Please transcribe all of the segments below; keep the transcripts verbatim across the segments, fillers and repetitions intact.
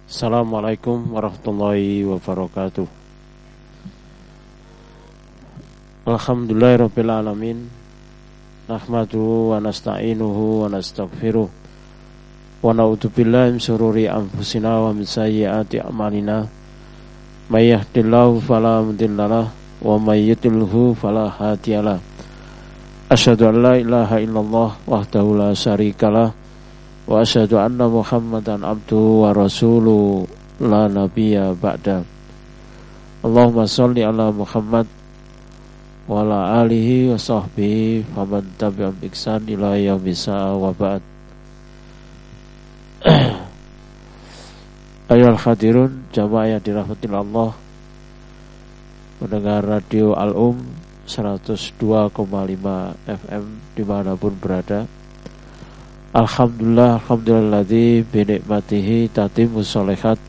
Assalamualaikum warahmatullahi wabarakatuh. Alhamdulillahirabbil alamin. Nahmaduhu wa nasta'inuhu wa nastaghfiruh. Wa na'udzu billahi min syururi anfusina wa min sayyiati a'malina. May yahdihillahu fala mudhillalah wa may yudlilhu fala hadiyalah. Asyhadu an la ilaha illallah wahdahu la syarikalah wa asyhadu anna Muhammadan abduhu wa rasuluhu la nabiyya ba'da. Allahumma shalli ala Muhammad wa ala alihi wa sahbihi faman tabi'ahum bi ihsan ila yaumil wa ba'd. Ayohal hadirun jamaah yang dirahmati Allah, mendengar radio Al-Um seratus dua koma lima F M dimanapun berada. Alhamdulillah, alhamdulilladzi bi nikmatihi tatimmus sholihat.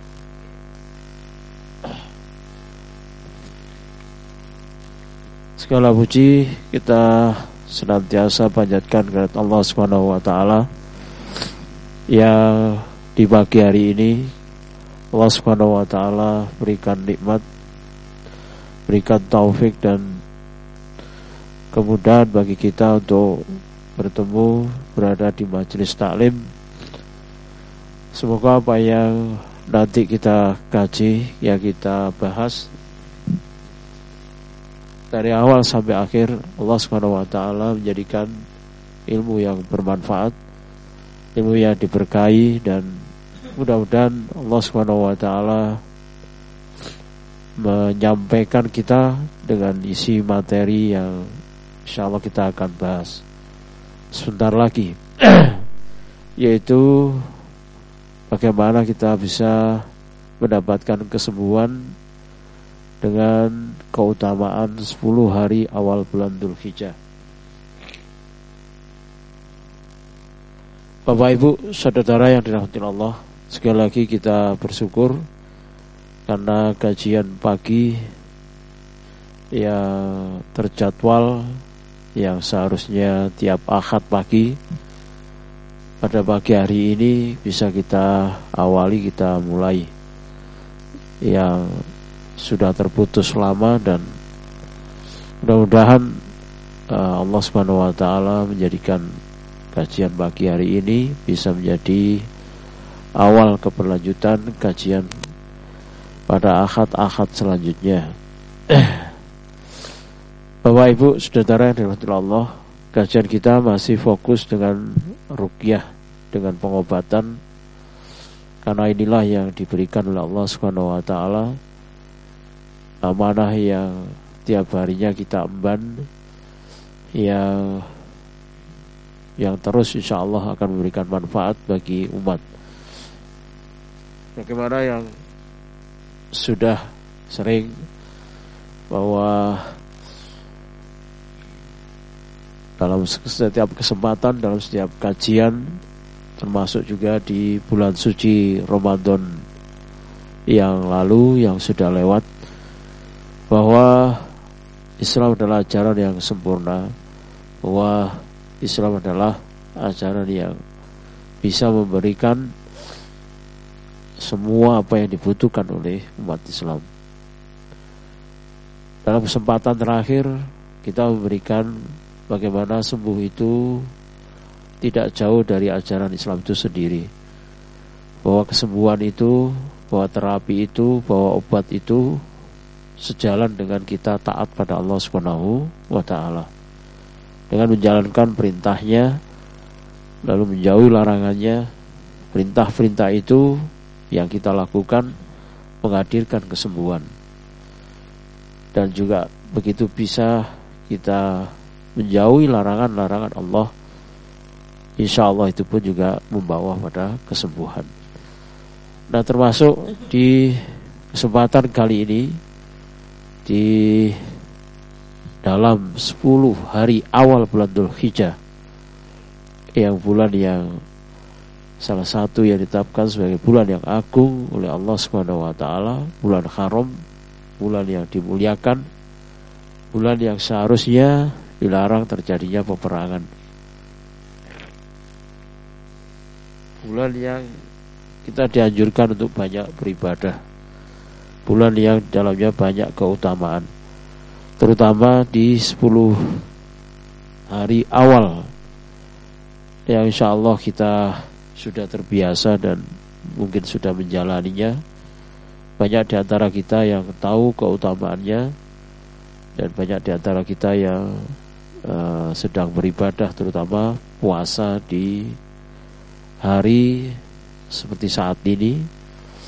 Segala puji kita senantiasa panjatkan kepada Allah Subhanahu wa taala yang di pagi hari ini Allah Subhanahu wa taala berikan nikmat, berikan taufik dan kemudahan bagi kita untuk bertemu, berada di majelis taklim. Semoga apa yang nanti kita kaji, yang kita bahas dari awal sampai akhir, Allah Subhanahu wa taala menjadikan ilmu yang bermanfaat, ilmu yang diberkahi, dan mudah-mudahan Allah Subhanahu wa taala menyampaikan kita dengan isi materi yang insyaallah kita akan bahas sebentar lagi, yaitu bagaimana kita bisa mendapatkan kesembuhan dengan keutamaan sepuluh hari awal bulan Dzulhijjah. Bapak Ibu saudara yang dirahmati Allah, sekali lagi kita bersyukur karena kajian pagi yang terjadwal, yang seharusnya tiap Ahad pagi, pada pagi hari ini bisa kita awali, kita mulai, yang sudah terputus lama, dan mudah-mudahan uh, Allah Subhanahu wa taala menjadikan kajian pagi hari ini bisa menjadi awal keberlanjutan kajian pada Ahad-Ahad selanjutnya. Bapak Ibu saudara yang dirahmati Allah, kajian kita masih fokus dengan ruqyah, dengan pengobatan, karena inilah yang diberikan oleh Allah Subhanahu wa taala, amanah yang tiap harinya kita emban, yang yang terus insyaallah akan memberikan manfaat bagi umat. Bagaimana yang sudah sering bahwa dalam setiap kesempatan, dalam setiap kajian, termasuk juga di bulan suci Ramadan yang lalu, yang sudah lewat, bahwa Islam adalah ajaran yang sempurna, bahwa Islam adalah ajaran yang bisa memberikan semua apa yang dibutuhkan oleh umat Islam. Dalam kesempatan terakhir kita memberikan bagaimana sembuh itu tidak jauh dari ajaran Islam itu sendiri, bahwa kesembuhan itu, bahwa terapi itu, bahwa obat itu sejalan dengan kita taat pada Allah Subhanahu wa taala, dengan menjalankan perintahnya lalu menjauhi larangannya. Perintah-perintah itu yang kita lakukan menghadirkan kesembuhan, dan juga begitu bisa kita menjauhi larangan-larangan Allah, insya Allah itu pun juga membawa pada kesembuhan. Nah, termasuk di kesempatan kali ini, di dalam sepuluh hari awal bulan Dzulhijjah, yang bulan yang salah satu yang ditetapkan sebagai bulan yang agung oleh Allah Subhanahu wa taala, bulan haram, bulan yang dimuliakan, bulan yang seharusnya dilarang terjadinya peperangan, bulan yang kita dianjurkan untuk banyak beribadah. Bulan yang dalamnya banyak keutamaan, terutama di sepuluh hari awal yang insya Allah kita sudah terbiasa dan mungkin sudah menjalaninya. Banyak di antara kita yang tahu keutamaannya, dan banyak di antara kita yang uh, sedang beribadah, terutama puasa di hari seperti saat ini.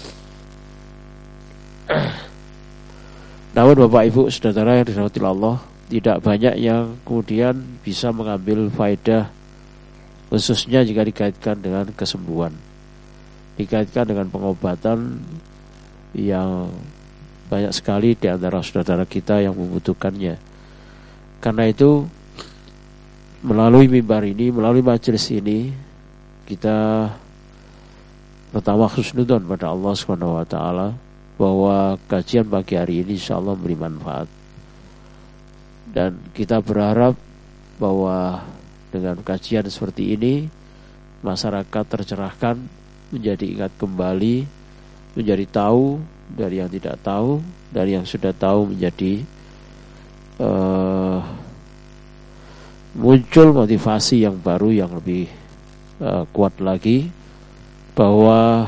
Namun Bapak Ibu saudara yang dirahmati Allah, tidak banyak yang kemudian bisa mengambil faedah, khususnya jika dikaitkan dengan kesembuhan, dikaitkan dengan pengobatan, yang banyak sekali di antara saudara kita yang membutuhkannya. Karena itu melalui mimbar ini, melalui majelis ini, kita pertama husnudzon pada Allah Subhanahu wa taala bahwa kajian pagi hari ini insyaallah memberi manfaat. Dan kita berharap bahwa dengan kajian seperti ini masyarakat tercerahkan, menjadi ingat kembali, menjadi tahu dari yang tidak tahu, dari yang sudah tahu menjadi uh, muncul motivasi yang baru yang lebih uh, kuat lagi, bahwa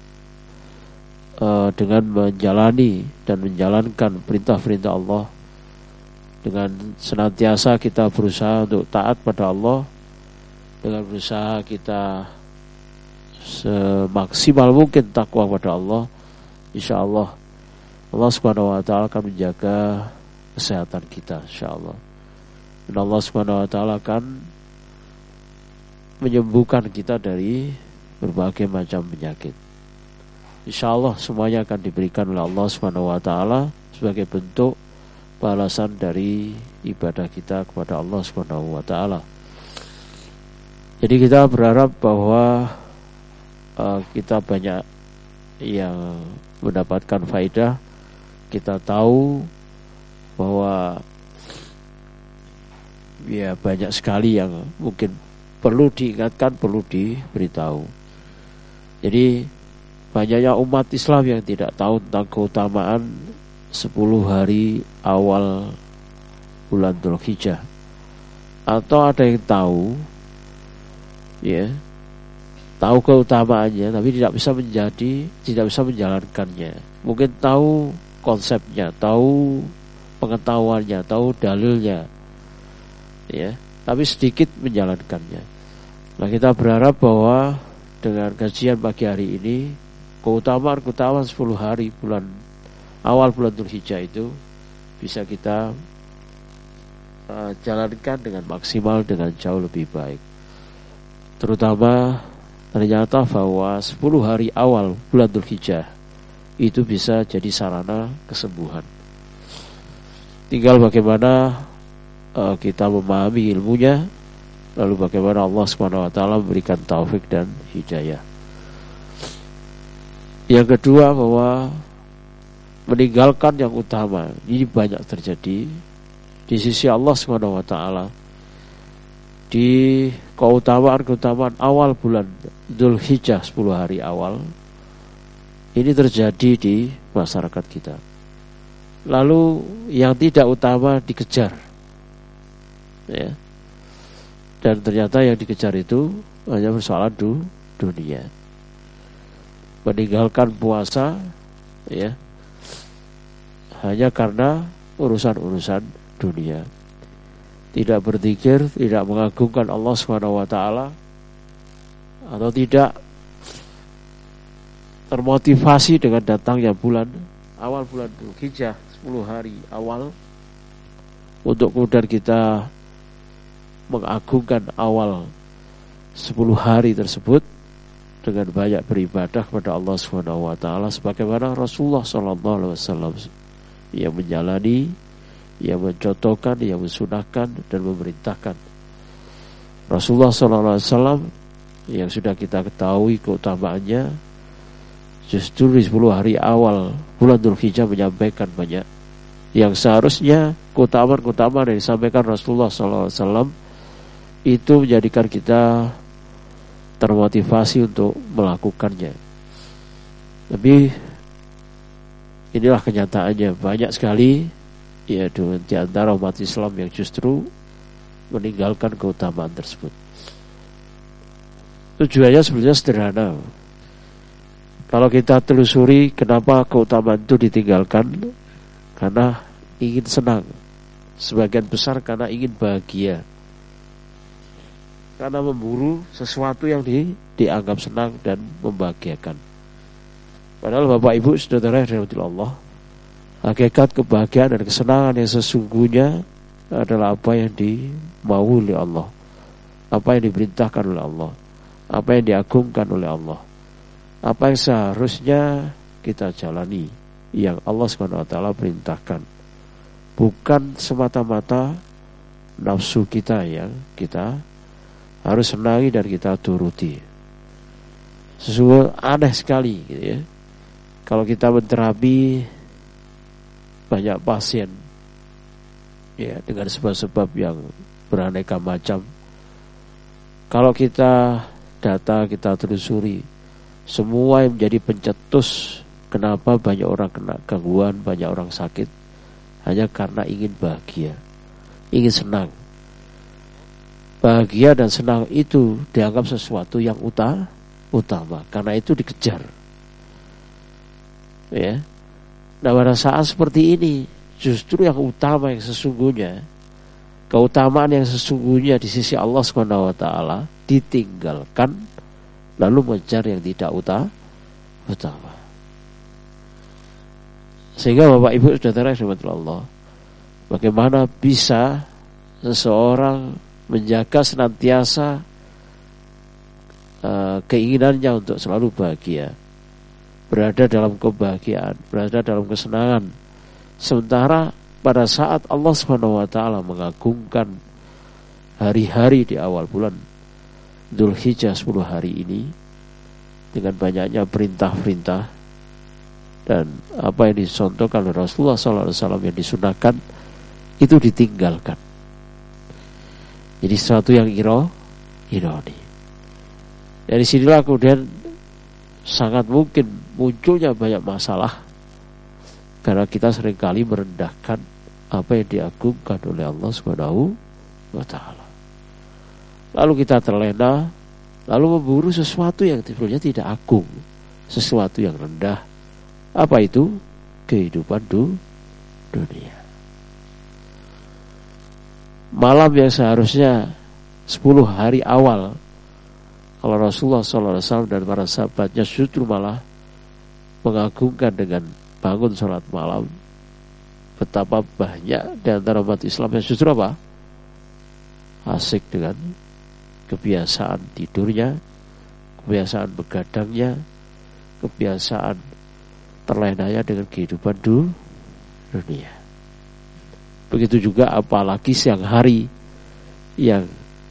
uh, dengan menjalani dan menjalankan perintah-perintah Allah, dengan senantiasa kita berusaha untuk taat pada Allah, dengan berusaha kita semaksimal mungkin takwa pada Allah, insya Allah Allah Subhanahu wa taala akan menjaga kesehatan kita, insya Allah. Dan Allah Subhanahu wa taala akan menyembuhkan kita dari berbagai macam penyakit. Insya Allah semuanya akan diberikan oleh Allah Subhanahu wa taala sebagai bentuk balasan dari ibadah kita kepada Allah Subhanahu wa taala. Jadi kita berharap bahwa uh, kita banyak yang mendapatkan faedah. Kita tahu bahwa ya banyak sekali yang mungkin perlu diingatkan, perlu diberitahu. Jadi banyaknya umat Islam yang tidak tahu tentang keutamaan sepuluh hari awal bulan Dzulhijjah, atau ada yang tahu, ya, tahu keutamaannya tapi tidak bisa menjadi, tidak bisa menjalankannya. Mungkin tahu konsepnya, tahu pengetahuannya, tahu dalilnya, ya, tapi sedikit menjalankannya. Nah, kita berharap bahwa dengan kajian pagi hari ini, keutamaan-keutamaan sepuluh hari bulan awal bulan Dzulhijjah itu bisa kita uh, jalankan dengan maksimal, dengan jauh lebih baik. Terutama ternyata bahwa sepuluh hari awal bulan Dzulhijjah itu bisa jadi sarana kesembuhan. Tinggal bagaimana uh, kita memahami ilmunya, lalu bagaimana Allah Subhanahu wa taala memberikan taufik dan hidayah. Yang kedua, bahwa meninggalkan yang utama ini banyak terjadi di sisi Allah Subhanahu wa taala. Di keutamaan-keutamaan awal bulan Dzulhijjah, sepuluh hari awal ini terjadi di masyarakat kita. Lalu yang tidak utama dikejar, ya. Dan ternyata yang dikejar itu hanya persoalan du, dunia. Meninggalkan puasa, ya, hanya karena urusan-urusan dunia. Tidak berzikir, tidak mengagungkan Allah Subhanahu wa taala, atau tidak termotivasi dengan datangnya bulan awal bulan Dzulhijjah, sepuluh hari awal, untuk kemudian kita mengagungkan awal sepuluh hari tersebut dengan banyak beribadah kepada Allah Subhanahu wa taala sebagaimana Rasulullah sallallahu alaihi wasallam yang menjalani, yang mencontohkan, yang mensunahkan dan memerintahkan. Rasulullah sallallahu alaihi wasallam yang sudah kita ketahui keutamaannya, justru di sepuluh hari awal bulan Dzulhijjah menyampaikan banyak yang seharusnya keutamaan-keutamaan yang disampaikan Rasulullah sallallahu alaihi wasallam itu menjadikan kita termotivasi untuk melakukannya. Tapi inilah kenyataannya, banyak sekali ya di antara umat Islam yang justru meninggalkan keutamaan tersebut. Tujuannya sebenarnya sederhana. Kalau kita telusuri kenapa keutamaan itu ditinggalkan, karena ingin senang. Sebagian besar karena ingin bahagia, karena memburu sesuatu yang di, dianggap senang dan membahagiakan. Padahal Bapak Ibu saudara yang dirahmati Allah, hakikat kebahagiaan dan kesenangan yang sesungguhnya adalah apa yang dimau oleh Allah, apa yang diperintahkan oleh Allah, apa yang diagungkan oleh Allah, apa yang seharusnya kita jalani, yang Allah subhanahu wa taala perintahkan. Bukan semata-mata nafsu kita yang kita harus senangi dan kita turuti. Sesungguhnya aneh sekali gitu ya, kalau kita menterapi banyak pasien ya dengan sebab-sebab yang beraneka macam, kalau kita data, kita telusuri, semua yang menjadi pencetus kenapa banyak orang kena gangguan, banyak orang sakit, hanya karena ingin bahagia, ingin senang. Bahagia dan senang itu dianggap sesuatu yang utama, utama. Karena itu dikejar. Ya. Nah, pada saat seperti ini, justru yang utama, yang sesungguhnya, keutamaan yang sesungguhnya di sisi Allah subhanahu wa taala ditinggalkan, lalu mengejar yang tidak utama. utama. Sehingga Bapak Ibu saudara yang dirahmati Allah, bagaimana bisa seseorang menjaga senantiasa uh, keinginannya untuk selalu bahagia, berada dalam kebahagiaan, berada dalam kesenangan, sementara pada saat Allah subhanahu wa taala mengagungkan hari-hari di awal bulan Dzulhijjah sepuluh hari ini dengan banyaknya perintah-perintah dan apa yang dicontohkan oleh Rasulullah shallallahu alaihi wasallam yang disunahkan itu ditinggalkan. Jadi sesuatu yang iro, ironi. Dari sinilah kemudian sangat mungkin munculnya banyak masalah, karena kita seringkali merendahkan apa yang diagungkan oleh Allah subhanahu wa taala. Lalu kita terlena, lalu memburu sesuatu yang sebenarnya tidak agung, sesuatu yang rendah. Apa itu? Kehidupan du, dunia. Malam yang seharusnya sepuluh hari awal, kalau Rasulullah shallallahu alaihi wasallam dan para sahabatnya justru malah mengagungkan dengan bangun sholat malam, betapa banyak di antara umat Islam yang justru apa? Asik dengan kebiasaan tidurnya, kebiasaan begadangnya, kebiasaan terlenanya dengan kehidupan du, dunia. Begitu juga apalagi siang hari yang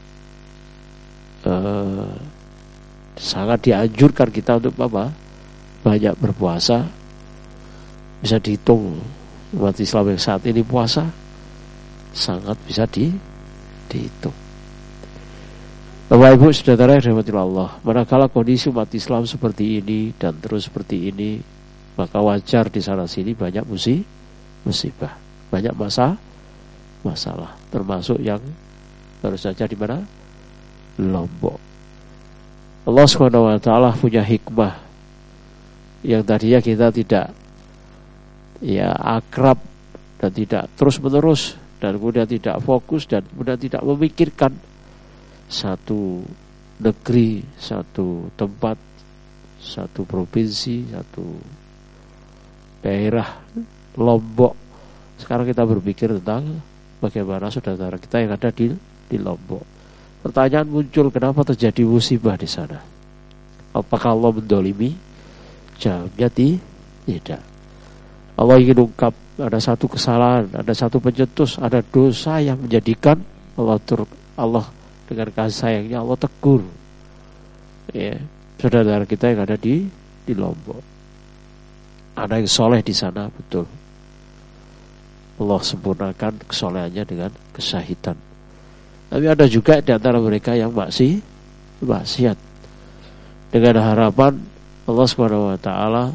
eh, sangat dianjurkan kita untuk apa? Banyak berpuasa. Bisa dihitung umat Islam yang saat ini puasa sangat bisa di, dihitung. Bapak Ibu saudara yang dirahmati Allah, manakala kondisi umat Islam seperti ini dan terus seperti ini, maka wajar di sana sini banyak musibah, musibah, banyak masa, masalah, termasuk yang baru saja di mana? Lombok. Allah subhanahu wa taala punya hikmah yang tadinya kita tidak ya akrab dan tidak terus menerus, dan kemudian tidak fokus, dan kemudian tidak memikirkan satu negeri, satu tempat, satu provinsi, satu daerah Lombok. Sekarang kita berpikir tentang bagaimana saudara kita yang ada di, di Lombok. Pertanyaan muncul, kenapa terjadi musibah di sana? Apakah Allah mendolimi? Jawabnya tidak. Allah ingin ungkap ada satu kesalahan, ada satu pencetus, ada dosa yang menjadikan Allah tur, Allah dengan kasih sayangnya Allah tegur ya saudara kita yang ada di di Lombok. Ada yang soleh di sana, betul. Allah sempurnakan kesolehannya dengan kesyahidan. Tapi ada juga di antara mereka yang maksi, maksiat. Dengan harapan Allah subhanahu wa taala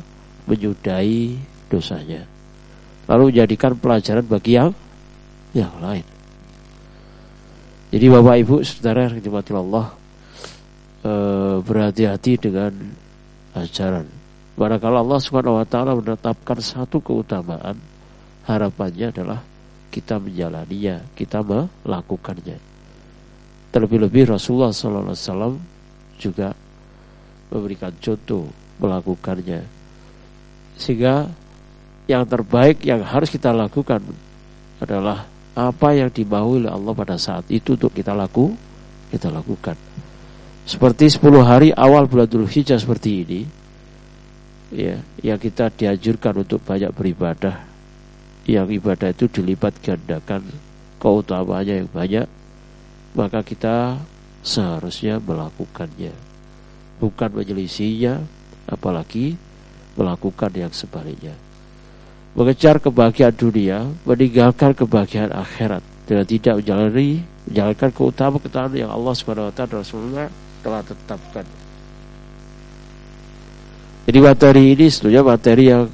menyudahi dosanya, lalu menjadikan pelajaran bagi yang yang lain. Jadi Bapak Ibu saudara yang dirahmati Allah, eh, berhati-hati dengan ajaran. Manakala Allah Subhanahu wa taala menetapkan satu keutamaan, harapannya adalah kita menjalaninya, kita melakukannya. Terlebih-lebih Rasulullah sallallahu alaihi wasallam juga memberikan contoh melakukannya. Sehingga yang terbaik yang harus kita lakukan adalah apa yang dimaui oleh Allah pada saat itu untuk kita laku, kita lakukan. Seperti sepuluh hari awal bulan Dzulhijjah seperti ini, ya, yang kita dianjurkan untuk banyak beribadah, yang ibadah itu dilipat gandakan keutamaannya yang banyak, maka kita seharusnya melakukannya, bukan menyelisihinya, apalagi melakukan yang sebaliknya. Mengejar kebahagiaan dunia, meninggalkan kebahagiaan akhirat dengan tidak menjalani menjalankan keutamaan-keutamaan yang Allah Subhanahu wa taala dan Rasulullah telah tetapkan. Jadi materi ini sebetulnya materi yang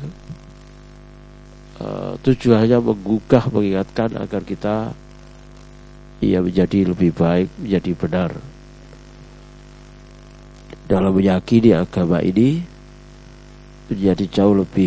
uh, tujuannya menggugah, mengingatkan agar kita ia menjadi lebih baik, menjadi benar dalam meyakini agama ini, menjadi jauh lebih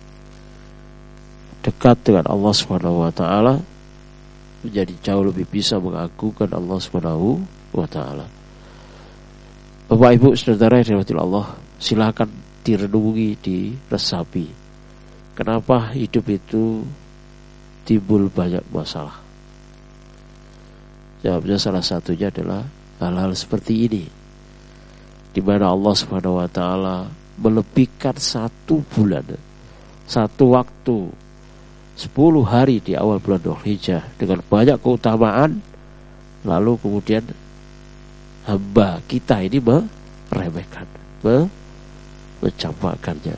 dekat dengan Allah Subhanahu wa taala, menjadi jauh lebih bisa mengagungkan Allah Subhanahu wa taala. Bapak Ibu saudara yang dirahmati Allah, silakan direnungi, diresapi. Kenapa hidup itu timbul banyak masalah? Jawabnya salah satunya adalah hal-hal seperti ini, di mana Allah Subhanahu wa taala melebihkan satu bulan, satu waktu, sepuluh hari di awal bulan Dzulhijjah dengan banyak keutamaan, lalu kemudian hamba kita ini meremehkan, mencampakkannya.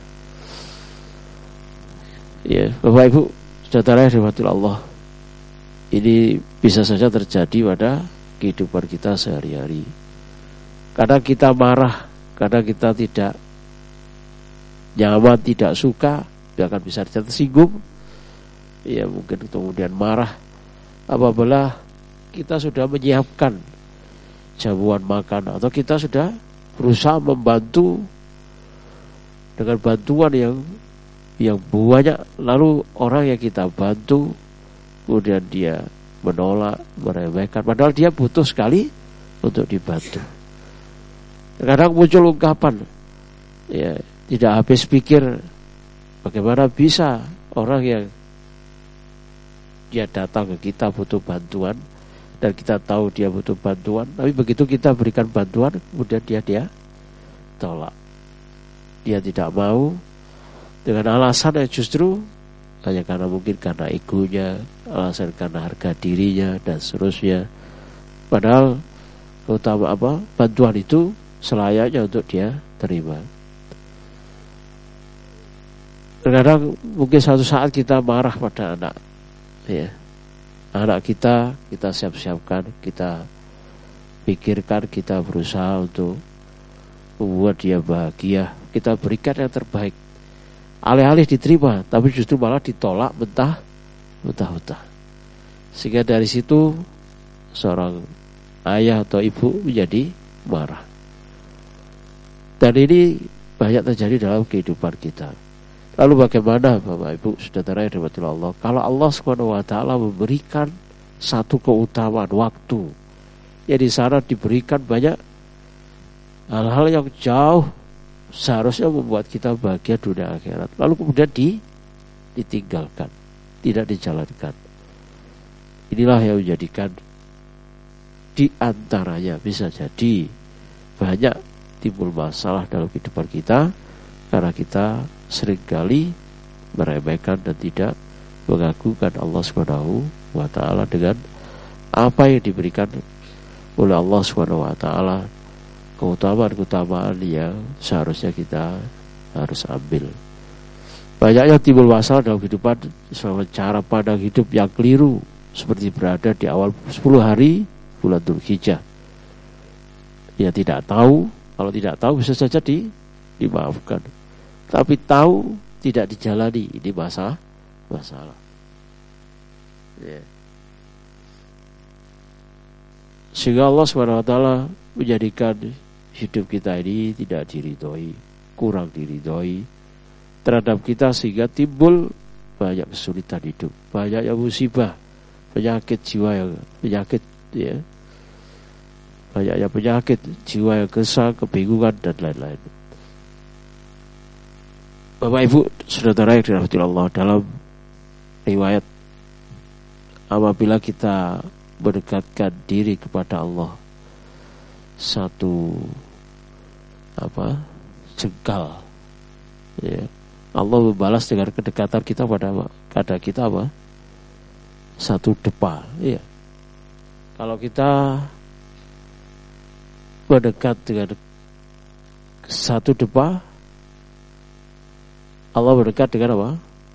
Ya, Bapak Ibu saudara yang dirahmati Allah, ini bisa saja terjadi pada kehidupan kita sehari-hari. Kadang kita marah, kadang kita tidak nyaman, tidak suka, bahkan bisa tersinggung. Ya, mungkin kemudian marah apabila kita sudah menyiapkan jamuan makan, atau kita sudah berusaha membantu dengan bantuan yang yang banyak, lalu orang yang kita bantu kemudian dia menolak, meremehkan, padahal dia butuh sekali untuk dibantu. Kadang muncul ungkapan, ya, tidak habis pikir, bagaimana bisa orang yang dia datang ke kita butuh bantuan, dan kita tahu dia butuh bantuan, tapi begitu kita berikan bantuan, kemudian dia dia tolak, dia tidak mau, dengan alasan yang justru hanya karena mungkin karena egonya, alasan karena harga dirinya dan seterusnya. Padahal utama apa bantuan itu selayaknya untuk dia terima. Terkadang mungkin suatu saat kita marah pada anak, ya, anak kita kita siap-siapkan, kita pikirkan, kita berusaha untuk membuat dia bahagia, kita berikan yang terbaik. Alih-alih diterima, tapi justru malah ditolak mentah, mentah-mentah. Sehingga dari situ seorang ayah atau ibu menjadi marah. Dan ini banyak terjadi dalam kehidupan kita. Lalu bagaimana Bapak Ibu saudara yang dirahmati Allah, kalau Allah Subhanahu wa taala memberikan satu keutamaan waktu, ya di sana diberikan banyak hal-hal yang jauh seharusnya membuat kita bahagia dunia akhirat, lalu kemudian di, ditinggalkan, tidak dijalankan. Inilah yang menjadikan di antaranya bisa jadi banyak timbul masalah dalam kehidupan kita, karena kita seringkali meremehkan dan tidak mengagungkan Allah Subhanahu wa taala dengan apa yang diberikan oleh Allah Subhanahu wa taala, keutamaan-keutamaan yang seharusnya kita harus ambil. Banyaknya timbul masalah dalam kehidupan selama cara pandang hidup yang keliru, seperti berada di awal sepuluh hari bulan Dzulhijjah. Ya tidak tahu, kalau tidak tahu bisa saja di, dimaafkan. Tapi tahu tidak dijalani, ini masalah masalah. Ya. Sehingga Allah subhanahu wa taala menjadikan hidup kita ini tidak diridhoi, kurang diridhoi terhadap kita, sehingga timbul banyak kesulitan hidup, banyak yang musibah, penyakit jiwa yang penyakit ya, banyaknya penyakit jiwa yang kesal, kebingungan dan lain-lain. Bapak Ibu saudara yang dirahmati Allah, dalam riwayat apabila kita mendekatkan diri kepada Allah satu apa jengkal, ya, Allah membalas dengan kedekatan kita pada pada kita apa satu depa. Ya, kalau kita mendekat dengan satu depa, Allah mendekat dengan apa?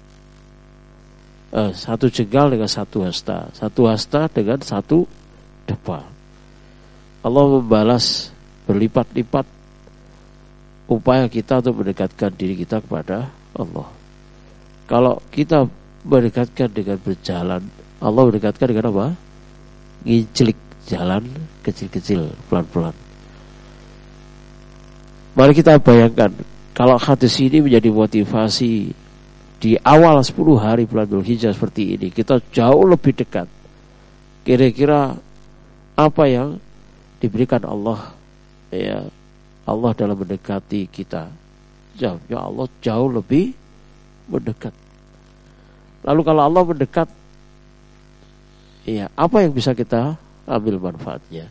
Eh, satu jengkal dengan satu hasta, satu hasta dengan satu depa. Allah membalas berlipat-lipat upaya kita untuk mendekatkan diri kita kepada Allah. Kalau kita mendekatkan dengan berjalan, Allah mendekatkan dengan apa? Nginclik jalan kecil-kecil, pelan-pelan. Mari kita bayangkan, kalau hadis ini menjadi motivasi di awal sepuluh hari bulan Dzulhijjah seperti ini, kita jauh lebih dekat. Kira-kira apa yang diberikan Allah, ya Allah dalam mendekati kita? Jawabnya Allah jauh lebih mendekat. Lalu kalau Allah mendekat, ya apa yang bisa kita ambil manfaatnya?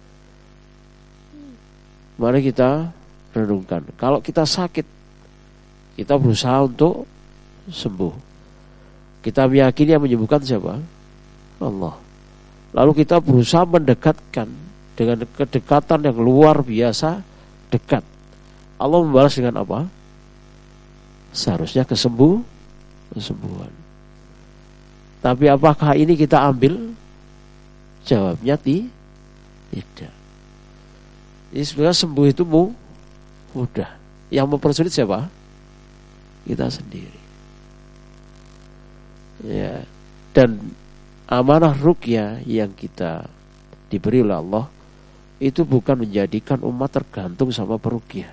Mari kita renungkan. Kalau kita sakit, kita berusaha untuk sembuh. Kita meyakini yang menyembuhkan siapa? Allah. Lalu kita berusaha mendekatkan dengan kedekatan yang luar biasa dekat. Allah membalas dengan apa? Seharusnya kesembuh, kesembuhan. Tapi apakah ini kita ambil? Jawabnya tidak. Ini sebenarnya sembuh itu mudah. Yang mempersulit siapa? Kita sendiri. Ya. Dan amanah ruqyah yang kita diberi oleh Allah itu bukan menjadikan umat tergantung sama peruqyah.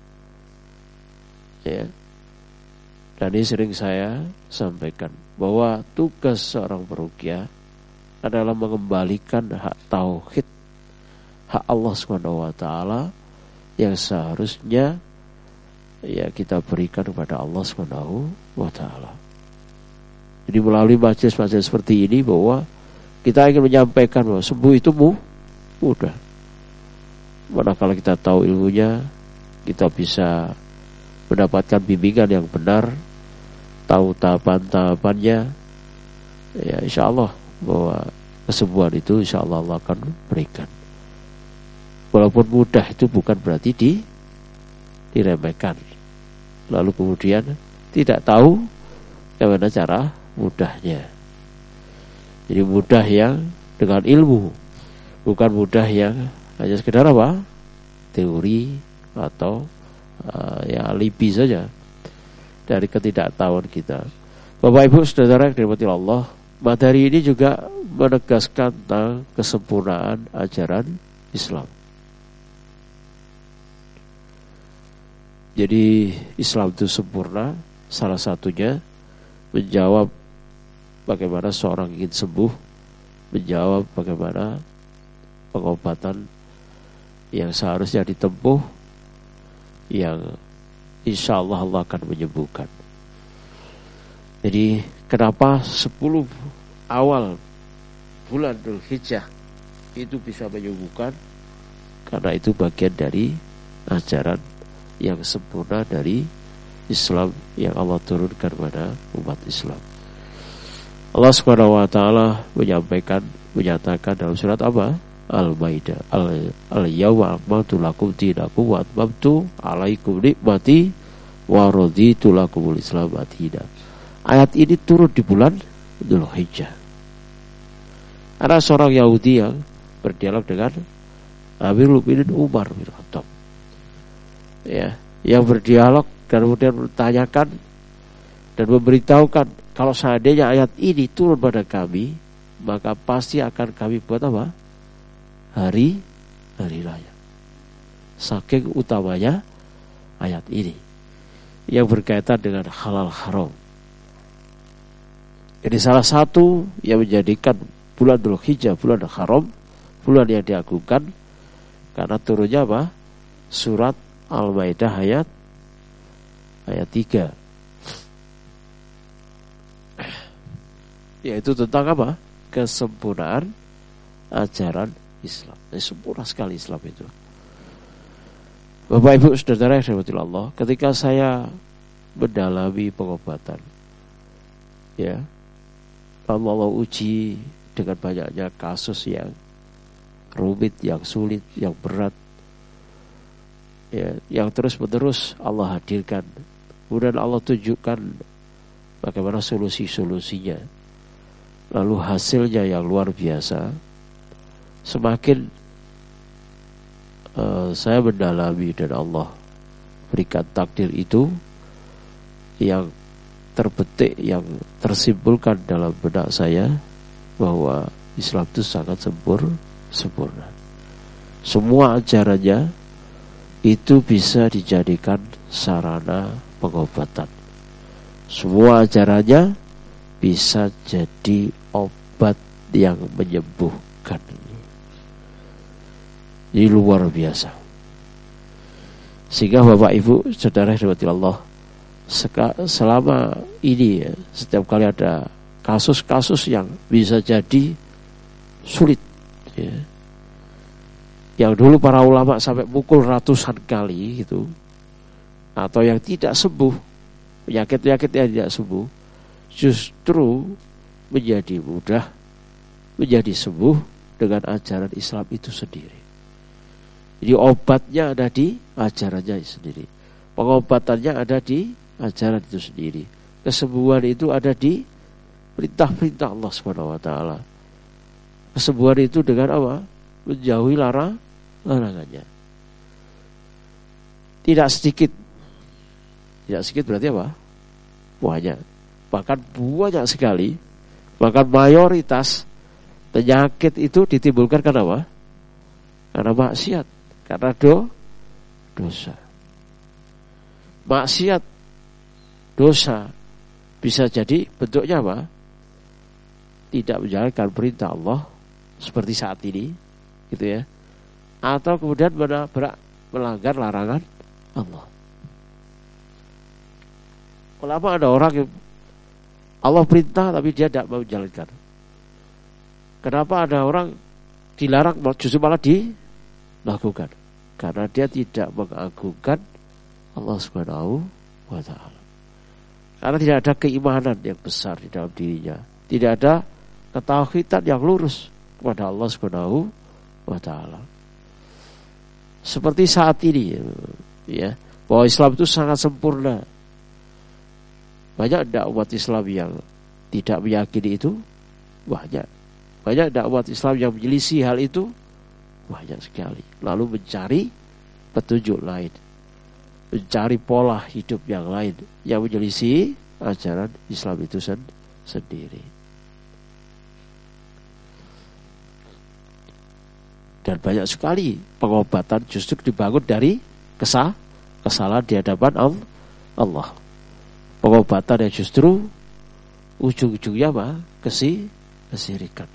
Ya. Dan ini sering saya sampaikan bahwa tugas seorang peruqyah adalah mengembalikan hak tauhid, hak Allah subhanahu wa taala yang seharusnya ya kita berikan kepada Allah subhanahu wa taala. Jadi melalui majelis-majelis seperti ini bahwa kita ingin menyampaikan bahwa sembuh itu mudah. Manakala kita tahu ilmunya, kita bisa mendapatkan bimbingan yang benar, tahu tahapan-tahapannya, ya insya Allah bahwa kesembuhan itu insya Allah Allah akan berikan. Walaupun mudah itu bukan berarti di, diremehkan. Lalu kemudian tidak tahu bagaimana cara mudahnya. Jadi mudah yang dengan ilmu, bukan mudah yang hanya sekedar apa? Teori atau uh, ya alibi saja dari ketidaktahuan kita. Bapak Ibu saudara yang dirahmati Allah, materi ini juga menegaskan tentang kesempurnaan ajaran Islam. Jadi Islam itu sempurna, salah satunya menjawab bagaimana seorang ingin sembuh, menjawab bagaimana pengobatan yang seharusnya ditempuh, yang insya Allah Allah akan menyembuhkan. Jadi kenapa sepuluh awal bulan Dzulhijjah itu bisa menyembuhkan? Karena itu bagian dari ajaran yang sempurna dari Islam yang Allah turunkan kepada umat Islam. Allah subhanahu wa ta'ala menyampaikan, menyatakan dalam surat apa? Al-Maidah, Al-Yawma akmaltu lakum dinakum wa atmamtu alaikum nikmati wa raditu lakumul Islam madina. Ayat ini turun di bulan Dzulhijjah. Ada seorang Yahudi yang berdialog dengan Amirul Mukminin Umar bin Khattab, ya, yang berdialog dan kemudian bertanyakan dan memberitahukan kalau seandainya ayat ini turun pada kami, maka pasti akan kami buat apa? Hari hari raya. Saking utamanya ayat ini yang berkaitan dengan halal haram. Ini salah satu yang menjadikan bulan Dzulhijjah bulan haram, bulan yang diagungkan karena turunnya apa? Surat Al-Maidah ayat ayat tiga. Yaitu tentang apa? Kesempurnaan ajaran Islam. Ini sempurna sekali Islam itu. Bapak Ibu Saudara yang dirahmati Allah, ketika saya mendalami pengobatan, ya, Allah, Allah uji dengan banyaknya kasus yang rumit, yang sulit, yang berat, ya, yang terus menerus Allah hadirkan. Kemudian Allah tunjukkan bagaimana solusi-solusinya. Lalu hasilnya yang luar biasa. Semakin uh, saya mendalami dan Allah berikan takdir itu, yang terbetik, yang tersimpulkan dalam benak saya bahwa Islam itu sangat sempur, sempurna. Semua ajarannya itu bisa dijadikan sarana pengobatan. Semua ajarannya bisa jadi obat yang menyembuhkan. Ini luar biasa. Sehingga Bapak Ibu Saudara yang dirahmati Allah, selama ini ya, setiap kali ada kasus-kasus yang bisa jadi sulit, ya, yang dulu para ulama sampai pukul ratusan kali gitu, atau yang tidak sembuh, penyakit-penyakit yang tidak sembuh, justru menjadi mudah, menjadi sembuh dengan ajaran Islam itu sendiri. Jadi obatnya ada di ajarannya sendiri, pengobatannya ada di ajaran itu sendiri, kesembuhan itu ada di perintah-perintah Allah Subhanahu wa taala. Kesembuhan itu dengan apa? Menjauhi larang larangannya. Tidak sedikit. Tidak sedikit berarti apa? Banyak. Bahkan banyak sekali. Bahkan mayoritas penyakit itu ditimbulkan karena apa? Karena maksiat, karena do, dosa. Maksiat, dosa bisa jadi bentuknya apa? Tidak menjalankan perintah Allah seperti saat ini, gitu ya. Atau kemudian melanggar larangan Allah. Kenapa ada orang yang Allah perintah tapi dia tidak mau menjalankan? Kenapa ada orang dilarang justru malah dilakukan? Karena dia tidak mengagungkan Allah Subhanahu wa taala. Karena tidak ada keimanan yang besar di dalam dirinya, tidak ada ketauhidan yang lurus kepada Allah Subhanahu wa taala. Seperti saat ini, ya, bahwa Islam itu sangat sempurna. Banyak dakwah Islam yang tidak meyakini itu, banyak. Banyak dakwah Islam yang menyelisih hal itu, banyak sekali. Lalu mencari petunjuk lain, mencari pola hidup yang lain yang menyelisih ajaran Islam itu sen- sendiri. Dan banyak sekali pengobatan justru dibangun dari kesal, kesalahan di hadapan Allah. Pengobatan yang justru ujung-ujungnya apa? Kesi, kesirikan.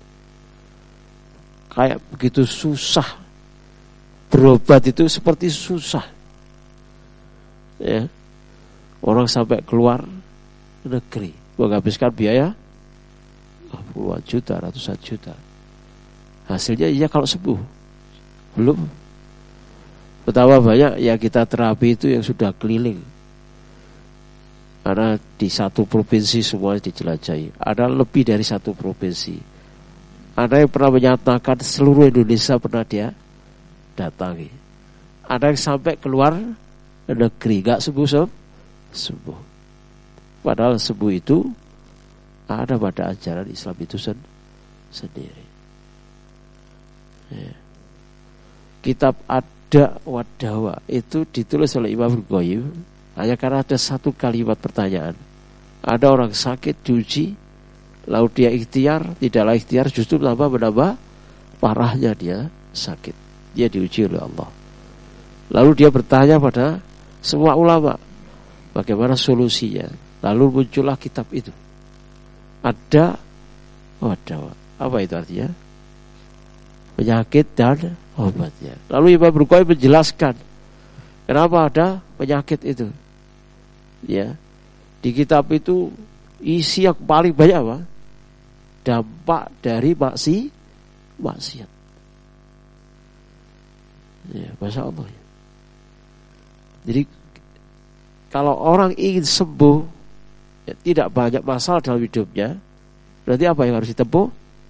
Kayak begitu susah. Berobat itu seperti susah. Ya. Orang sampai keluar negeri menghabiskan biaya puluhan juta, ratusan juta. Hasilnya iya kalau sembuh. Belum. Betapa banyak yang kita terapi itu yang sudah keliling. Karena di satu provinsi semua dijelajahi. Ada lebih dari satu provinsi. Ada yang pernah menyatakan seluruh Indonesia pernah dia datangi. Ada yang sampai keluar negeri, gak sembuh sembuh. Padahal sembuh itu ada pada ajaran Islam itu sen- sendiri. Ya. Kitab Ad-Da' wa Dawa itu ditulis oleh Imam Al-Qayyim hanya karena ada satu kalimat pertanyaan. Ada orang sakit diuji, lalu dia ikhtiar, tidaklah ikhtiar, justru tambah menambah parahnya dia sakit. Dia diuji oleh Allah. Lalu dia bertanya pada semua ulama, bagaimana solusinya? Lalu muncullah kitab itu. Ada, oh ada, apa itu artinya? Penyakit dan obatnya. Lalu Imam Ruqayyah menjelaskan kenapa ada penyakit itu. Ya, di kitab itu isi yang paling banyak apa? Dampak dari maksi, maksiat. Ya, masya Allah. Jadi kalau orang ingin sembuh, ya, tidak banyak masalah dalam hidupnya, berarti apa yang harus ditempuh?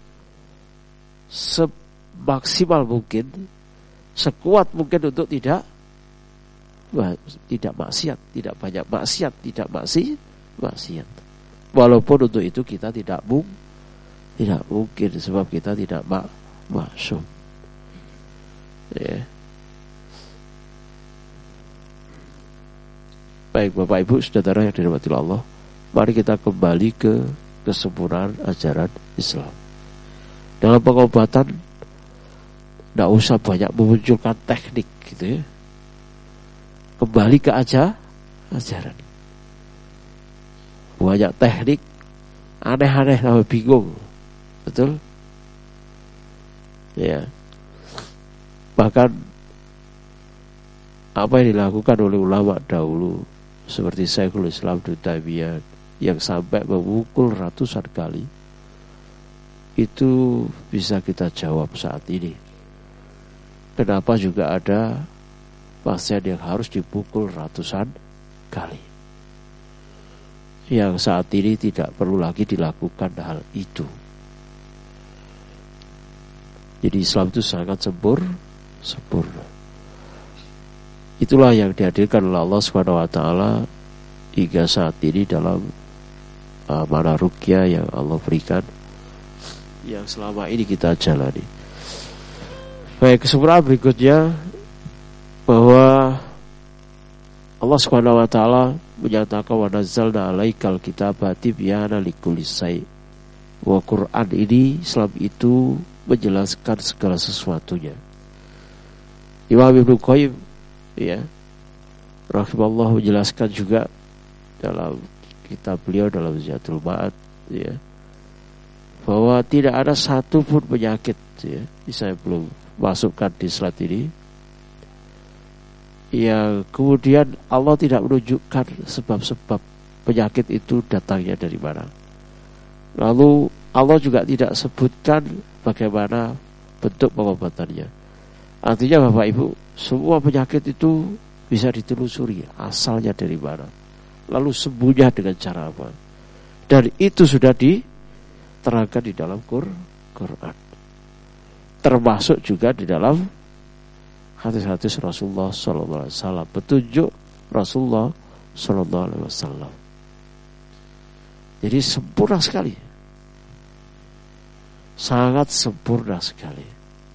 Semaksimal mungkin, sekuat mungkin untuk tidak tidak maksiat, tidak banyak maksiat, tidak maksi, maksiat. Walaupun untuk itu kita tidak mung, tidak mungkin sebab kita tidak mak, maksum. Ya. Baik Bapak Ibu saudara yang dirahmati Allah, mari kita kembali ke kesempurnaan ajaran Islam. Dalam pengobatan tidak usah banyak memunculkan teknik gitu ya. Kembali ke aja ajaran. Banyak teknik aneh-aneh sampai bingung. Betul? Ya. Bahkan apa yang dilakukan oleh ulama dahulu seperti Syekhul Islam Ibnu Taimiyah yang sampai memukul ratusan kali, itu bisa kita jawab saat ini. Kenapa juga ada pasien yang harus dipukul ratusan kali, yang saat ini tidak perlu lagi dilakukan hal itu. Jadi Islam itu sangat sempur, sempurna. Itulah yang dihadirkan oleh Allah subhanahu wa taala hingga saat ini dalam uh, mana ruqyah yang Allah berikan, yang selama ini kita jalani. Baik, kesempurnaan berikutnya bahwa Allah subhanahu wa taala menyatakan wa nazzalna alaikal kitaba tibyana likulli syai'. Wa Quran ini, Islam itu menjelaskan segala sesuatunya. Imam Ibnu Qayyim ya rahimahullah menjelaskan juga dalam kitab beliau dalam Zadul Ma'ad ya, bahwa tidak ada satu pun penyakit ya, saya belum masukkan di slide ini, yang kemudian Allah tidak menunjukkan sebab-sebab penyakit itu datangnya dari mana. Lalu Allah juga tidak sebutkan bagaimana bentuk pengobatannya. Artinya Bapak Ibu, semua penyakit itu bisa ditelusuri asalnya dari mana, lalu sembuhnya dengan cara apa, dan itu sudah diterangkan di dalam Quran, termasuk juga di dalam hadis-hadis Rasulullah Sallallahu Alaihi Wasallam, petunjuk Rasulullah Sallallahu Alaihi Wasallam. Jadi sempurna sekali, sangat sempurna sekali.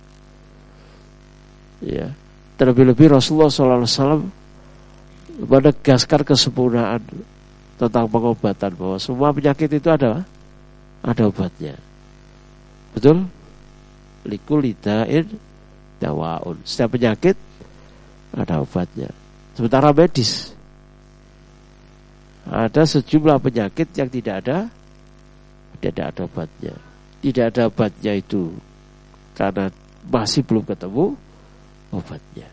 Ya, terlebih-lebih Rasulullah Sallallahu Alaihi Wasallam menegaskan kesempurnaan tentang pengobatan, bahwa semua penyakit itu ada ada obatnya. Betul? Likulli da'in dawaun. Setiap penyakit ada obatnya. Sementara medis, ada sejumlah penyakit yang tidak ada tidak ada obatnya. Tidak ada obatnya itu karena masih belum ketemu obatnya.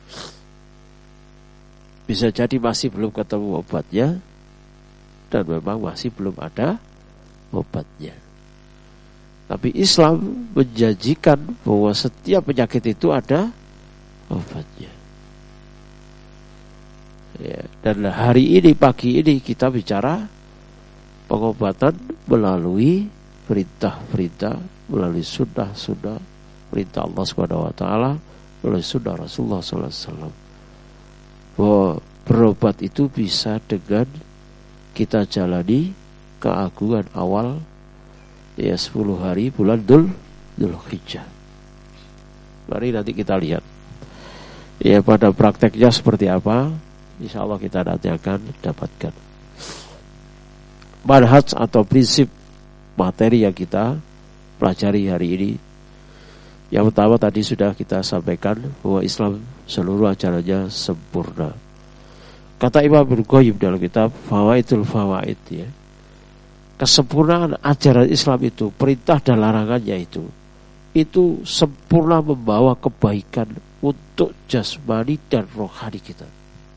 Bisa jadi masih belum ketemu obatnya, dan memang masih belum ada obatnya. Tapi Islam menjanjikan bahwa setiap penyakit itu ada obatnya. Ya, dan hari ini, pagi ini kita bicara pengobatan melalui perintah-perintah, melalui sunnah-sunnah, perintah Allah subhanahu wa taala, oleh sunnah Rasulullah sallallahu alaihi wasallam, bahwa berobat itu bisa dengan kita jalani keagungan awal ya sepuluh hari bulan Dzul Dzulhijjah. Mari nanti kita lihat ya pada prakteknya seperti apa, insya Allah kita nanti akan dapatkan. manhaj atau prinsip materi yang kita pelajari hari ini. Yang pertama tadi sudah kita sampaikan bahwa Islam seluruh ajarannya sempurna. Kata Imam Ibnu Qayyim dalam kitab Fawaidul Fawaid, ya, kesempurnaan ajaran Islam itu, perintah dan larangannya itu, itu sempurna membawa kebaikan untuk jasmani dan rohani kita.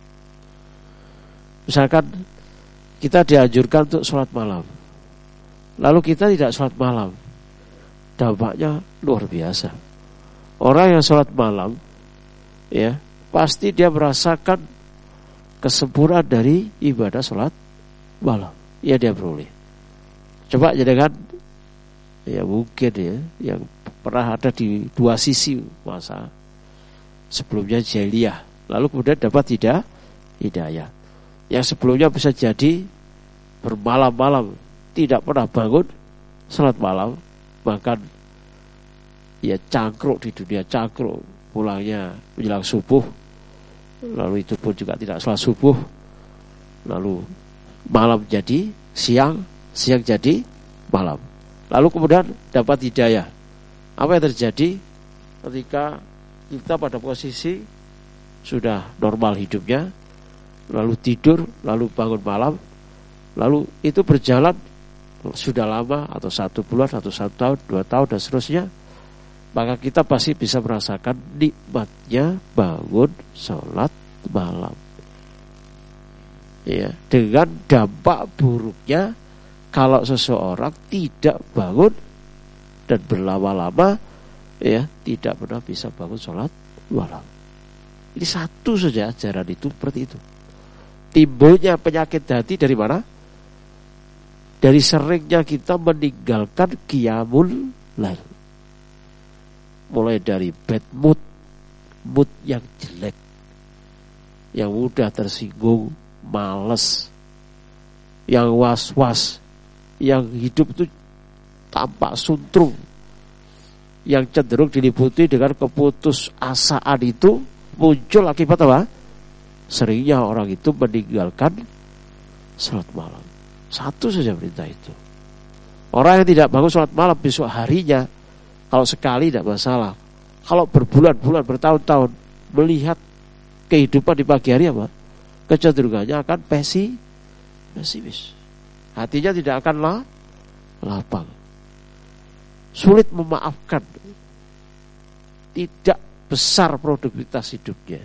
Misalkan kita dianjurkan untuk sholat malam, lalu kita tidak sholat malam, dampaknya luar biasa. Orang yang sholat malam, ya, pasti dia merasakan kesempurnaan dari ibadah sholat malam. Ya, dia beroleh. Coba jadikan, ya mungkin ya, yang pernah ada di dua sisi masa sebelumnya jahiliyah, lalu kemudian dapat tidak hidayah. Yang sebelumnya bisa jadi bermalam-malam, tidak pernah bangun sholat malam, bahkan ya cangkruk di dunia, cangkruk, pulangnya menjelang subuh, lalu itu pun juga tidak sholat subuh, lalu malam jadi siang, siang jadi malam, lalu kemudian dapat hidayah. Apa yang terjadi ketika kita pada posisi sudah normal hidupnya, lalu tidur, lalu bangun malam, lalu itu berjalan sudah lama, atau satu bulan, atau satu tahun, dua tahun dan seterusnya, maka kita pasti bisa merasakan nikmatnya bangun sholat malam. Ya, dengan dampak buruknya kalau seseorang tidak bangun dan berlama-lama, ya, tidak pernah bisa bangun sholat malam. Ini satu saja ajaran itu seperti itu. Timbulnya penyakit hati dari mana? Dari seringnya kita meninggalkan qiyamul lail. Mulai dari bad mood, mood yang jelek, yang mudah tersinggung, malas, yang was-was, yang hidup itu tampak suntrung, yang cenderung diliputi dengan keputusasaan, itu muncul akibat apa? Seringnya orang itu meninggalkan sholat malam. Satu saja perintah itu. Orang yang tidak bangun sholat malam besok harinya, kalau sekali tidak masalah, kalau berbulan-bulan, bertahun-tahun melihat kehidupan di pagi hari, apa? Kecenderungannya akan pesi, pesimis. Hatinya tidak akan lah, lapang. Sulit memaafkan. Tidak besar produktivitas hidupnya.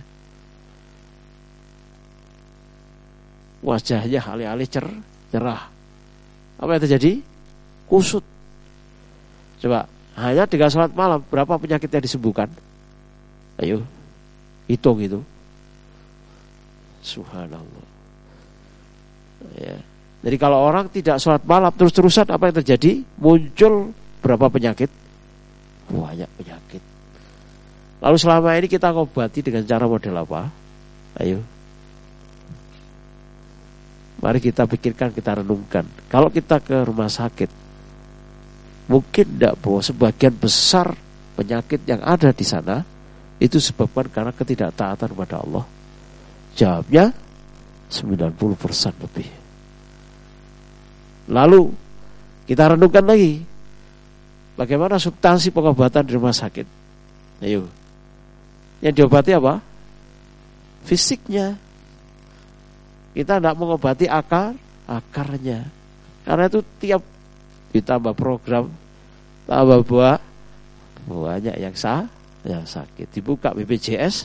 Wajahnya alih-alih cer, cerah. Apa yang terjadi? Kusut. Coba, hanya dengan sholat malam berapa penyakit yang disembuhkan? Ayo, hitung itu. Subhanallah. Ya. Jadi kalau orang tidak sholat malam terus-terusan, apa yang terjadi? Muncul berapa penyakit? Banyak penyakit. Lalu selama ini kita ngobati dengan cara model apa? Ayo, mari kita pikirkan, kita renungkan. Kalau kita ke rumah sakit, mungkin tidak bahwa sebagian besar penyakit yang ada di sana itu disebabkan karena ketidaktaatan kepada Allah. Jawabnya sembilan puluh persen lebih. Lalu kita renungkan lagi, bagaimana substansi pengobatan di rumah sakit? Ayo, yang diobati apa? Fisiknya. Kita tidak mengobati akar, akarnya. Karena itu tiap ditambah program, tambah buah, banyak yang sah, yang sakit. Dibuka B P J S,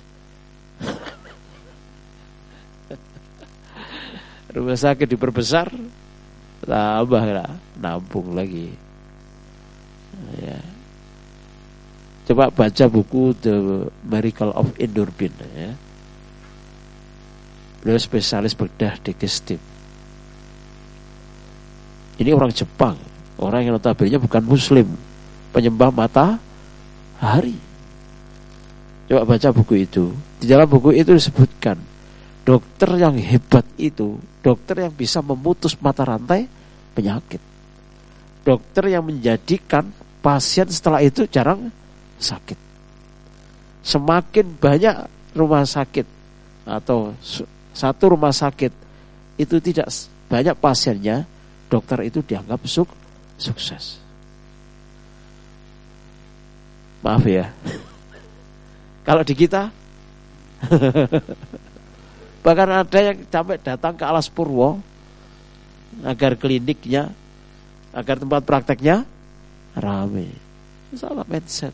rumah sakit diperbesar, tambah lah, nampung lagi. Ya. Coba baca buku The Miracle of Endorphin, ya. Beliau spesialis bedah digestif. Ini orang Jepang, orang yang notabene bukan muslim, penyembah matahari. Coba baca buku itu. Di dalam buku itu disebutkan, dokter yang hebat itu dokter yang bisa memutus mata rantai penyakit. Dokter yang menjadikan pasien setelah itu jarang sakit. Semakin banyak rumah sakit atau satu rumah sakit itu tidak banyak pasiennya, dokter itu dianggap suk sukses. Maaf ya. Kalau di kita bahkan ada yang sampai datang ke Alas Purwo agar kliniknya, agar tempat prakteknya ramai. Salah mindset,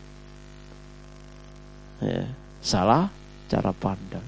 ya, salah cara pandang.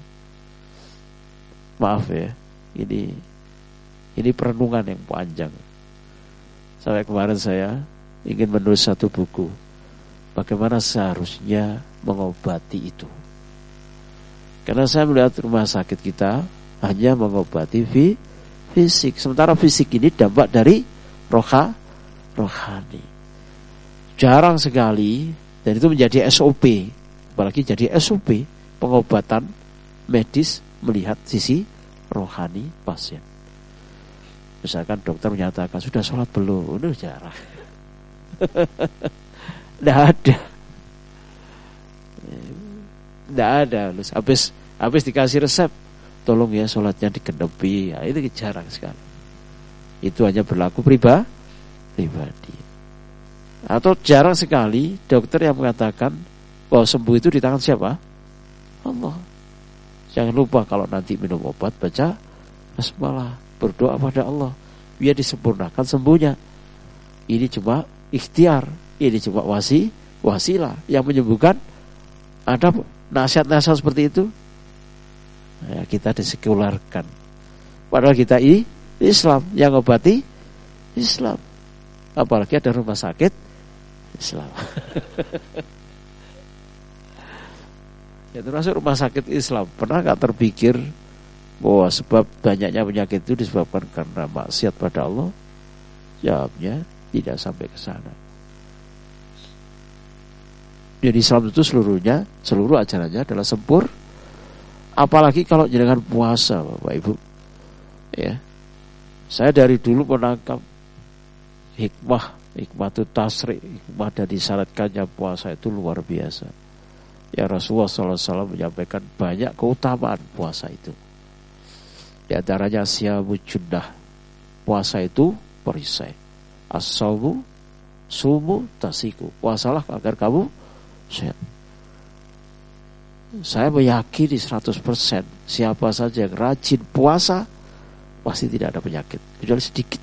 Maaf ya, ini ini perenungan yang panjang. Sampai kemarin saya ingin menulis satu buku, bagaimana seharusnya mengobati itu. Karena saya melihat rumah sakit kita hanya mengobati fi, fisik, sementara fisik ini dampak dari roha, rohani. Jarang sekali, dan itu menjadi S O P, apalagi jadi S O P pengobatan medis melihat sisi rohani pasien. Misalkan dokter menyatakan sudah sholat belum, udah jarang. Tidak ada, tidak ada. Habis habis dikasih resep, tolong ya sholatnya digenepi, ya, itu jarang sekali. Itu hanya berlaku priba, pribadi. Atau jarang sekali dokter yang mengatakan bahwa sembuh itu di tangan siapa? Allah. Jangan lupa kalau nanti minum obat baca basmalah, berdoa pada Allah biar disempurnakan sembuhnya. Ini cuma ikhtiar, ini cuma wasi, wasilah yang menyembuhkan. Ada nasihat-nasihat seperti itu, nah, kita disekularkan. Padahal kita ini Islam, yang obati Islam. Apalagi ada rumah sakit Islam. Ya, termasuk rumah sakit Islam. Pernah gak terpikir bahwa sebab banyaknya penyakit itu disebabkan karena maksiat pada Allah? Jawabnya tidak sampai ke sana. Jadi Islam itu seluruhnya, seluruh ajarannya adalah sempur. Apalagi kalau jenengan puasa, Bapak Ibu. Ya, saya dari dulu menangkap hikmah, hikmah itu tasrik, hikmah dari syaratkannya puasa itu luar biasa. Ya, Rasulullah shallallahu alaihi wasallam menyampaikan banyak keutamaan puasa itu. Di antaranya siyamu junnah, puasa itu perisai. As-saumu sumu tasiku, puasalah agar kamu sehat. Saya meyakini seratus persen siapa saja yang rajin puasa pasti tidak ada penyakit, kecuali sedikit.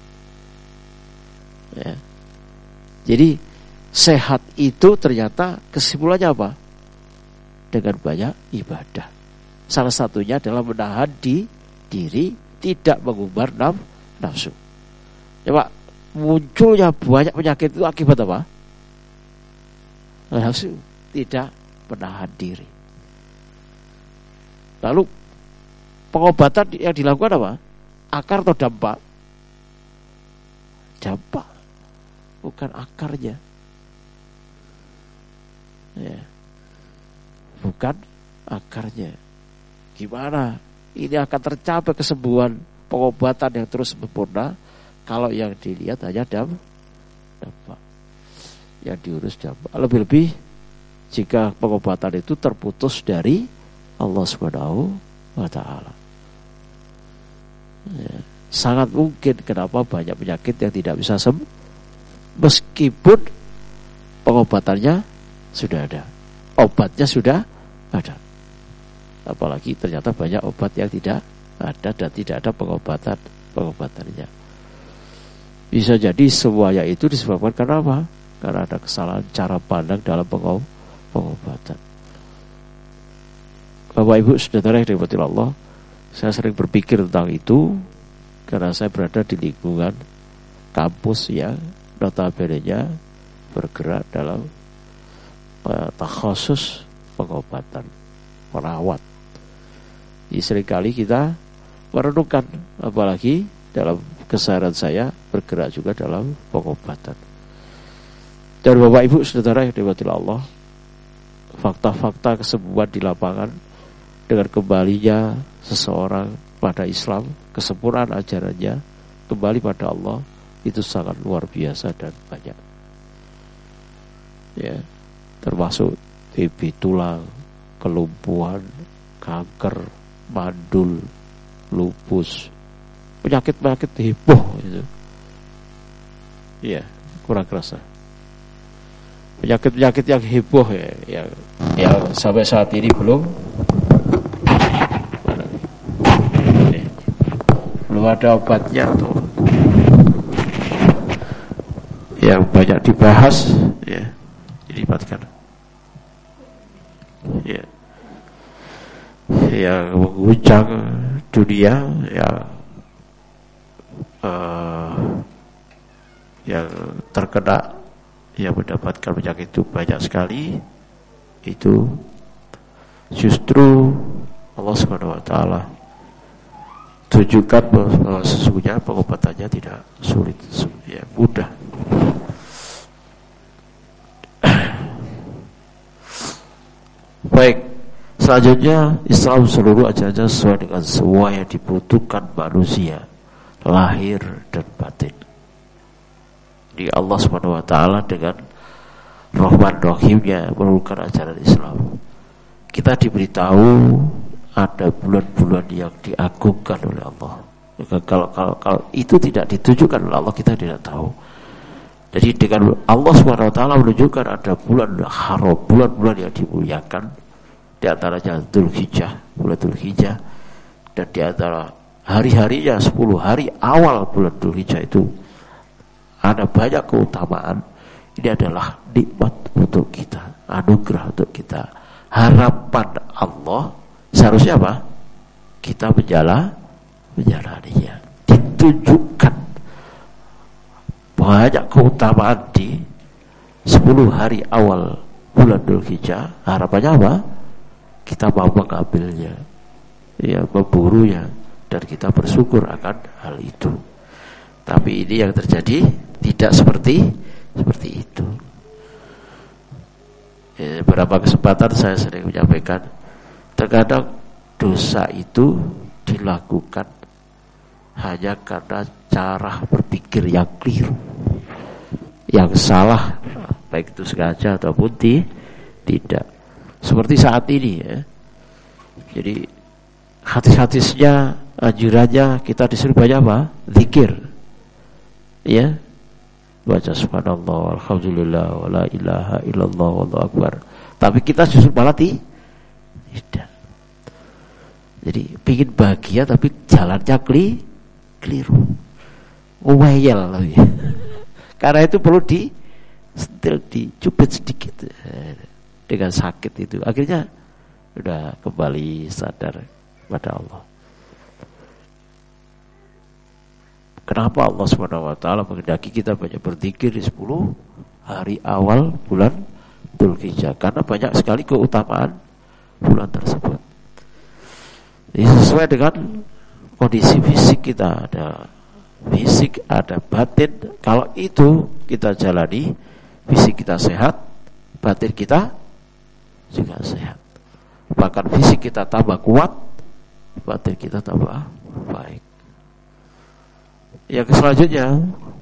Ya. Jadi sehat itu ternyata kesimpulannya apa? Dengan banyak ibadah. Salah satunya adalah menahan di diri, tidak mengumbar naf, nafsu. Ya Pak, munculnya banyak penyakit itu akibat apa? Nafsu, tidak menahan diri. Lalu pengobatan yang dilakukan apa? Akar atau dampak? Dampak, bukan akarnya. Ya. Bukan akarnya. Gimana ini akan tercapai kesembuhan, pengobatan yang terus sempurna kalau yang dilihat hanya dampak, yang diurus dampak. Lebih-lebih jika pengobatan itu terputus dari Allah Subhanahu wa Ta'ala. Ya, sangat mungkin kenapa banyak penyakit yang tidak bisa sembuh meskipun pengobatannya sudah ada, obatnya sudah ada. Apalagi ternyata banyak obat yang tidak ada dan tidak ada pengobatan pengobatannya. Bisa jadi semuanya itu disebabkan karena apa? Karena ada kesalahan cara pandang dalam pengobatan. Bapak Ibu saudara yang dirahmati Allah, saya sering berpikir tentang itu karena saya berada di lingkungan kampus yang notabene-nya bergerak dalam uh, takhasus pengobatan, perawat. Jadi seringkali kita merenungkan, apalagi dalam keseharian saya bergerak juga dalam pengobatan. Dan Bapak Ibu saudara yang dirahmati Allah, fakta-fakta kesembuhan di lapangan dengan kembalinya seseorang pada Islam, kesempurnaan ajarannya, kembali pada Allah, itu sangat luar biasa dan banyak. Ya, termasuk T B tulang, kelumpuhan, kanker, mandul, lupus, penyakit-penyakit heboh itu Iya, kurang kerasa. Penyakit-penyakit yang heboh ya, yang, yang sampai saat ini belum ini, belum ada obatnya tuh, yang banyak dibahas ya, dilibatkan ya, yang mengguncang dunia ya, uh, yang terkena, yang mendapatkan penyakit itu banyak sekali. Itu justru Allah subhanahu wa taala tunjukkan bahwa sesungguhnya pengobatannya tidak sulit, ya, mudah. Baik, selanjutnya Islam seluruh ajarannya sesuai dengan semua yang dibutuhkan manusia, lahir dan batin. Di Allah subhanahu wa taala dengan rahman rahimnya menurunkan ajaran Islam. Kita diberitahu ada bulan-bulan yang diagungkan oleh Allah. Kalau, kalau, kalau itu tidak ditujukan oleh Allah, kita tidak tahu. Jadi dengan Allah subhanahu wa taala menunjukkan ada bulan haram, bulan-bulan yang dimuliakan, di antaranya Dzulhijjah, bulan Dzulhijjah, dan di antara hari-harinya sepuluh hari awal bulan Dzulhijjah itu ada banyak keutamaan. Ini adalah nikmat untuk kita, anugerah untuk kita, harapan Allah. Seharusnya apa? Kita menjala, menjalaninya. Ditunjukkan banyak keutamaan di sepuluh hari awal bulan Dzulhijjah. Harapannya apa? Kita mau mengambilnya, ya, memburunya, dan kita bersyukur akan hal itu. Tapi ini yang terjadi tidak seperti seperti itu. Ya, beberapa kesempatan saya sering menyampaikan, terkadang dosa itu dilakukan hanya karena cara berpikir yang keliru, yang salah, baik itu sengaja ataupun di, tidak. Seperti saat ini ya. Jadi hadis-hadisnya, anjurannya kita disuruh banyak apa? Zikir. Ya. Baca subhanallah, alhamdulillah, wala ilaha illallah, wallahu akbar. Tapi kita justru malah tidak. Jadi pingin bahagia tapi jalannya keli, keliru. Ngeyel lagi. Karena itu perlu di setel, dicubit sedikit dengan sakit itu. Akhirnya sudah kembali sadar pada Allah. Kenapa Allah subhanahu wa taala menghendaki kita banyak berzikir di sepuluh hari awal bulan Dzulhijjah? Karena banyak sekali keutamaan bulan tersebut. Ini sesuai dengan kondisi fisik kita, ada fisik, ada batin. Kalau itu kita jalani, fisik kita sehat, batin kita juga sehat. Bahkan fisik kita tambah kuat, batin kita tambah baik. Yang selanjutnya,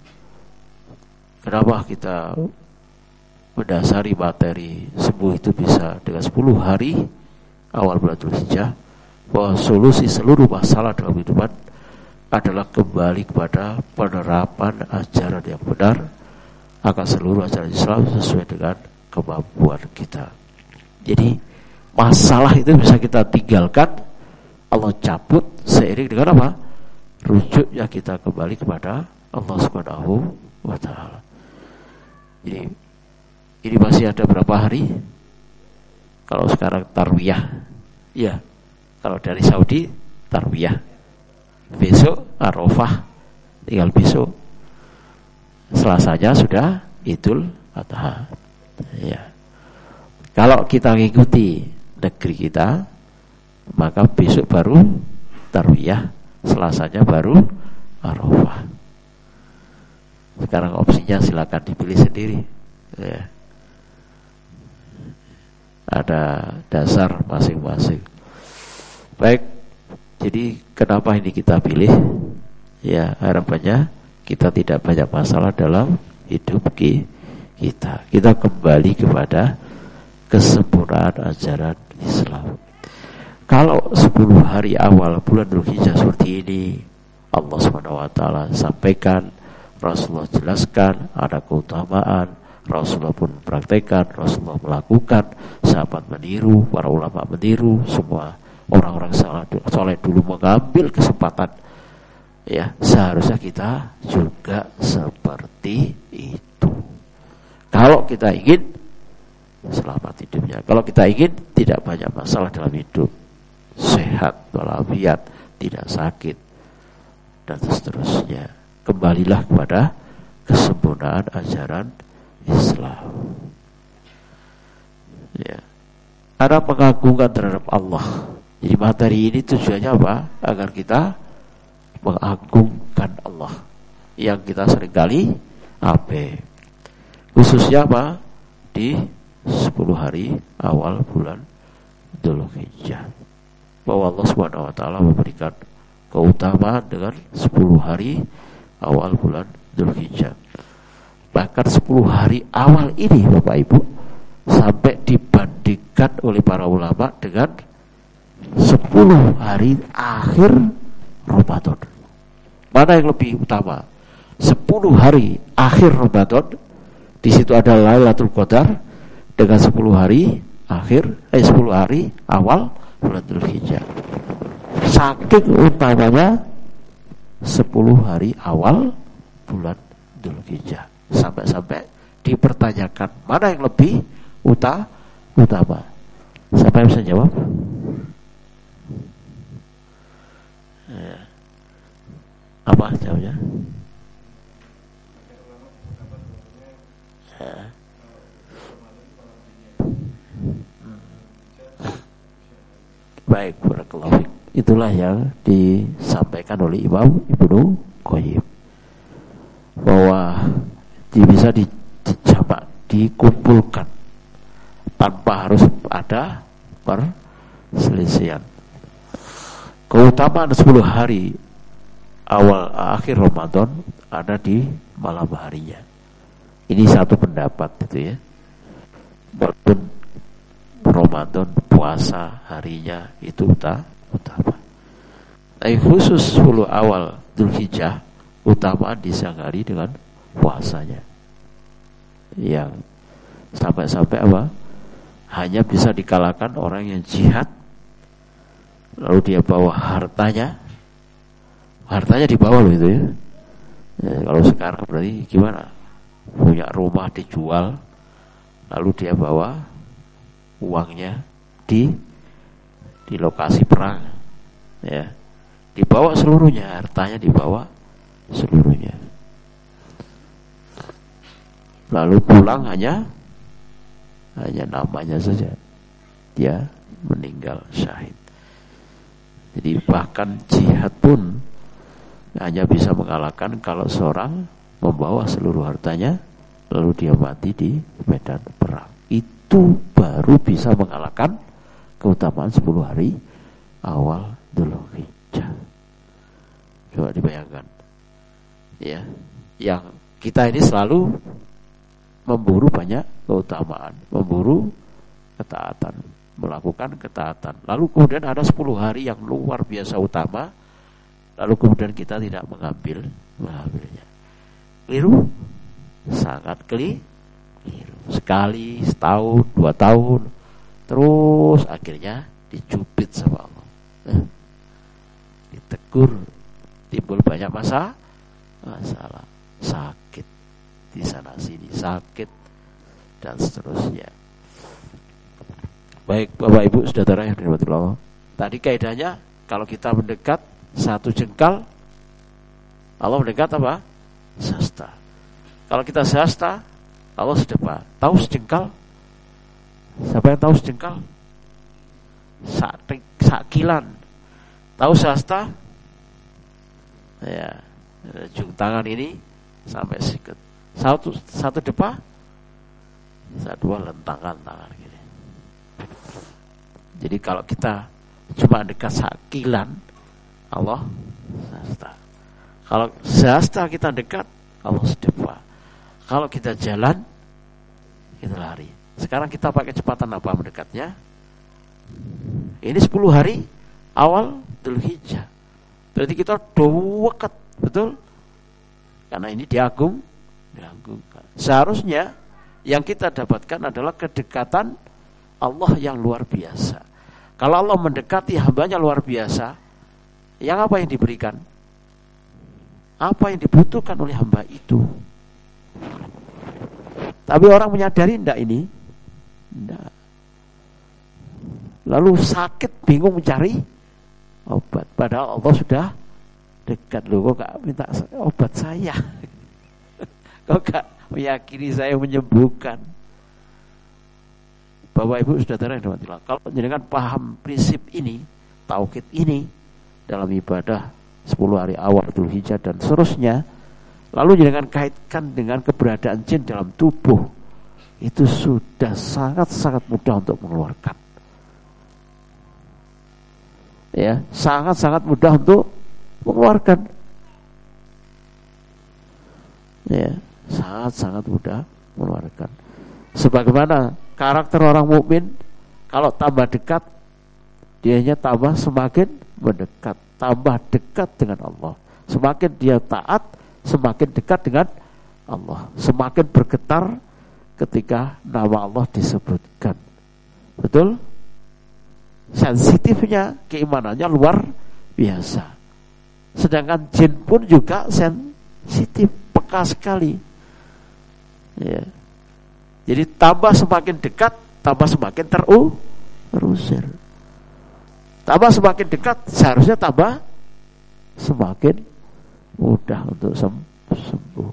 kenapa kita mendasari materi sembuh itu bisa dengan sepuluh hari awal bulan Dzulhijjah, bahwa solusi seluruh masalah dalam kehidupan adalah kembali kepada penerapan ajaran yang benar akan seluruh ajaran Islam sesuai dengan kemampuan kita. Jadi masalah itu bisa kita tinggalkan, Allah cabut seiring dengan apa? Rujuknya kita kembali kepada Allah subhanahu wa ta'ala. Jadi ini masih ada berapa hari? Kalau sekarang tarwiyah, ya. Kalau dari Saudi tarwiyah, besok Arafah, tinggal besok. Selasanya sudah Idul Adha. Ya. Kalau kita mengikuti negeri kita, maka besok baru tarwiyah, Selasanya baru Arafah. Sekarang opsinya silakan dipilih sendiri. Ya. Ada dasar masing-masing. Baik, jadi kenapa ini kita pilih? Ya, harapannya kita tidak banyak masalah dalam hidup kita. Kita kembali kepada kesempurnaan ajaran Islam. Kalau sepuluh hari awal bulan Dzulhijjah seperti ini, Allah subhanahu wa taala sampaikan Rasulullah jelaskan, ada keutamaan, Rasulullah pun praktekkan, Rasulullah melakukan, sahabat meniru, para ulama meniru, semua orang-orang soleh dulu mengambil kesempatan. Ya, seharusnya kita juga seperti itu. Kalau kita ingin selamat hidupnya, kalau kita ingin tidak banyak masalah dalam hidup, sehat walafiat, tidak sakit dan seterusnya, kembalilah kepada kesempurnaan ajaran Islam. Ya, ada pengagungan terhadap Allah. Jadi materi ini tujuannya apa? Agar kita mengagungkan Allah yang kita seringkali abe. Khususnya apa? Di sepuluh hari awal bulan Dzulhijjah. Bahwa Allah Subhanahu wa taala memberikan keutamaan dengan sepuluh hari awal bulan Dzulhijjah. Bahkan sepuluh hari awal ini Bapak Ibu sampai dibandingkan oleh para ulama dengan sepuluh hari akhir Ramadan. Mana yang lebih utama? sepuluh hari akhir Ramadan, di situ ada Lailatul Qadar, dengan sepuluh hari akhir eh sepuluh hari awal bulan Dzulhijjah. Saking utamanya sepuluh hari awal bulan Dzulhijjah, sampai-sampai dipertanyakan mana yang lebih uta, utama. Siapa yang bisa jawab? Ya. Apa jawabnya? Ya. Baik, barakallahu fiik. Itulah yang disampaikan oleh Imam Ibnu Qayyim, bahwa bisa dijamak, dikumpulkan tanpa harus ada perselisihan. Keutamaan sepuluh hari awal akhir Ramadan ada di malam harinya. Ini satu pendapat gitu ya. Walaupun Ramadan puasa harinya itu utama. Tapi khusus sepuluh awal Dzulhijjah utamaan di siang hari dengan puasanya, yang sampai-sampai apa? Hanya bisa dikalahkan orang yang jihad, lalu dia bawa hartanya, hartanya dibawa loh itu ya. Ya, kalau sekarang berarti gimana? Punya rumah dijual, lalu dia bawa uangnya di di lokasi perang, ya, dibawa seluruhnya, hartanya dibawa seluruhnya, lalu pulang hanya hanya namanya saja dia meninggal syahid. Jadi bahkan jihad pun hanya bisa mengalahkan kalau seorang membawa seluruh hartanya lalu dia mati di medan perang. Itu baru bisa mengalahkan keutamaan sepuluh hari awal Dzulhijjah. Coba dibayangkan, ya, yang kita ini selalu memburu banyak keutamaan, memburu ketaatan, melakukan ketaatan. Lalu kemudian ada sepuluh hari yang luar biasa utama, lalu kemudian kita tidak mengambil mengambilnya. Keliru, sangat keliru. Sekali, setahun, dua tahun, terus akhirnya dicubit sama Allah, eh, ditegur, timbul banyak masa masalah, sakit di sana sini, sakit dan seterusnya. Baik Bapak Ibu saudara yang dirahmati Allah, tadi kaidahnya kalau kita mendekat satu jengkal, Allah mendekat apa? Sasta. Kalau kita sasta, Allah sedepa. Tahu sejengkal? Siapa yang tahu sejengkal? Sak, sakilan. Tahu sasta? Ya, ujung tangan ini sampai sikut. Satu satu depa, satu lentangan tangan gini. Jadi kalau kita cuma dekat sakilan, Allah sasta. Kalau sasta kita dekat, Allah sedepa. Kalau kita jalan, kita lari. Sekarang kita pakai kecepatan apa mendekatnya? Ini sepuluh hari awal Dzulhijjah. Berarti kita dekat, betul? Karena ini diagung, diagungkan. Seharusnya yang kita dapatkan adalah kedekatan Allah yang luar biasa. Kalau Allah mendekati hambanya luar biasa, yang apa yang diberikan? Apa yang dibutuhkan oleh hamba itu? Tapi orang menyadari enggak ini? Enggak. Lalu sakit, bingung mencari obat. Padahal Allah sudah dekat. Loh, kok gak minta obat saya? Kok gak meyakini saya menyembuhkan? Bapak Ibu saudara yang dirahmati Allah, kalau jenengan paham prinsip ini, tauhid ini dalam ibadah sepuluh hari awal Dzulhijjah dan seterusnya, lalu jenengan kaitkan dengan keberadaan jin dalam tubuh, itu sudah sangat-sangat mudah untuk mengeluarkan. Ya, sangat-sangat mudah untuk mengeluarkan. Ya, sangat-sangat mudah mengeluarkan. Sebagaimana karakter orang mukmin, kalau tambah dekat, dianya tambah semakin mendekat, tambah dekat dengan Allah. Semakin dia taat, semakin dekat dengan Allah. Semakin bergetar ketika nama Allah disebutkan. Betul? Sensitifnya, keimanannya luar biasa. Sedangkan jin pun juga sensitif, peka sekali. Ya. Jadi tambah semakin dekat, tambah semakin teru, terusir. Tambah semakin dekat, seharusnya tambah semakin mudah untuk sembuh.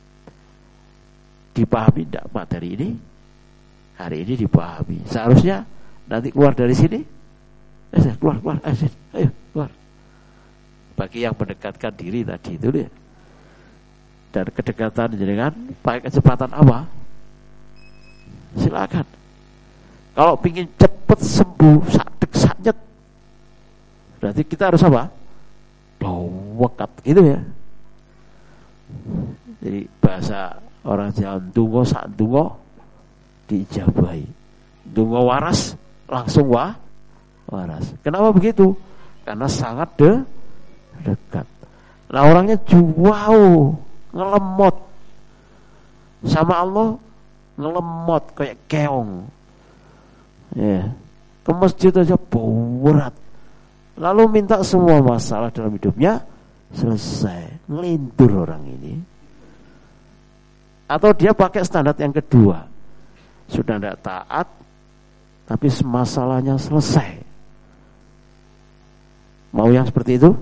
Dipahami tidak materi ini? Hari ini dipahami. Seharusnya nanti keluar dari sini, eh, keluar, keluar, ayo, ayo keluar. Bagi yang mendekatkan diri tadi itu ya. Dan kedekatan dengan pakai kecepatan apa? Silakan. Kalau ingin cepat sembuh, sadek saknyet, berarti kita harus apa? Dowekat gitu ya. Jadi bahasa orang Jawa, dungo sak dungo diijabahi. Dungo waras langsung wah waras. Kenapa begitu? Karena sangat de dekat. Nah orangnya wow, ngelemot sama Allah, ngelemot kayak keong. Ya, ke masjid aja berat. Lalu minta semua masalah dalam hidupnya selesai. Ngelindur orang ini. Atau dia pakai standar yang kedua, sudah tidak taat, tapi masalahnya selesai. Mau yang seperti itu?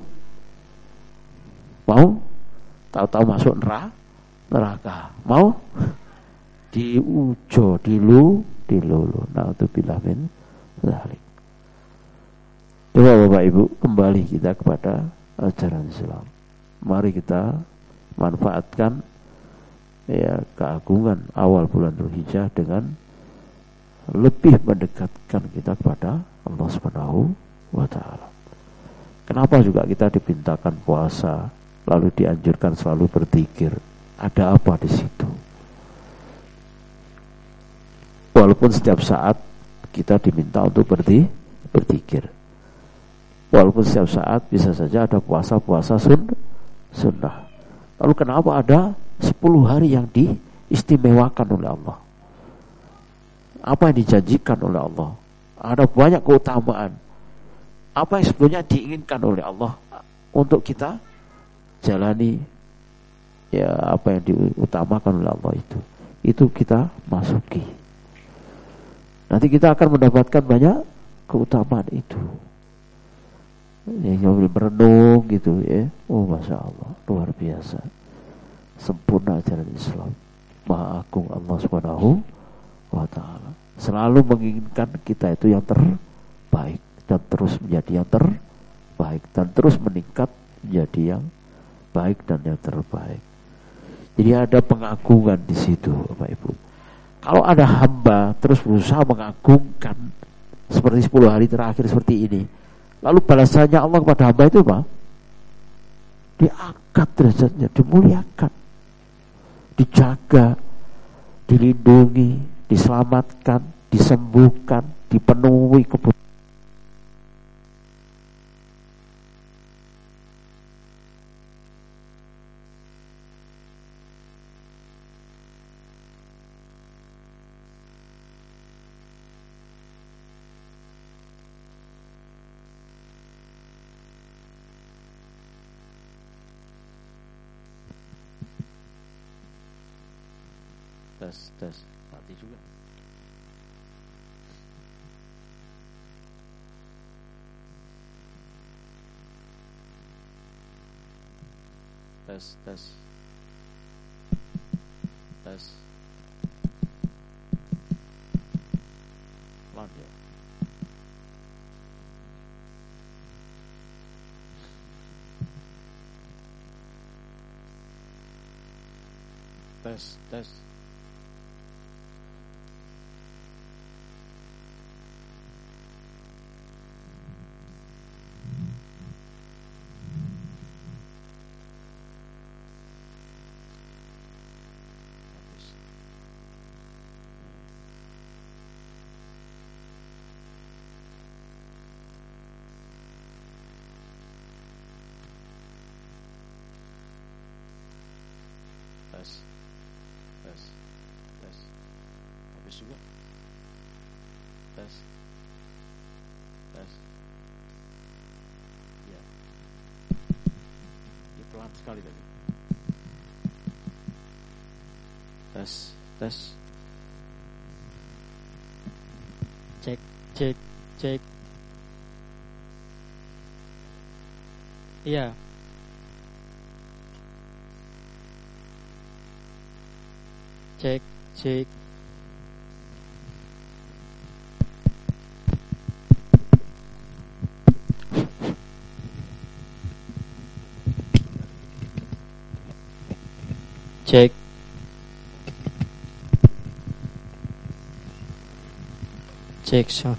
Mau? Tahu-tahu masuk neraka. Mau? Diujo, dilu, dilulu. Nah, itu bila min zalik. Coba Bapak Ibu kembali kita kepada ajaran Islam. Mari kita manfaatkan ya keagungan awal bulan Dzulhijjah dengan lebih mendekatkan kita kepada Allah Subhanahu wa taala. Kenapa juga kita dipintakan puasa, lalu dianjurkan selalu berzikir? Ada apa di situ? Walaupun setiap saat kita diminta untuk berdi, berzikir. Walaupun setiap saat bisa saja ada puasa-puasa sun, sunnah. Lalu kenapa ada sepuluh hari yang diistimewakan oleh Allah? Apa yang dijanjikan oleh Allah? Ada banyak keutamaan. Apa yang sebetulnya diinginkan oleh Allah untuk kita jalani, ya apa yang diutamakan oleh Allah itu. Itu kita masuki. Nanti kita akan mendapatkan banyak keutamaan itu. Yang merenung gitu ya. Oh Masya Allah, luar biasa. Sempurna ajaran Islam. Maha agung Allah Subhanahu wa ta'ala. Selalu menginginkan kita itu yang terbaik, dan terus menjadi yang terbaik, dan terus meningkat menjadi yang baik dan yang terbaik. Jadi ada pengagungan di situ Bapak Ibu. Kalau ada hamba terus berusaha mengagungkan seperti sepuluh hari terakhir seperti ini, lalu balasannya Allah kepada hamba itu apa? Diangkat derajatnya, dimuliakan, dijaga, dilindungi, diselamatkan, disembuhkan, dipenuhi kebutuhan. tes tes mati juga. Tes tes tes pelan ya. Tes tes tes tes tes habis juga. Tes tes ya, ini pelan sekali tadi. Tes tes Cek cek cek. Iya. Cek cek. Cek. Cek sound.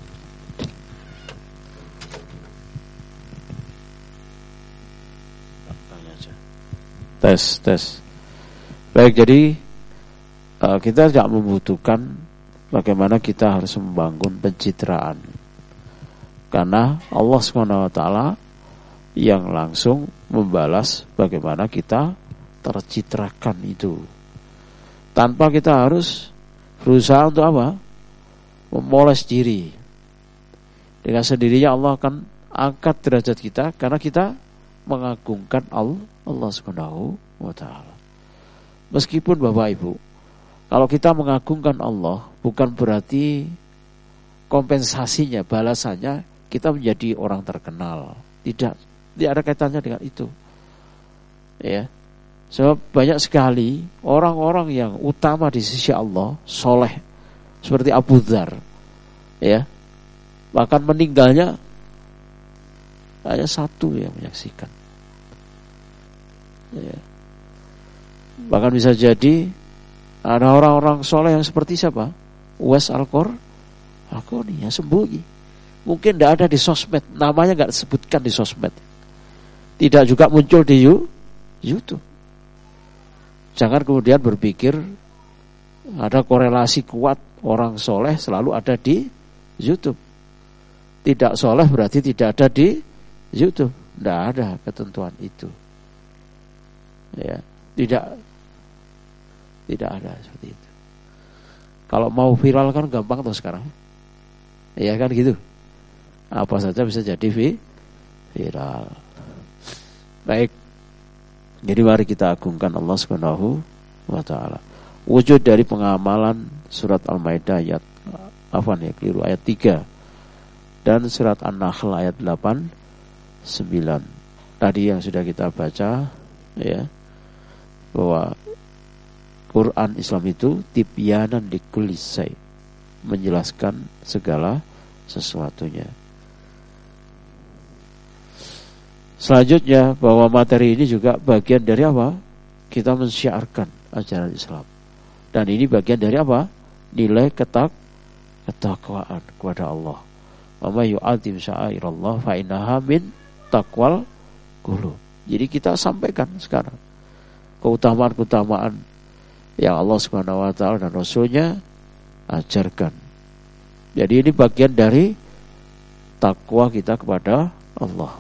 Tanya aja. Tes tes. Baik, jadi uh, kita tidak membutuhkan bagaimana kita harus membangun pencitraan, karena Allah subhanahu wa taala yang langsung membalas bagaimana kita tercitrakan itu, tanpa kita harus berusaha untuk apa? Memoles diri. Dengan sendirinya Allah akan angkat derajat kita karena kita mengagungkan Allah, Allah subhanahu wa ta'ala. Meskipun Bapak Ibu, kalau kita mengagungkan Allah, bukan berarti kompensasinya, balasannya kita menjadi orang terkenal. Tidak, tidak ada kaitannya dengan itu. Ya. Sebab banyak sekali orang-orang yang utama di sisi Allah, soleh, seperti Abu Dzar, ya, bahkan meninggalnya hanya satu yang menyaksikan, ya. Bahkan bisa jadi ada orang-orang soleh yang seperti siapa? Uwais Al-Qarni yang sembunyi, mungkin tidak ada di sosmed, namanya nggak disebutkan di sosmed, tidak juga muncul di YouTube. Jangan kemudian berpikir ada korelasi kuat orang soleh selalu ada di YouTube. Tidak soleh berarti tidak ada di YouTube. Tidak ada ketentuan itu. Ya, tidak, tidak ada seperti itu. Kalau mau viral kan gampang tuh sekarang. Ya kan gitu. Apa saja bisa jadi viral. Baik. Jadi mari kita agungkan Allah Subhanahu wa taala. Wujud dari pengamalan surat Al-Maidah ayat apa nih keliru ayat tiga dan surat An-Nahl ayat delapan sembilan tadi yang sudah kita baca, ya, bahwa Quran Islam itu tibyanan likulli syai, menjelaskan segala sesuatunya. Selanjutnya bahwa materi ini juga bagian dari apa? Kita mensyiarkan ajaran Islam. Dan ini bagian dari apa? Nilai ketak ketakwaan kepada Allah. Wa may yu'azzim sya'airallah fa innaha min taqwal qulub. Jadi kita sampaikan sekarang keutamaan-keutamaan yang Allah Subhanahu wa taala dan Rasulnya ajarkan. Jadi ini bagian dari takwa kita kepada Allah.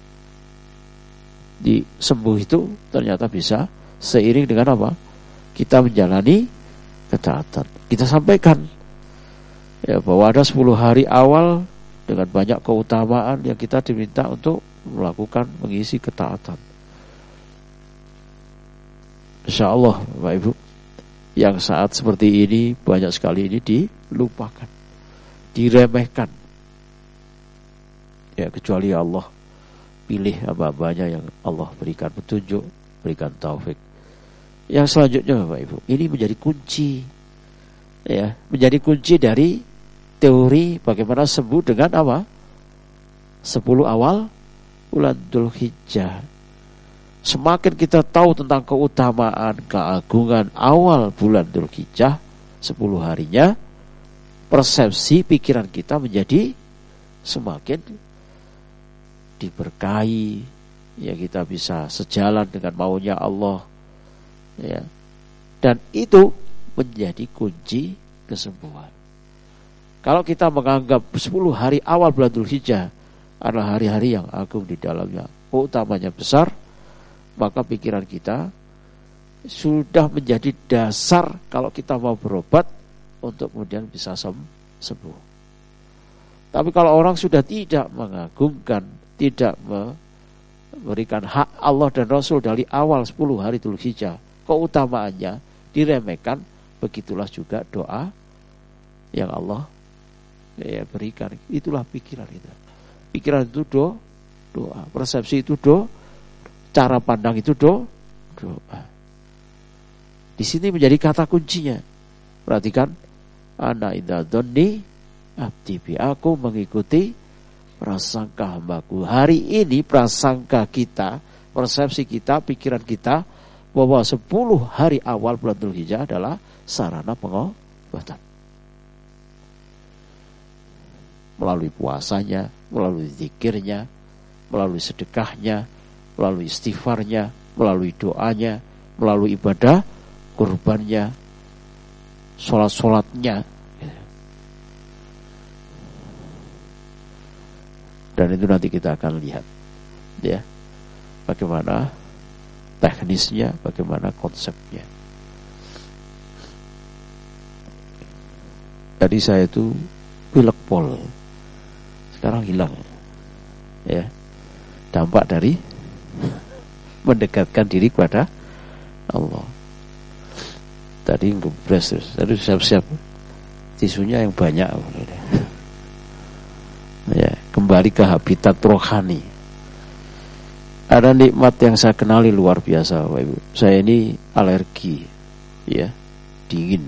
Di sembuh itu ternyata bisa seiring dengan apa? Kita menjalani ketaatan. Kita sampaikan ya bahwa ada sepuluh hari awal dengan banyak keutamaan yang kita diminta untuk melakukan mengisi ketaatan. Insyaallah Bapak Ibu. Yang saat seperti ini banyak sekali ini dilupakan, diremehkan. Ya, kecuali Allah pilih hamba-hambanya yang Allah berikan petunjuk, berikan taufik. Yang selanjutnya Bapak Ibu, ini menjadi kunci, ya, menjadi kunci dari teori bagaimana sembuh dengan apa? Sepuluh awal bulan Dzulhijjah. Semakin kita tahu tentang keutamaan, keagungan awal bulan Dzulhijjah, sepuluh harinya, persepsi pikiran kita menjadi semakin diberkahi, ya, kita bisa sejalan dengan maunya Allah, ya. Dan itu menjadi kunci kesembuhan. Kalau kita menganggap sepuluh hari awal bulan Dzulhijjah adalah hari-hari yang agung di dalamnya, keutamanya besar, maka pikiran kita sudah menjadi dasar kalau kita mau berobat untuk kemudian bisa sembuh. Tapi kalau orang sudah tidak mengagungkan, tidak memberikan hak Allah dan Rasul dari awal sepuluh hari Dzulhijjah, keutamaannya diremehkan, begitulah juga doa yang Allah, ya, berikan. Itulah pikiran itu. Pikiran itu do, doa, persepsi itu do, cara pandang itu do, doa. Di sini menjadi kata kuncinya. Perhatikan, ana idza dzanni abdi bi, aku mengikuti prasangka hambaku. Hari ini prasangka kita, persepsi kita, pikiran kita bahwa sepuluh hari awal bulan Dzulhijjah adalah sarana pengobatan. Melalui puasanya, melalui zikirnya, melalui sedekahnya, melalui istighfarnya, melalui doanya, melalui ibadah kurbannya, sholat-sholatnya. Dan itu nanti kita akan lihat, ya, bagaimana teknisnya, bagaimana konsepnya. Tadi saya itu pilek pol, sekarang hilang, ya, dampak dari mendekatkan diri kepada Allah. Tadi ngebres terus, tadi siap-siap tisunya yang banyak, ya, kembali ke habitat rohani. Ada nikmat yang saya kenali luar biasa, Bapak Ibu. Saya ini alergi, ya, dingin.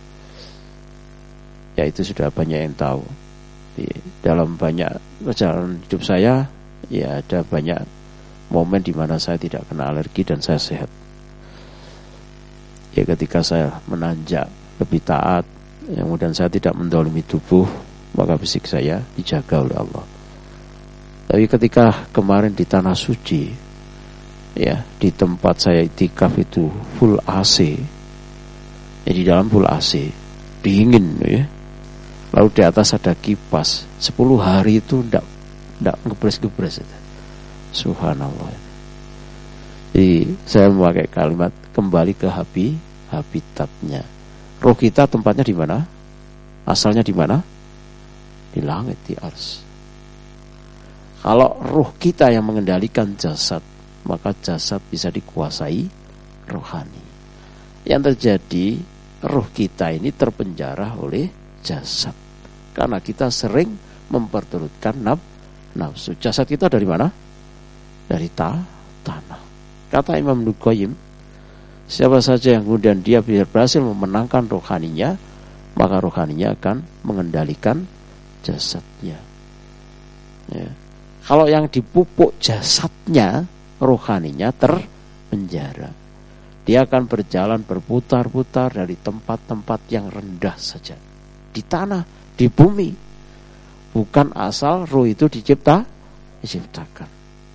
Ya, itu sudah banyak yang tahu. Di dalam banyak perjalanan hidup saya, ya, ada banyak momen di mana saya tidak kena alergi dan saya sehat. Ya, ketika saya menanjak lebih taat, kemudian saya tidak mendolimi tubuh, maka fisik saya dijaga oleh Allah. Tapi ketika kemarin di Tanah Suci, ya, di tempat saya iktikaf itu full A C, ya, di dalam full A C, dingin, ya. Lalu di atas ada kipas, sepuluh hari itu ndak ndak ngebres-ngebres. Subhanallah. Jadi saya memakai kalimat kembali ke habi, habitatnya. Roh kita tempatnya di mana? Asalnya di mana? Di langit, di ars. Kalau roh kita yang mengendalikan jasad, maka jasad bisa dikuasai rohani. Yang terjadi, roh kita ini terpenjara oleh jasad, karena kita sering memperturutkan naf, nafsu. Jasad kita dari mana? Dari ta, tanah. Kata Imam Ibnu Qayyim, siapa saja yang kemudian dia berhasil memenangkan rohaninya, maka rohaninya akan mengendalikan jasadnya, ya. Kalau yang dipupuk jasadnya, rohaninya terpenjara. Dia akan berjalan berputar-putar dari tempat-tempat yang rendah saja, di tanah, di bumi. Bukan asal roh itu dicipta, diciptakan.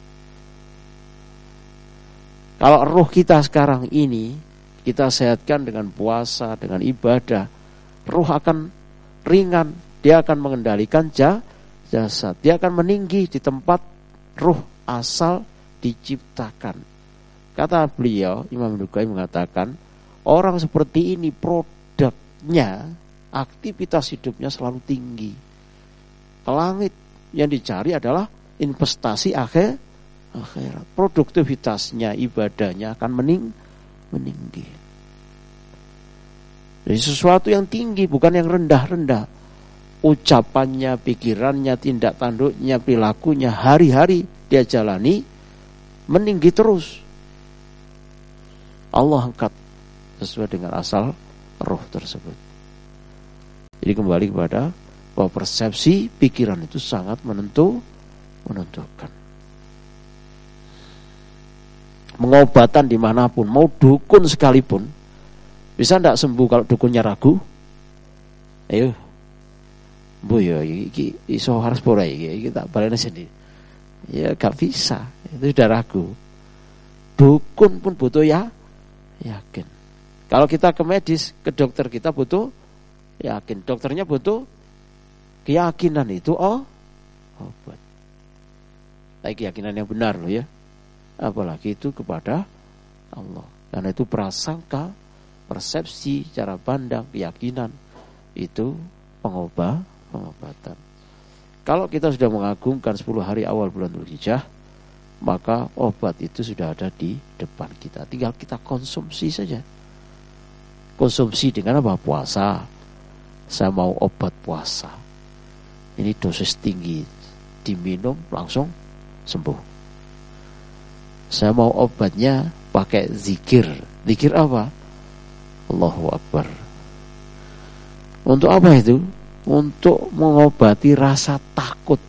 Kalau roh kita sekarang ini kita sehatkan dengan puasa, dengan ibadah, roh akan ringan. Dia akan mengendalikan jasad. Dia akan meninggi di tempat roh asal diciptakan. Kata beliau, Imam Ibnu Qayyim mengatakan, orang seperti ini produknya, aktivitas hidupnya selalu tinggi. Ke langit, yang dicari adalah investasi akhir, akhirat. Produktivitasnya, ibadahnya akan mening, meninggi. Jadi sesuatu yang tinggi, bukan yang rendah-rendah. Ucapannya, pikirannya, tindak tanduknya, perilakunya, hari-hari dia jalani meninggi terus. Allah angkat sesuai dengan asal roh tersebut. Jadi kembali kepada bahwa persepsi pikiran itu sangat menentu, menentukan. Pengobatan dimanapun, mau dukun sekalipun, bisa tidak sembuh kalau dukunnya ragu? Ayo, bu ya, iki iso harus porai, iki tak baleni sendiri. Ya gak bisa, itu sudah ragu. Dukun pun butuh ya, yakin. Kalau kita ke medis, ke dokter kita butuh yakin. Dokternya butuh keyakinan itu oh obat. Tapi keyakinan yang benar loh ya. Apalagi itu kepada Allah. Karena itu prasangka, persepsi, cara pandang, keyakinan itu pengobat, pengobatan. Kalau kita sudah mengagungkan sepuluh hari awal bulan Dzulhijjah, maka obat itu sudah ada di depan kita. Tinggal kita konsumsi saja. Konsumsi dengan apa? Puasa. Saya mau obat puasa. Ini dosis tinggi, diminum langsung sembuh. Saya mau obatnya pakai zikir. Zikir apa? Allahu Akbar. Untuk apa itu? Untuk mengobati rasa takut.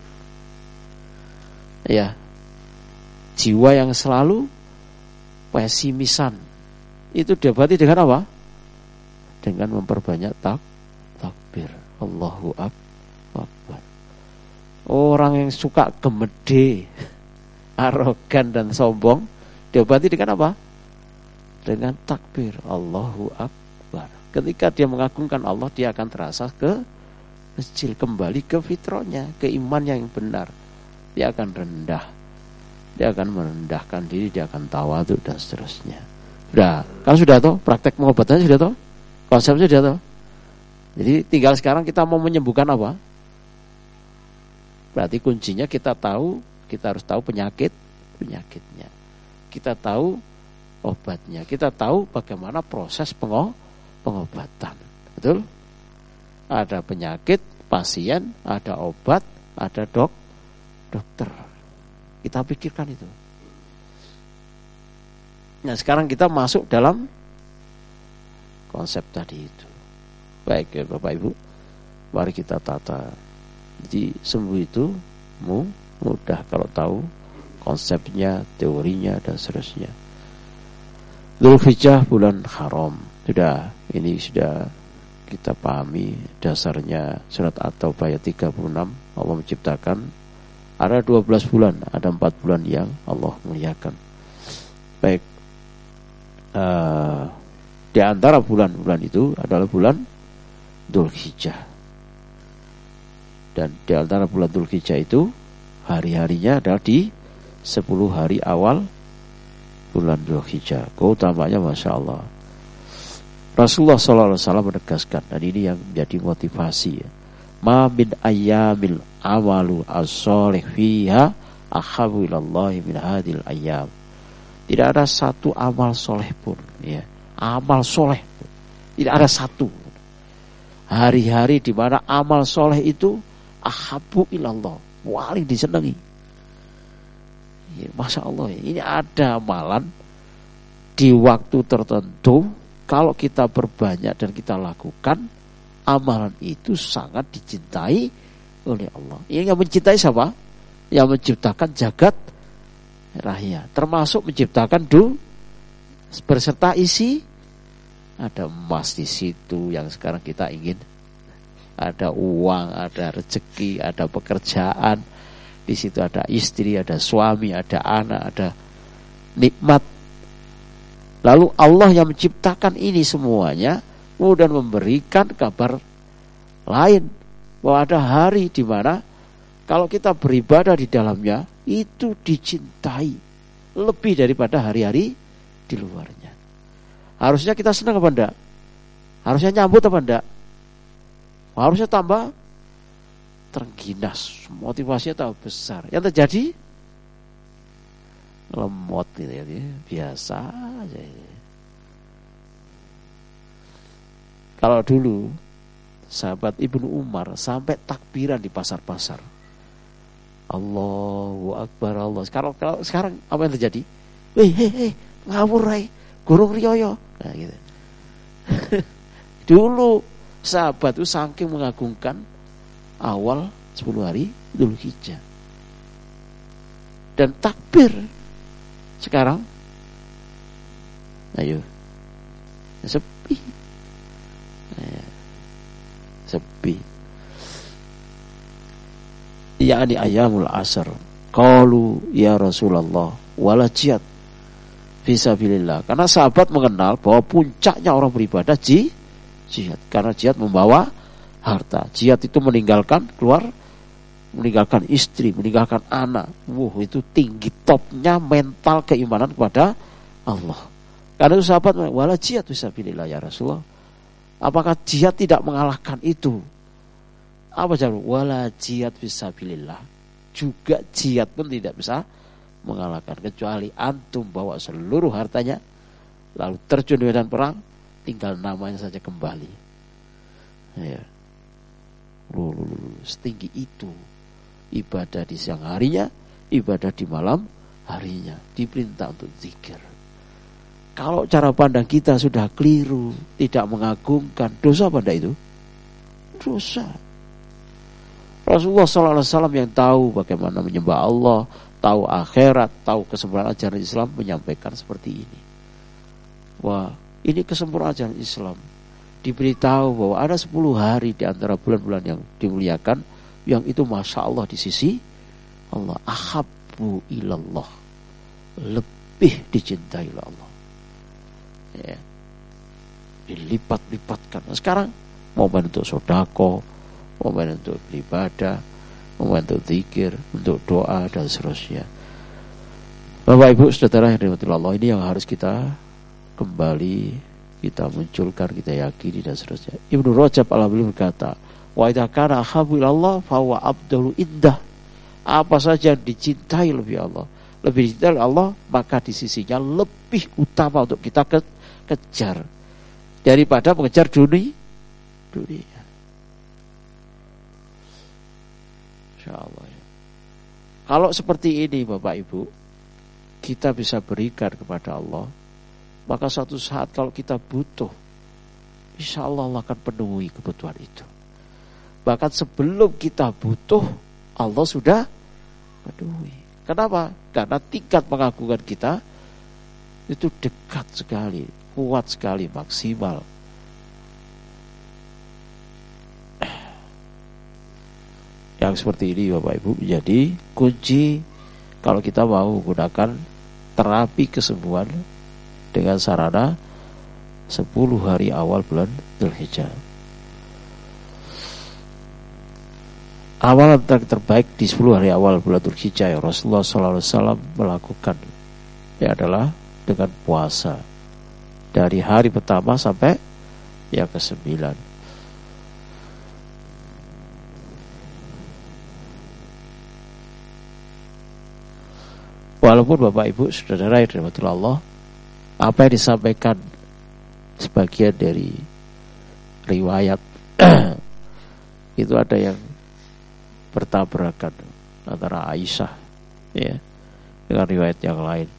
Ya. Jiwa yang selalu pesimisan. Itu diobati dengan apa? Dengan memperbanyak tak, takbir. Allahu Akbar. Orang yang suka gemede, arogan dan sombong, diobati dengan apa? Dengan takbir. Allahu Akbar. Ketika dia mengagungkan Allah, dia akan terasa ke kecil, kembali ke fitrahnya, ke imannya yang benar. Dia akan rendah. Dia akan merendahkan diri, dia akan tawadhu dan seterusnya. Sudah, kan sudah tahu praktek pengobatannya sudah tahu, konsepnya sudah tahu. Jadi tinggal sekarang kita mau menyembuhkan apa? Berarti kuncinya kita tahu, kita harus tahu penyakit, penyakitnya. Kita tahu obatnya, kita tahu bagaimana proses pengo, pengobatan. Betul? Ada penyakit, pasien, ada obat, ada dok, dokter. Kita pikirkan itu. Nah sekarang kita masuk dalam konsep tadi itu. Baik ya Bapak Ibu, mari kita tata. Jadi sembuh itu mudah kalau tahu konsepnya, teorinya dan seterusnya. Dzulhijjah bulan haram. Sudah, ini sudah kita pahami dasarnya surat At-Taubah ayat tiga puluh enam. Allah menciptakan ada dua belas bulan, ada empat bulan yang Allah muliakan. Baik, uh, di antara bulan-bulan itu adalah bulan Dzulhijjah. Dan di antara bulan Dzulhijjah itu hari-harinya adalah di sepuluh hari awal bulan Dzulhijjah. Keutamanya Masya Allah. Rasulullah shallallahu alaihi wasallam menegaskan, dan ini yang menjadi motivasi ya. Ma min ayyamil amalu as-sholih fiha ahabbu ilallahi min hadhil ayyam. Tidak ada satu amal soleh pun ya. Amal soleh tidak ada satu. Hari-hari di mana amal soleh itu ahabbu ilallah, paling disenangi. Ya, Masya Allah ya. Ini ada amalan di waktu tertentu, kalau kita berbanyak dan kita lakukan, amalan itu sangat dicintai oleh Allah. Yang mencintai siapa? Yang menciptakan jagat raya, termasuk menciptakan du berserta isi. Ada emas di situ yang sekarang kita ingin, ada uang, ada rezeki, ada pekerjaan. Di situ ada istri, ada suami, ada anak, ada nikmat. Lalu Allah yang menciptakan ini semuanya kemudian memberikan kabar lain bahwa ada hari di mana kalau kita beribadah di dalamnya itu dicintai lebih daripada hari-hari di luarnya. Harusnya kita senang apa enggak? Harusnya nyambut apa enggak? Harusnya tambah terginas, motivasinya tambah besar. Yang terjadi lemot gitu ya, biasa aja. Kalau dulu sahabat Ibnu Umar sampai takbiran di pasar-pasar. Allahu Akbar Allah. Sekarang kalau sekarang apa yang terjadi? Weh, hei, hei, ngawur rai, gurung riyoyo. Nah, gitu. Dulu sahabat itu saking mengagungkan awal sepuluh hari Dzulhijjah. Dan takbir sekarang, ayo, sepi, ya, sepi. Yani ayamul asr. Qalu ya Rasulullah wala jihad fisabilillah. Karena sahabat mengenal bahwa puncaknya orang beribadah ji, jihad. Karena jihad membawa harta. Jihad itu meninggalkan keluar, meninggalkan istri, meninggalkan anak. Wuh, itu tinggi topnya mental keimanan kepada Allah. Karena itu sahabat wala jihad fisabilillah ya Rasulullah. Apakah jihad tidak mengalahkan itu? Apa jawab? Wala jihad fisabilillah. Juga jihad pun tidak bisa mengalahkan, kecuali antum bawa seluruh hartanya lalu terjun di medan perang, tinggal namanya saja kembali. Ya. Loh, loh, loh, setinggi itu ibadah di siang harinya, ibadah di malam harinya, diperintah untuk zikir. Kalau cara pandang kita sudah keliru, tidak mengagungkan, dosa apa enggak itu? Dosa. Rasulullah shallallahu alaihi wasallam yang tahu bagaimana menyembah Allah, tahu akhirat, tahu kesempurnaan ajaran Islam, menyampaikan seperti ini. Wah, ini kesempurnaan ajaran Islam. Diberitahu bahwa ada sepuluh hari di antara bulan-bulan yang dimuliakan, yang itu masya Allah di sisi Allah, ahabbu ilallah, lebih dicintai oleh Allah. Ya. Dilipat-lipatkan. Nah, sekarang momen untuk sodako, momen untuk beribadah, momen untuk zikir, untuk doa dan seterusnya. Bapak Ibu saudara yang dirahmati Allah, ini yang harus kita kembali kita munculkan, kita yakini dan seterusnya. Ibnu Rajab Al-Hambali berkata, wa idza kana ahabbu ilallah fa huwa afdalu indah. Apa saja yang dicintai lebih Allah, lebih dicintai Allah, maka di sisinya lebih utama untuk kita ke, kejar daripada mengejar dunia. Dunia. Insyaallah. Ya. Kalau seperti ini Bapak Ibu, kita bisa berikan kepada Allah, maka suatu saat kalau kita butuh, insya Allah Allah akan penuhi kebutuhan itu. Bahkan sebelum kita butuh, Allah sudah penuhi. Kenapa? Karena tingkat pengagungan kita itu dekat sekali, kuat sekali, maksimal. Yang seperti ini Bapak Ibu menjadi kunci kalau kita mau gunakan terapi kesembuhan dengan sarana sepuluh hari awal bulan Dzulhijjah. Amalan terbaik di sepuluh hari awal bulan Dzulhijjah yang Rasulullah shallallahu alaihi wasallam melakukan ya adalah dengan puasa dari hari pertama sampai yang kesembilan. Walaupun Bapak Ibu saudara yang dirahmati Allah, apa yang disampaikan sebagian dari riwayat itu ada yang bertabrakan antara Aisyah ya dengan riwayat yang lain.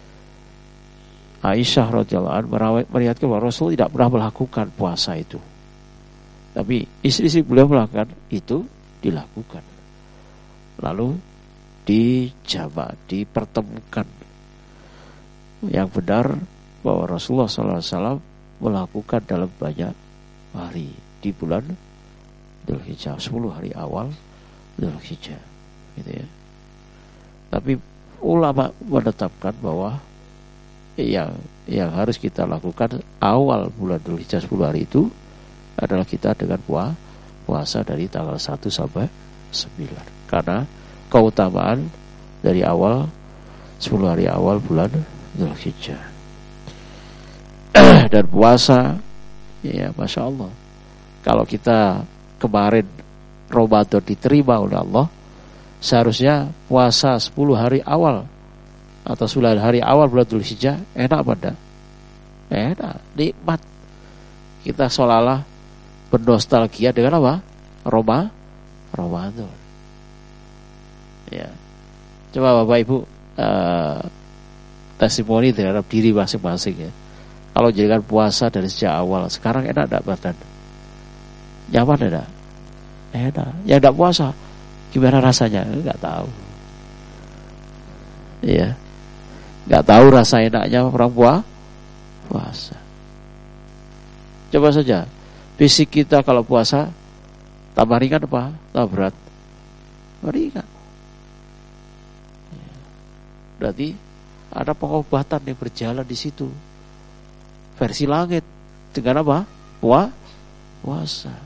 Aisyah radhiyallahu anha meriwayatkan bahwa Rasul tidak pernah melakukan puasa itu, tapi istri-istri beliau melakukan itu, dilakukan. Lalu dijamak, dipertemukan. Yang benar bahwa Rasulullah shallallahu alaihi wasallam melakukan dalam banyak hari di bulan Dzulhijjah, sepuluh hari awal Dzulhijjah, gitu ya. Tapi ulama menetapkan bahwa yang yang harus kita lakukan awal bulan Dzulhijjah sepuluh hari itu adalah kita dengan puasa dari tanggal satu sampai sembilan. Karena keutamaan dari awal sepuluh hari awal bulan Dzulhijjah. Dan puasa ya Masya Allah, kalau kita kemarin Ramadan diterima oleh Allah, seharusnya puasa sepuluh hari awal atau sembilan hari awal bulan Dzulhijjah enak apa enggak? Enak, nikmat. Kita seolah-olah bernostalgia dengan apa? Roma, Ramadan. Ya. Coba Bapak Ibu uh, testimoni terhadap diri masing-masing ya. Kalau jadikan puasa dari sejak awal, sekarang enak enggak badan? Nyaman enggak? Enak. Yang enggak puasa, gimana rasanya? Enggak tahu. Iya. Enggak tahu rasa enaknya orang puasa. Coba saja, fisik kita kalau puasa tambah ringan apa? Tambah berat? Ringan. Berarti ada pengobatan yang berjalan di situ. Versi langit dengan apa? Wah, puasa.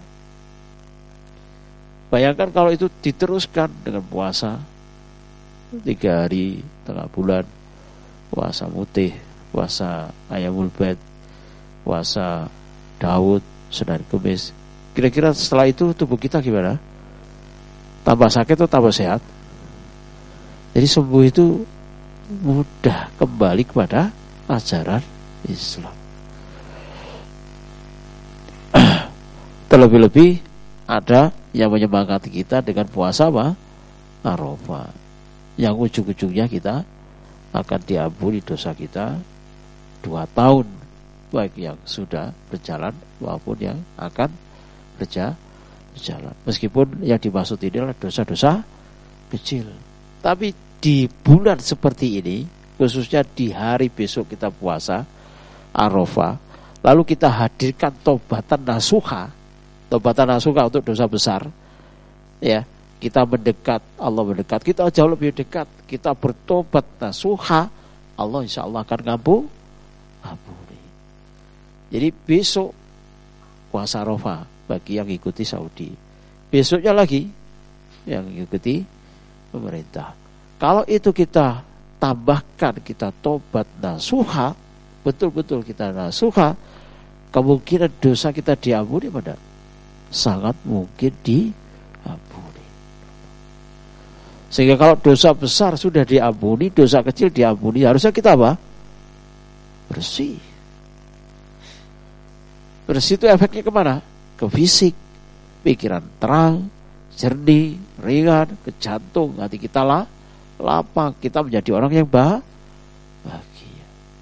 Bayangkan kalau itu diteruskan dengan puasa tiga hari tengah bulan, puasa mutih, puasa Ayyamul Bid, puasa Daud, Senin Kemis. Kira-kira setelah itu tubuh kita gimana? Tambah sakit atau tambah sehat? Jadi sembuh itu mudah kembali kepada ajaran Islam. Terlebih-lebih ada yang menyemangati kita dengan puasa apa? Arafah. Yang ujung-ujungnya kita akan diampuni dosa kita dua tahun, baik yang sudah berjalan maupun yang akan berjalan. Meskipun yang dimaksud ini adalah dosa-dosa kecil. Tapi di bulan seperti ini, khususnya di hari besok kita puasa Arafah, lalu kita hadirkan tobatan nasuha. Tobatan nasuha untuk dosa besar. Ya, kita mendekat, Allah mendekat, kita jauh lebih dekat. Kita bertobat nasuha, Allah insya Allah akan ngampuni. Jadi besok puasa Arafah bagi yang ikuti Saudi. Besoknya lagi yang ikuti pemerintah. Kalau itu kita tambahkan, kita tobat nasuha, betul-betul kita nasuha, kemungkinan dosa kita diampuni pada sangat mungkin diampuni. Sehingga kalau dosa besar sudah diampuni, dosa kecil diampuni, harusnya kita apa? Bersih. Bersih itu efeknya kemana? Ke fisik, pikiran terang, jernih, ringan, ke jantung, hati kita lah lapang, kita menjadi orang yang bahagia.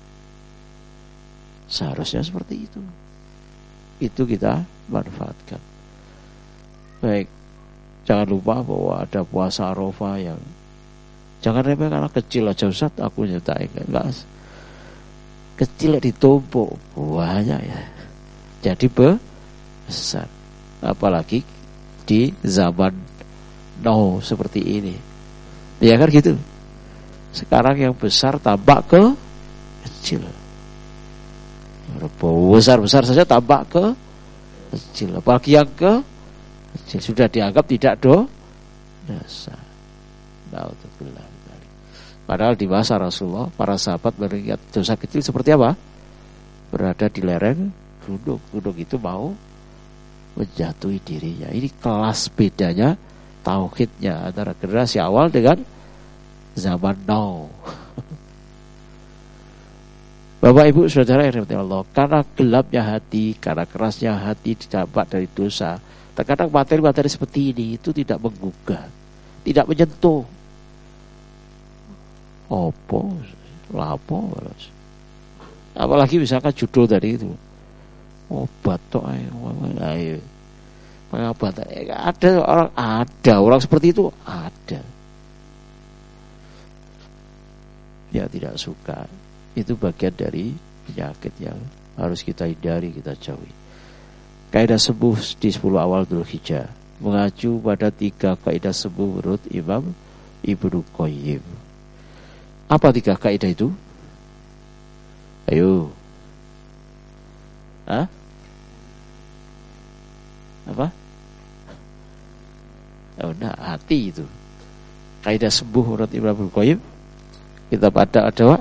Seharusnya seperti itu. Itu kita manfaatkan. Baik, jangan lupa bahwa ada puasa Arafah yang jangan remehkan, anak kecil aja Ustaz, aku nyetain enggak. Kecil ditumpuk banyak ya. Jadi besar. Apalagi di zaman now seperti ini. Ya kan gitu. Sekarang yang besar tambah ke kecil. Besar-besar saja tambah ke kecil. Apalagi yang ke kecil sudah dianggap tidak do dosa. Naudzubillah. Padahal di masa Rasulullah para sahabat melihat dosa kecil seperti apa? Berada di lereng gunung. Gunung itu mau menjatuhi dirinya. Ini kelas bedanya tauhidnya antara generasi awal dengan zaman now. Bapak Ibu Saudara yang dirahmati Allah, karena gelapnya hati, karena kerasnya hati didapat dari dosa, terkadang materi-materi seperti ini itu tidak menggugah, tidak menyentuh. Opo, lapo, apalagi misalkan judul tadi itu obat toh, ayo, pengobatan. Ada orang, ada orang seperti itu, ada. Ya tidak suka. Itu bagian dari penyakit yang harus kita hindari, kita jauhi. Kaidah sembuh di sepuluh awal Dzulhijjah mengacu pada tiga kaidah sembuh menurut Imam Ibnu Qayyim. Apa tiga kaidah itu? Ayo. Hah? Apa? Oh, nah, hati itu. Kaidah sembuh menurut Imam Ibnu Qayyim. Kita pada ada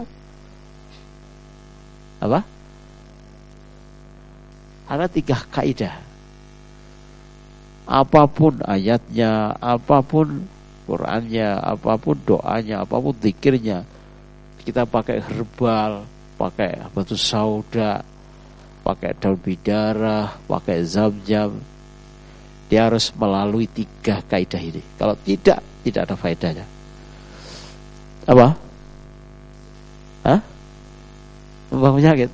apa? Ada tiga kaidah. Apapun ayatnya, apapun Qurannya, apapun doanya, apapun zikirnya, kita pakai herbal, pakai batu sauda, pakai daun bidara, pakai zam-zam, dia harus melalui tiga kaidah ini. Kalau tidak, tidak ada faedahnya. Apa? Hah? Membuang penyakit.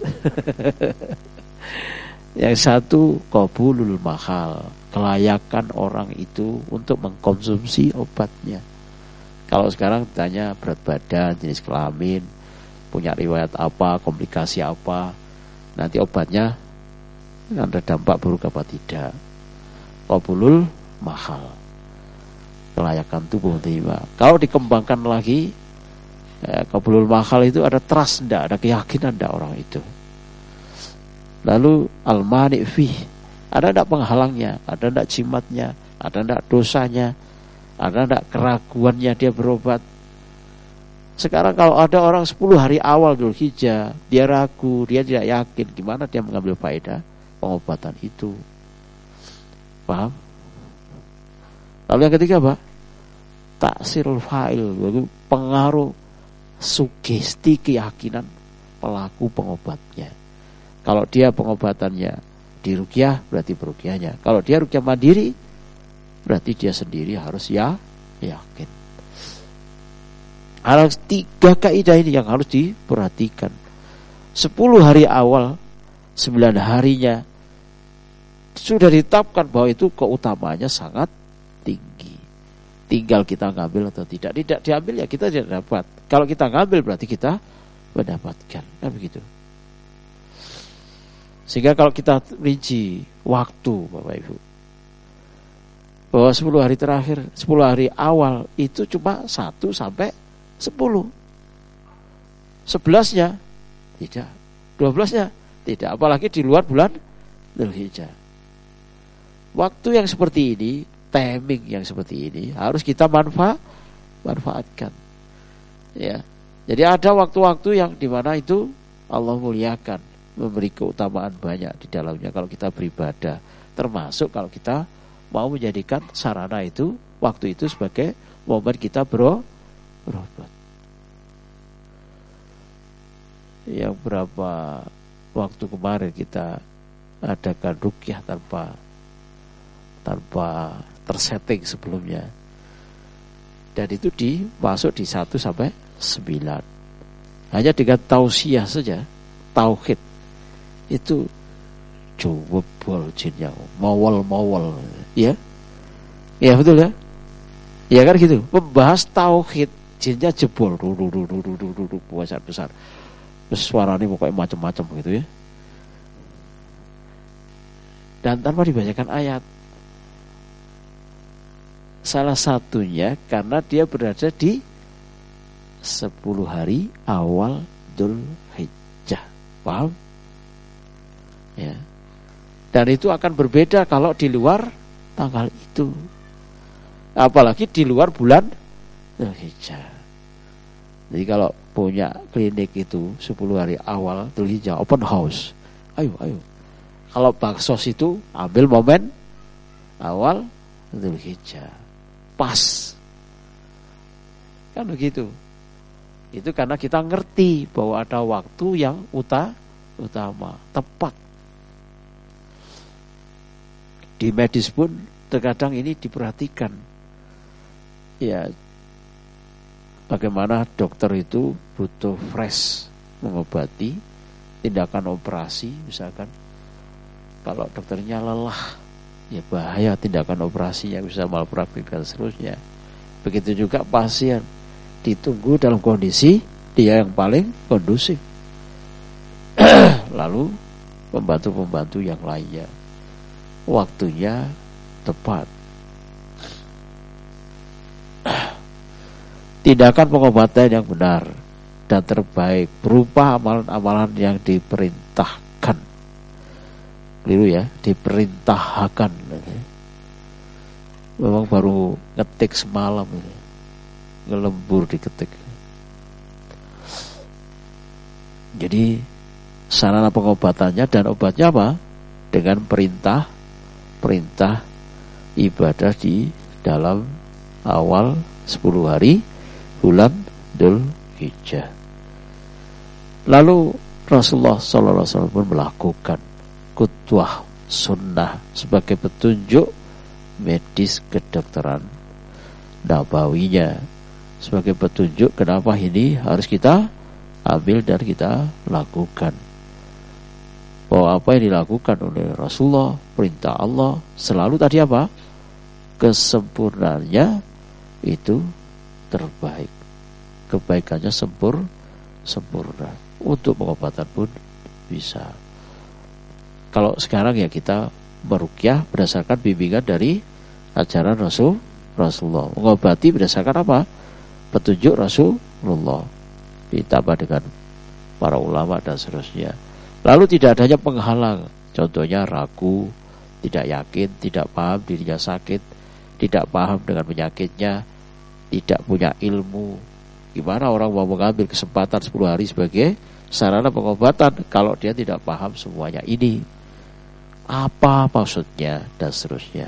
Yang satu, qabulul mahal, kelayakan orang itu untuk mengkonsumsi obatnya. Kalau sekarang tanya berat badan, jenis kelamin, punya riwayat apa, komplikasi apa, nanti obatnya ada dampak buruk apa tidak. Qabulul mahal, kelayakan tubuh tiba. Kalau dikembangkan lagi, ya, qabulul mahal itu ada trust ndak, ada keyakinan ndak orang itu. Lalu al-mani' fih, ada ndak penghalangnya, ada ndak jimatnya, ada ndak dosanya, ada ndak keraguannya dia berobat. Sekarang kalau ada orang sepuluh hari awal Dzulhijjah, dia ragu, dia tidak yakin, gimana dia mengambil faedah pengobatan itu? Paham? Lalu yang ketiga apa? Taksirul fa'il, pengaruh sugesti keyakinan pelaku pengobatnya. Kalau dia pengobatannya di ruqyah, berarti peruqyahnya. Kalau dia ruqyah mandiri, berarti dia sendiri harus ya yakin. Ada tiga kaidah ini yang harus diperhatikan. Sepuluh hari awal, sembilan harinya sudah ditetapkan bahwa itu keutamaannya sangat tinggi. Tinggal kita ngambil atau tidak. Tidak diambil ya kita tidak dapat. Kalau kita ngambil berarti kita mendapatkan. Kan begitu. Sehingga kalau kita rinci waktu Bapak Ibu, bahwa sepuluh hari terakhir, sepuluh hari awal itu cuma satu sampai sepuluh. sebelasnya tidak, dua belasnya tidak, apalagi di luar bulan Dzulhijjah. Waktu yang seperti ini, timing yang seperti ini harus kita manfa manfaatkan. Ya. Jadi ada waktu-waktu yang dimana itu Allah muliakan, memberi keutamaan banyak di dalamnya kalau kita beribadah, termasuk kalau kita mau menjadikan sarana itu, waktu itu sebagai momen kita bro berobat. Yang berapa waktu kemarin kita adakan ruqyah tanpa tanpa tersetting sebelumnya, dan itu dimasuk di satu sampai sembilan, hanya dengan tausiah saja, tauhid itu jebol jinnya, mawal-mawal, ya, ya betul ya, ya kan gitu. Membahas tauhid, jinnya jebol, duduk-duduk-duduk besar besar, suaranya pokoknya macam-macam gitu ya, dan tanpa dibacakan ayat. Salah satunya karena dia berada di sepuluh hari awal Dzulhijjah, paham? Ya. Dan itu akan berbeda kalau di luar tanggal itu, apalagi di luar bulan Dzulhijjah. Jadi kalau punya klinik itu sepuluh hari awal Dzulhijjah, open house, ayo ayo. Kalau baksos itu ambil momen awal Dzulhijjah, pas, kan begitu. Itu karena kita ngerti bahwa ada waktu yang uta, utama, tepat. Di medis pun terkadang ini diperhatikan. Ya, bagaimana dokter itu butuh fresh mengobati, tindakan operasi misalkan. Kalau dokternya lelah, ya bahaya tindakan operasi yang bisa malpraktik dan seterusnya. Begitu juga pasien, ditunggu dalam kondisi dia yang paling kondusif. Lalu pembantu-pembantu yang lainnya, waktunya tepat. Tindakan pengobatan yang benar dan terbaik berupa amalan-amalan yang diperintahkan. Keliru ya, diperintahkan. Memang baru ngetik semalam ini, ngelembur diketik. Jadi sarana pengobatannya dan obatnya apa? Dengan perintah perintah ibadah di dalam awal sepuluh hari bulan Dzulhijjah. Lalu Rasulullah shallallahu alaihi wasallam pun melakukan kutwah sunnah sebagai petunjuk medis kedokteran nabawinya sebagai petunjuk kenapa ini harus kita ambil dan kita lakukan. Bahwa apa yang dilakukan oleh Rasulullah, perintah Allah, selalu tadi apa? Kesempurnaannya itu terbaik. Kebaikannya sempur, sempurna. Untuk pengobatan pun bisa. Kalau sekarang ya kita meruqyah berdasarkan bimbingan dari ajaran Rasul Rasulullah. Mengobati berdasarkan apa? Petunjuk Rasulullah. Ditambah dengan para ulama dan seterusnya. Lalu tidak adanya penghalang. Contohnya ragu, tidak yakin, tidak paham dirinya sakit, tidak paham dengan penyakitnya, tidak punya ilmu. Gimana orang mau mengambil kesempatan sepuluh hari sebagai sarana pengobatan kalau dia tidak paham semuanya ini? Apa maksudnya dan seterusnya.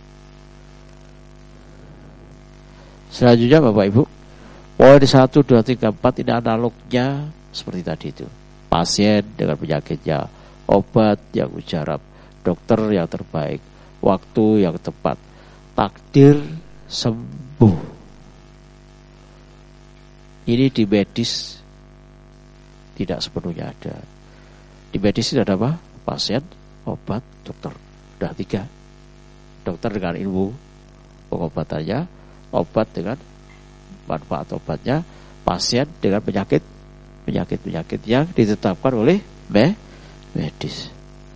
Selanjutnya Bapak Ibu, poin satu, dua, tiga, empat ini analognya seperti tadi itu. Pasien dengan penyakitnya, obat yang mujarab, dokter yang terbaik, waktu yang tepat, takdir sembuh. Ini di medis tidak sepenuhnya ada. Di medis itu ada apa? Pasien, obat, dokter. Sudah tiga. Dokter dengan ilmu pengobatannya, obat dengan manfaat obatnya, pasien dengan penyakit penyakit-penyakit yang ditetapkan oleh medis.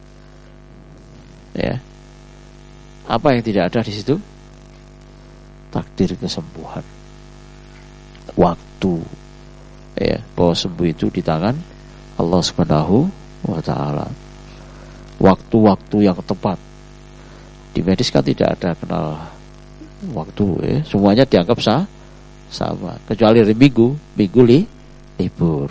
Ya. Apa yang tidak ada di situ? Takdir kesembuhan. Waktu. Ya, bahwa sembuh itu di tangan Allah Subhanahu wa taala. Waktu-waktu yang tepat. Di medis kan tidak ada kenal waktu, ya. Semuanya dianggap sah, sama. Kecuali hari Minggu, Minggu li libur.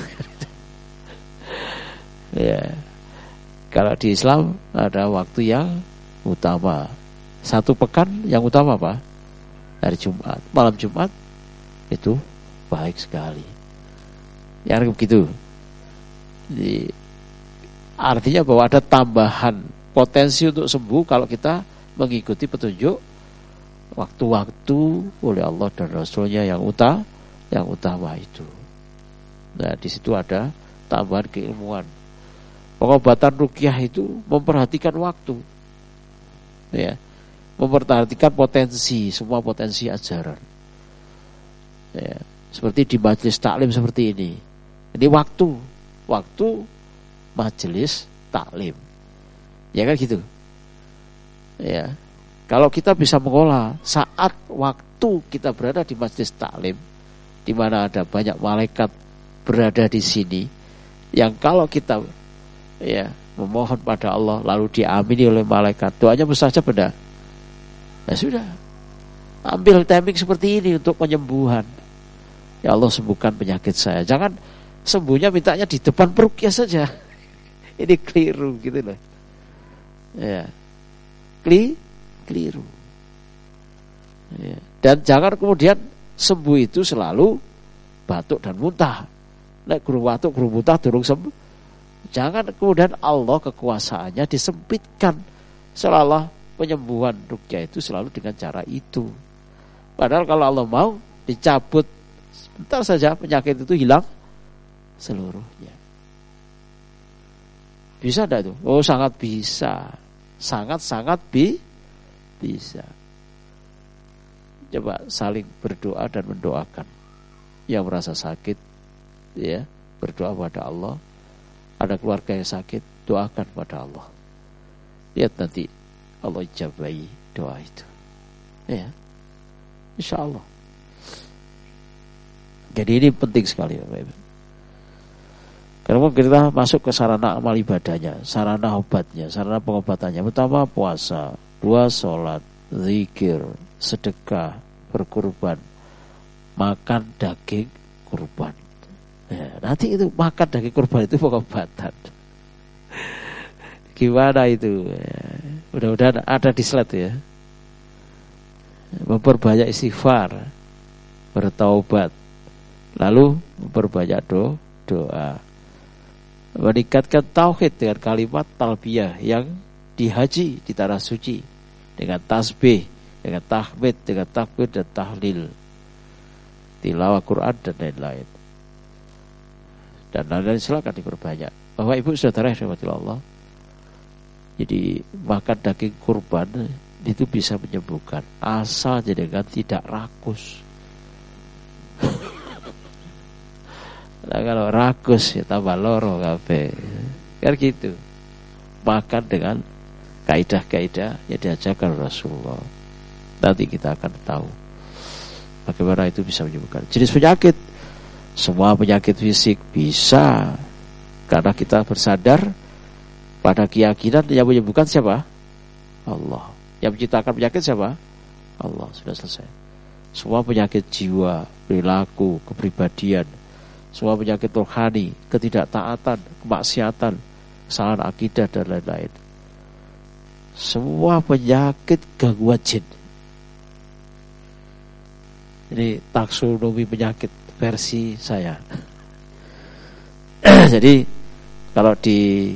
Ya. Kalau di Islam ada waktu yang utama. Satu pekan yang utama apa? Hari Jumat. Malam Jumat itu baik sekali. Yang begitu. Jadi, artinya bahwa ada tambahan potensi untuk sembuh kalau kita mengikuti petunjuk waktu-waktu oleh Allah dan Rasulnya yang utama, yang utama itu. Nah, di situ ada tambahan keilmuan. Pengobatan ruqyah itu memperhatikan waktu, ya, memperhatikan potensi, semua potensi ajaran. Ya, seperti di majelis taklim seperti ini. Ini waktu, waktu majelis taklim, ya kan gitu. Ya, kalau kita bisa mengolah saat waktu kita berada di majelis taklim, di mana ada banyak malaikat berada di sini, yang kalau kita ya memohon pada Allah lalu diamini oleh malaikat, doanya mustajab benar. Nah sudah, ambil timing seperti ini untuk penyembuhan. Ya Allah, sembuhkan penyakit saya. Jangan sembuhnya mintanya di depan peruqyah saja. Ini keliru gitu loh. Ya, Kli, keliru. Ya. Dan jangan kemudian sembuh itu selalu batuk dan muntah. Nek guru batuk, guru muntah durung sembuh. Jangan kemudian Allah kekuasaannya disempitkan, seolah penyembuhan ruqyah itu selalu dengan cara itu. Padahal kalau Allah mau dicabut sebentar saja penyakit itu hilang seluruhnya. Bisa enggak itu? Oh, sangat bisa. Sangat-sangat bi bisa. Coba saling berdoa dan mendoakan. Yang merasa sakit, ya, berdoa pada Allah. Ada keluarga yang sakit, doakan pada Allah. Lihat nanti Allah ijabahi doa itu. Ya, insya Allah. Jadi ini penting sekali, Bapak Ibu. Karena kita masuk ke sarana amal ibadahnya, sarana obatnya, sarana pengobatannya. Pertama puasa, dua sholat, zikir, sedekah, berkurban, makan daging kurban. Ya, nanti itu makan daging kurban itu pengobatan. Gimana itu? Ya, mudah-mudahan ada di slide ya. Memperbanyak istighfar, bertaubat, lalu memperbanyak do, doa, meningkatkan tauhid dengan kalimat talbiyah yang di haji, di tanah suci, dengan tasbih, dengan tahmid, dengan takbir dan tahlil, tilawah Quran dan lain-lain. Dan lain-lain silakan diperbanyak. Bapak Ibu Saudara yang dirahmati Allah, jadi makan daging kurban itu bisa menyembuhkan asal jenengan tidak rakus. Nah, kalau rakus ya tambah loro kabeh. Kan gitu. Makan dengan kaidah-kaidah yang diajarkan Rasulullah. Nanti kita akan tahu bagaimana itu bisa menyembuhkan. Jenis penyakit, semua penyakit fisik bisa, karena kita bersandar pada keyakinan yang menyembuhkan siapa? Allah. Yang menciptakan penyakit siapa? Allah. Sudah selesai. Semua penyakit jiwa, perilaku, kepribadian, semua penyakit rohani, ketidaktaatan, kemaksiatan, kesalahan akidah dan lain-lain, semua penyakit gangguan jin. Ini taksonomi penyakit versi saya. Jadi kalau di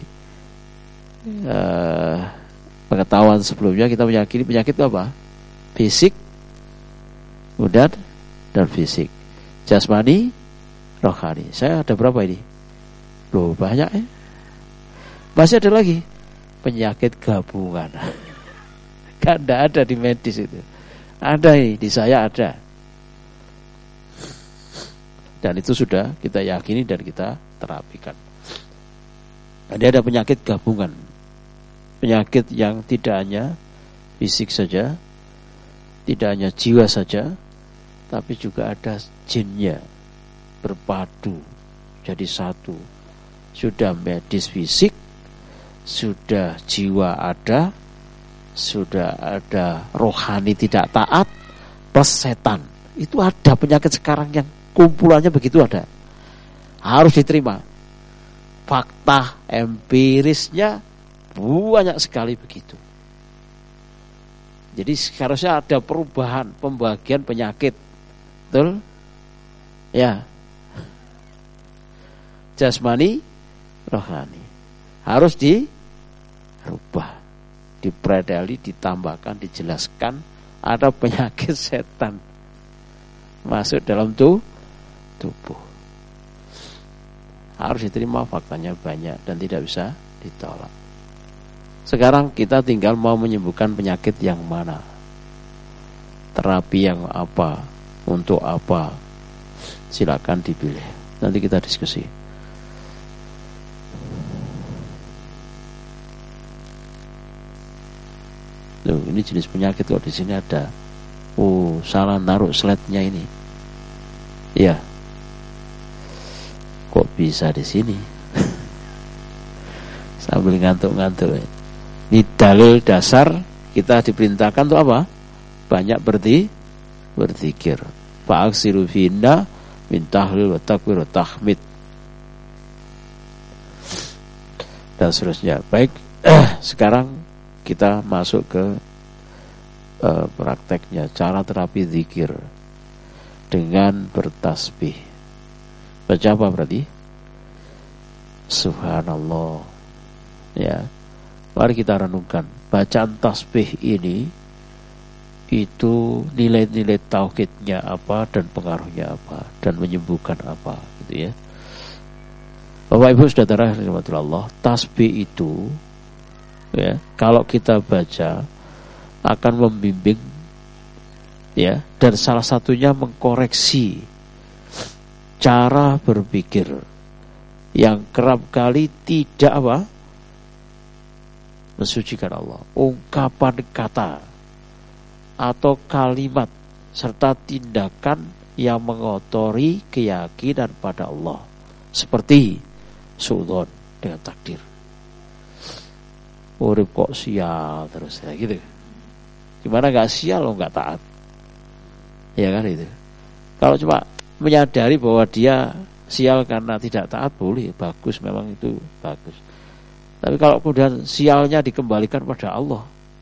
uh, pengetahuan sebelumnya kita meyakini penyakit itu apa? Fisik, kemudian dan fisik, jasmani, rohani. Saya ada berapa ini? Loh, banyak ya. Masih ada lagi penyakit gabungan. Kan tidak ada di medis itu. Ada ini, di saya ada. Dan itu sudah kita yakini dan kita terapikan. Jadi ada penyakit gabungan, penyakit yang tidak hanya fisik saja, tidak hanya jiwa saja, tapi juga ada jinnya berpadu jadi satu. Sudah medis fisik, sudah jiwa ada, sudah ada rohani tidak taat, plus setan. Itu ada penyakit sekarang yang kumpulannya begitu ada. Harus diterima. Fakta empirisnya banyak sekali begitu. Jadi seharusnya ada perubahan pembagian penyakit. Betul? Ya. Jasmani, rohani. Harus dirubah, dipredeli, ditambahkan, dijelaskan. Ada penyakit setan masuk dalam tuh tubuh. Harus diterima, faktanya banyak dan tidak bisa ditolak. Sekarang kita tinggal mau menyembuhkan penyakit yang mana, terapi yang apa, untuk apa, silakan dipilih. Nanti kita diskusi. Loh, ini jenis penyakit kok di sini ada. Oh, salah naruh slide-nya ini. Iya. Kok bisa di sini? Sambil ngantuk-ngantuk. Ini dalil dasar kita diperintahkan untuk apa? Banyak berdi, berzikir. Fa'aksiru finna min tahlil wa takbir wa tahmid. Dan seterusnya. Baik, sekarang kita masuk ke uh, prakteknya, cara terapi zikir dengan bertasbih. Baca apa berarti? Subhanallah. Ya. Mari kita renungkan. Bacaan tasbih ini itu nilai-nilai tauhidnya apa dan pengaruhnya apa dan menyembuhkan apa, gitu ya. Bapak Ibu Saudara Allah, tasbih itu ya, kalau kita baca akan membimbing ya, dan salah satunya mengkoreksi cara berpikir yang kerap kali tidak apa? Mensucikan Allah. Ungkapan kata atau kalimat serta tindakan yang mengotori keyakinan pada Allah, seperti suudzon dengan takdir. Urip kok sial terus ya gitu. Gimana gak sial lo gak taat? Ya kan itu. Kalau cuma menyadari bahwa dia sial karena tidak taat, boleh, bagus, memang itu bagus. Tapi kalau kemudian sialnya dikembalikan pada Allah,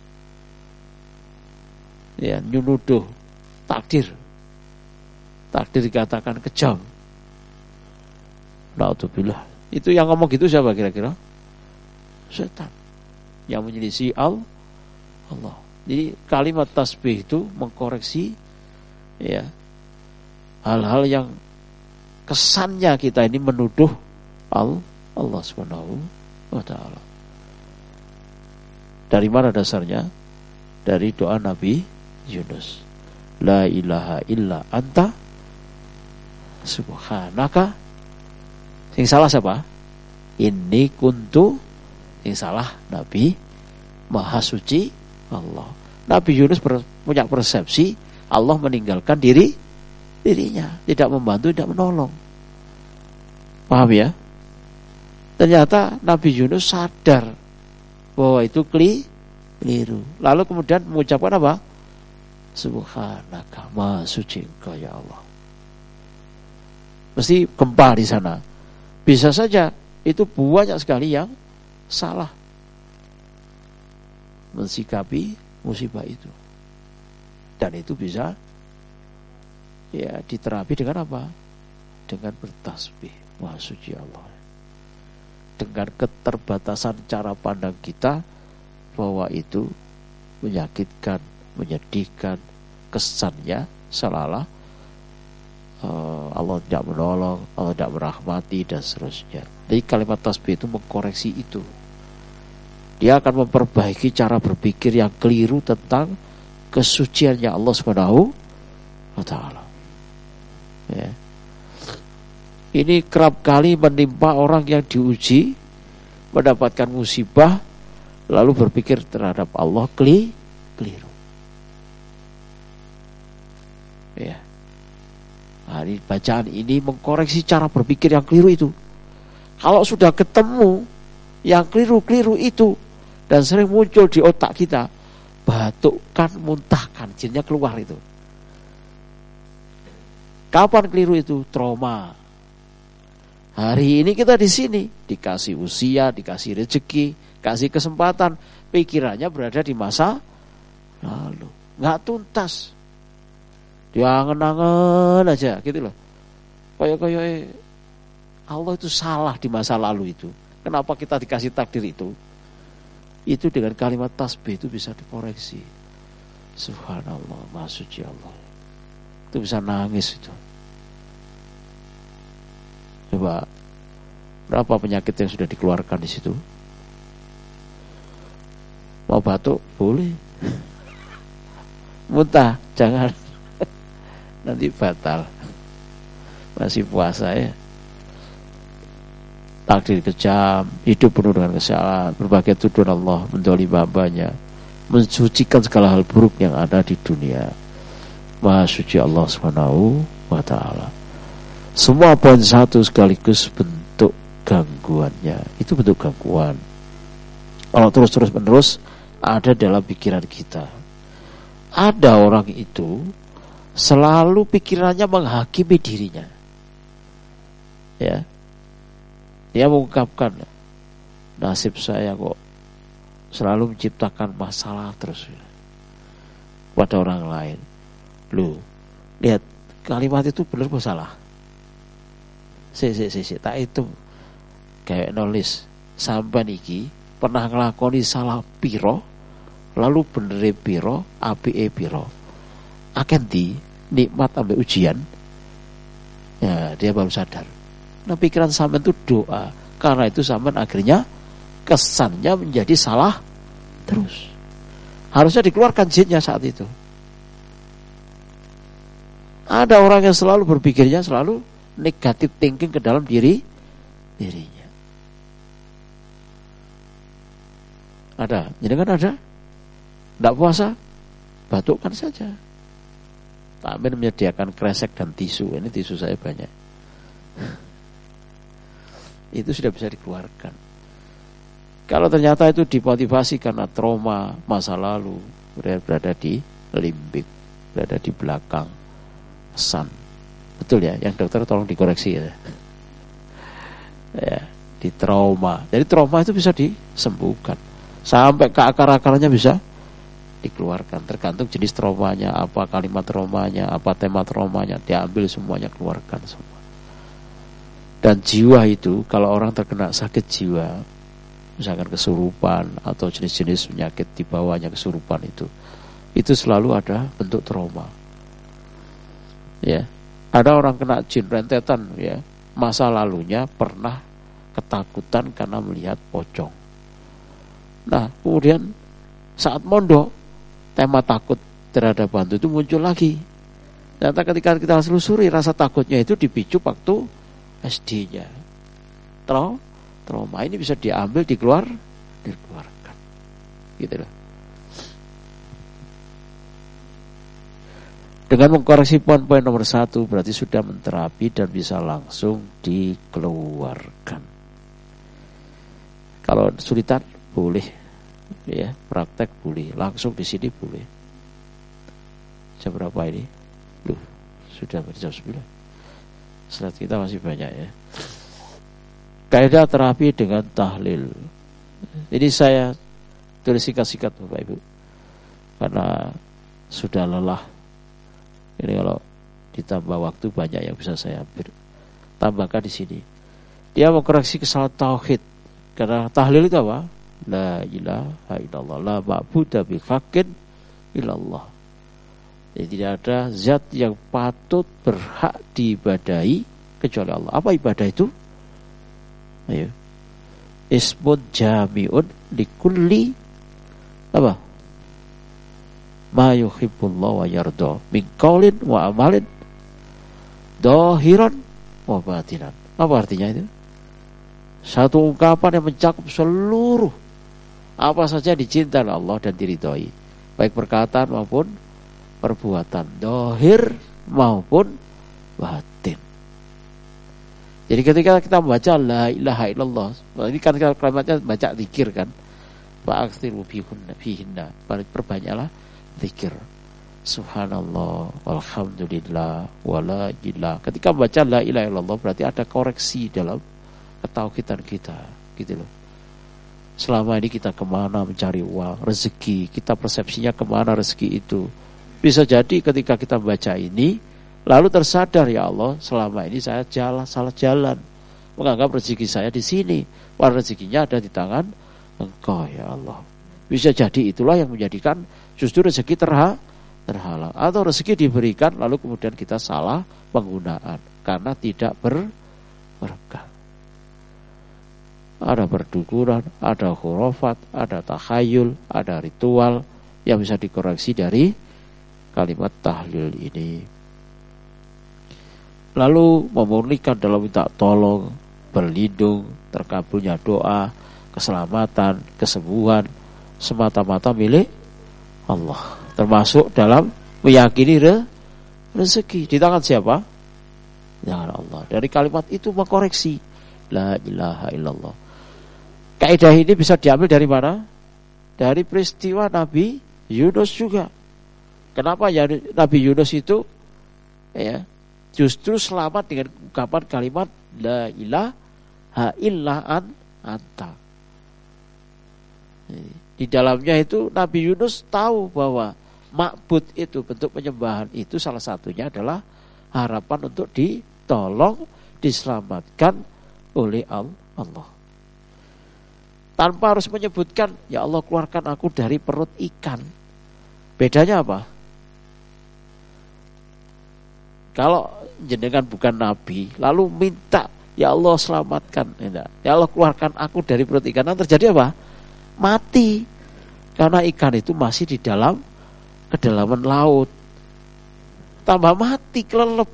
ya, nyunuduh takdir, takdir dikatakan kejam, naudzubillah. Itu yang ngomong gitu siapa kira-kira? Setan yang menyelisih Allah. Jadi kalimat tasbih itu mengkoreksi ya hal-hal yang kesannya kita ini menuduh Allah Subhanahu wa taala. Dari mana dasarnya? Dari doa Nabi Yunus. La ilaha illa anta subhanaka. Sing salah siapa? Inni kuntu. Sing salah Nabi Maha Suci Allah. Nabi Yunus punya persepsi Allah meninggalkan diri dirinya, tidak membantu, tidak menolong. Paham ya? Ternyata Nabi Yunus sadar bahwa itu keliru. Lalu kemudian mengucapkan apa? Subhanaka, Maha Suci Engkau ya Allah. Mesti gempa di sana. Bisa saja itu banyak sekali yang salah mensikapi musibah itu. Dan itu bisa ya diterapi dengan apa? Dengan bertasbih. Maha Suci Allah. Dengan keterbatasan cara pandang kita bahwa itu menyakitkan, menyedihkan, kesannya seolah-olah uh, Allah tidak menolong, Allah tidak merahmati dan seterusnya. Jadi kalimat tasbih itu mengkoreksi itu. Dia akan memperbaiki cara berpikir yang keliru tentang kesuciannya Allah Subhanahu wa taala. Ya. Ini kerap kali menimpa orang yang diuji, mendapatkan musibah, lalu berpikir terhadap Allah keli, keliru. Ya. Nah, ini bacaan ini mengkoreksi cara berpikir yang keliru itu. Kalau sudah ketemu yang keliru-keliru itu dan sering muncul di otak kita, batukkan, muntahkan, jinnya keluar itu. Kapan keliru itu? Trauma. Hari ini kita di sini dikasih usia, dikasih rezeki, kasih kesempatan, pikirannya berada di masa lalu, nggak tuntas, diangen-angen aja, gitu loh. Kayak-kayak Allah itu salah di masa lalu itu. Kenapa kita dikasih takdir itu? Itu dengan kalimat tasbih itu bisa dikoreksi. Subhanallah, Maha Suci Allah. Itu bisa nangis itu. Coba berapa penyakit yang sudah dikeluarkan di situ? Mau batuk boleh, muntah jangan, nanti batal. Masih puasa ya. Takdir kejam, hidup penuh dengan kesalahan, berbagai tuduhan Allah, mendolimi hambanya, mensucikan segala hal buruk yang ada di dunia. Maha Suci Allah Subhanahu wa taala. Semua poin satu sekaligus bentuk gangguannya. Itu bentuk gangguan. Kalau terus-terus menerus ada dalam pikiran kita. Ada orang itu selalu pikirannya menghakimi dirinya. Ya. Dia mengungkapkan, nasib saya kok selalu menciptakan masalah terus pada orang lain. Loh, lihat kalimat itu benar apa salah? Si, si, si, si, tak itu kayak nulis sampai niki pernah ngelakoni salah piro, lalu bener piro, api e piro, akan di nikmat sampai ujian, ya dia baru sadar. Nah pikiran sampean itu doa, karena itu sampean akhirnya kesannya menjadi salah terus. Harusnya dikeluarkan jinnya saat itu. Ada orang yang selalu berpikirnya selalu negatif thinking ke dalam diri dirinya. Ada, jadi kan ada. Tidak puasa, batukkan saja. Takmin menyediakan kresek dan tisu. Ini tisu saya banyak. Itu sudah bisa dikeluarkan. Kalau ternyata itu dimotivasi karena trauma masa lalu, berada di limbik, berada di belakang pesan. Betul ya, yang dokter tolong dikoreksi ya. Ya, di trauma. Jadi trauma itu bisa disembuhkan. Sampai ke akar-akarnya bisa dikeluarkan. Tergantung jenis traumanya, apa kalimat traumanya, apa tema traumanya, diambil semuanya, keluarkan semua. Dan jiwa itu, kalau orang terkena sakit jiwa, misalkan kesurupan atau jenis-jenis penyakit di bawahnya kesurupan itu, itu selalu ada bentuk trauma. Ya, ada orang kena jin rentetan, ya, masa lalunya pernah ketakutan karena melihat pocong. Nah, kemudian saat mondok, tema takut terhadap hantu itu muncul lagi. Ternyata ketika kita selusuri, rasa takutnya itu dipicu waktu S D-nya. Trau, trauma ini bisa diambil, dikeluar, dikeluarkan. Gitu loh. Dengan mengkoreksi poin-poin nomor satu, berarti sudah menterapi dan bisa langsung dikeluarkan. Kalau kesulitan, boleh, ya, praktek boleh, langsung di sini boleh. Jam berapa ini? Loh, sudah jam sembilan. Slide kita masih banyak, ya. Kaidah terapi dengan tahlil. Ini saya tulis singkat-singkat Bapak Ibu, karena sudah lelah. Ini kalau ditambah waktu banyak yang bisa saya ambil. Tambahkan di sini. Dia mengkoreksi kesalahan tauhid. Karena tahlil itu apa? La ilaha illallah, la ma'budu bihaqqin illallah. Jadi tidak ada zat yang patut berhak diibadahi kecuali Allah. Apa ibadah itu? Ayo. Ismun jami'un likulli apa? Ma yuhibbullah wa yarda min qaulin wa amalin dhahiran wa batinan. Apa artinya itu? Satu ungkapan yang mencakup seluruh apa saja dicintai Allah dan diridhoi, baik perkataan maupun perbuatan, dhahir maupun batin. Jadi ketika kita membaca la ilaha illallah, ini kan kalimatnya baca zikir kan, fa'aksiru fihinna, perbanyaklah zikir, subhanallah, walhamdulillah, wala ilah. Ketika membaca la ilaha illallah berarti ada koreksi dalam ketauhidan kita, gitu loh. Selama ini kita kemana mencari uang, rezeki, kita persepsinya kemana rezeki itu. Bisa jadi ketika kita membaca ini, lalu tersadar, ya Allah, selama ini saya jalan salah jalan, menganggap rezeki saya di sini, padahal rezekinya ada di tangan Engkau, ya Allah. Bisa jadi itulah yang menjadikan justru rezeki terha, terhalang, atau rezeki diberikan lalu kemudian kita salah penggunaan karena tidak berberkah. Ada perdukuran, ada khurafat, ada takhayul, ada ritual yang bisa dikoreksi dari kalimat tahlil ini. Lalu memurnikan dalam minta tolong, berlindung, terkabulnya doa, keselamatan, kesembuhan semata-mata milik Allah, termasuk dalam meyakini re, rezeki di tangan siapa? Di tangan Allah. Dari kalimat itu mengkoreksi la ilaha illallah. Kaidah ini bisa diambil dari mana? Dari peristiwa Nabi Yunus juga. Kenapa ya Nabi Yunus itu ya justru selamat dengan ungkapan kalimat la ilaha illa anta. Di dalamnya itu Nabi Yunus tahu bahwa ma'bud itu, bentuk penyembahan itu salah satunya adalah harapan untuk ditolong, diselamatkan oleh Allah. Tanpa harus menyebutkan, ya Allah keluarkan aku dari perut ikan. Bedanya apa? Kalau jenengan bukan Nabi, lalu minta, ya Allah selamatkan, ya Allah keluarkan aku dari perut ikan, yang terjadi apa? Mati. Karena ikan itu masih di dalam kedalaman laut. Tambah mati, kelelep.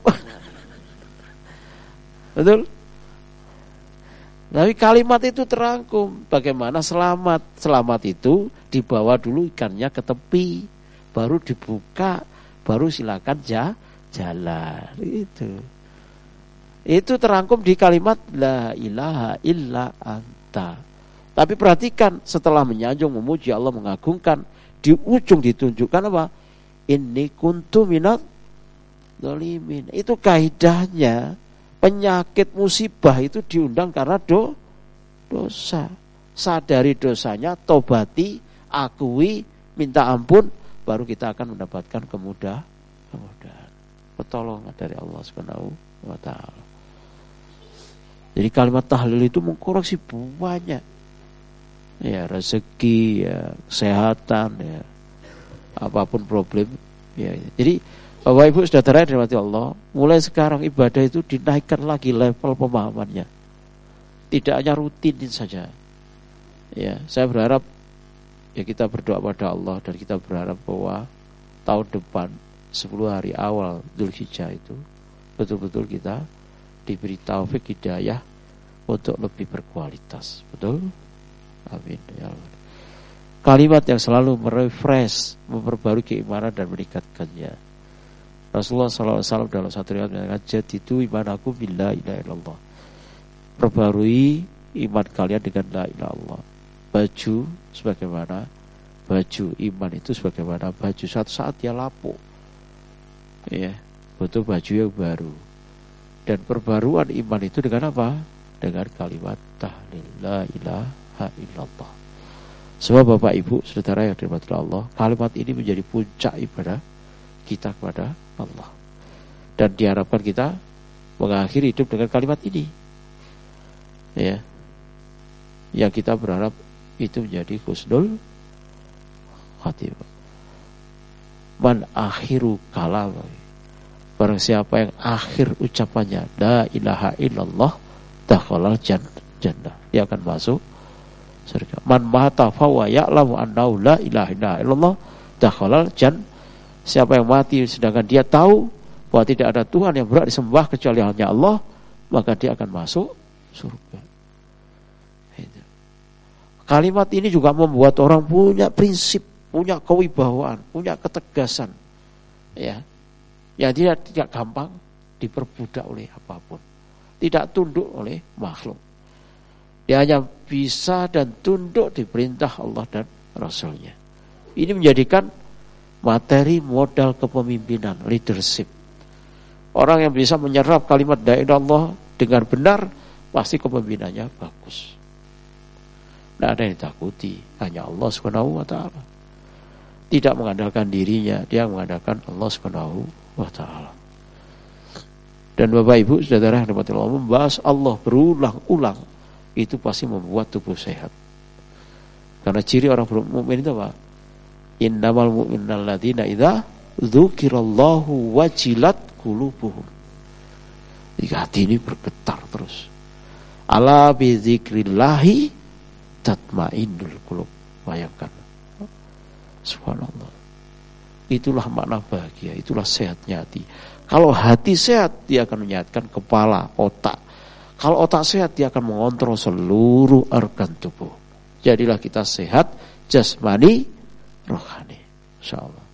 Betul? Tapi kalimat itu terangkum. Bagaimana selamat? Selamat itu dibawa dulu ikannya ke tepi, baru dibuka, baru silakan ja, jalan. Itu. Itu terangkum di kalimat la ilaha illa anta. Tapi perhatikan, setelah menyanjung, memuji Allah, mengagungkan, di ujung ditunjukkan apa? Inni kuntu minat zalimin. Itu kaidahnya. Penyakit musibah itu diundang karena do, dosa. Sadari dosanya, tobati, akui, minta ampun, baru kita akan mendapatkan kemudahan, kemudahan, pertolongan dari Allah Subhanahu wa taala. Jadi kalimat tahlil itu mengkoreksi banyak. ya rezeki, ya kesehatan, ya apapun problem, ya. Jadi Bapak Ibu saudara yang dirahmati Allah, mulai sekarang ibadah itu dinaikkan lagi level pemahamannya. Tidak hanya rutinin saja. Ya, saya berharap ya kita berdoa pada Allah dan kita berharap bahwa tahun depan sepuluh hari awal Dzulhijjah itu betul-betul kita diberi taufik hidayah untuk lebih berkualitas. Betul? Amin ya Allah. Kalimat yang selalu merefresh, memperbarui keimanan dan meningkatkannya. Rasulullah shallallahu alaihi wasallam dalam satu riwayat mengatakan, "Jadidu imanakum billahi la ilaha illallah." Perbarui iman kalian dengan la ilaha illallah. Baju sebagaimana baju iman itu sebagaimana baju suatu saat dia lapuk. Ya, butuh baju yang baru. Dan perbaruan iman itu dengan apa? Dengan kalimat tahlil la ilaha illallah. Semua Bapak Ibu saudara yang dirahmati Allah, kalimat ini menjadi puncak ibadah kita kepada Allah. Dan diharapkan kita mengakhiri hidup dengan kalimat ini. Ya. Yang kita berharap itu menjadi husnul khatimah. Man akhiru kalam. Barang siapa yang akhir ucapannya la ilaha illallah dakhalal jannah, dia akan masuk surga. Man mata fa wa ya'lamu annahu la ilaha illallah dakhalal jannah. Siapa yang mati sedangkan dia tahu bahwa tidak ada Tuhan yang berhak disembah kecuali hanya Allah, maka dia akan masuk surga. Kalimat ini juga membuat orang punya prinsip, punya kewibawaan, punya ketegasan, ya, yang tidak tidak gampang diperbudak oleh apapun, tidak tunduk oleh makhluk. Dia hanya bisa dan tunduk di perintah Allah dan Rasulnya. Ini menjadikan materi modal kepemimpinan, leadership. Orang yang bisa menyerap kalimat la ilaha illallah dengan benar, pasti kepemimpinannya bagus. Tidak ada yang ditakuti, hanya Allah subhanahu wa ta'ala. Tidak mengandalkan dirinya, dia mengandalkan Allah subhanahu wa ta'ala. Dan Bapak Ibu saudara yang dirahmati Allah, membahas Allah berulang-ulang itu pasti membuat tubuh sehat. Karena ciri orang mukmin itu apa? Innamal mu'minuna alladzina idza dzukirallahu wajilat qulubuhum. Jika hati ini bergetar terus. Ala bi dzikrillahi tatmainnul qulub. Bayangkan. Subhanallah. Itulah makna bahagia, itulah sehatnya hati. Kalau hati sehat, dia akan menyehatkan kepala, otak. Kalau otak sehat, dia akan mengontrol seluruh organ tubuh. Jadilah kita sehat jasmani, rohani. Insyaallah.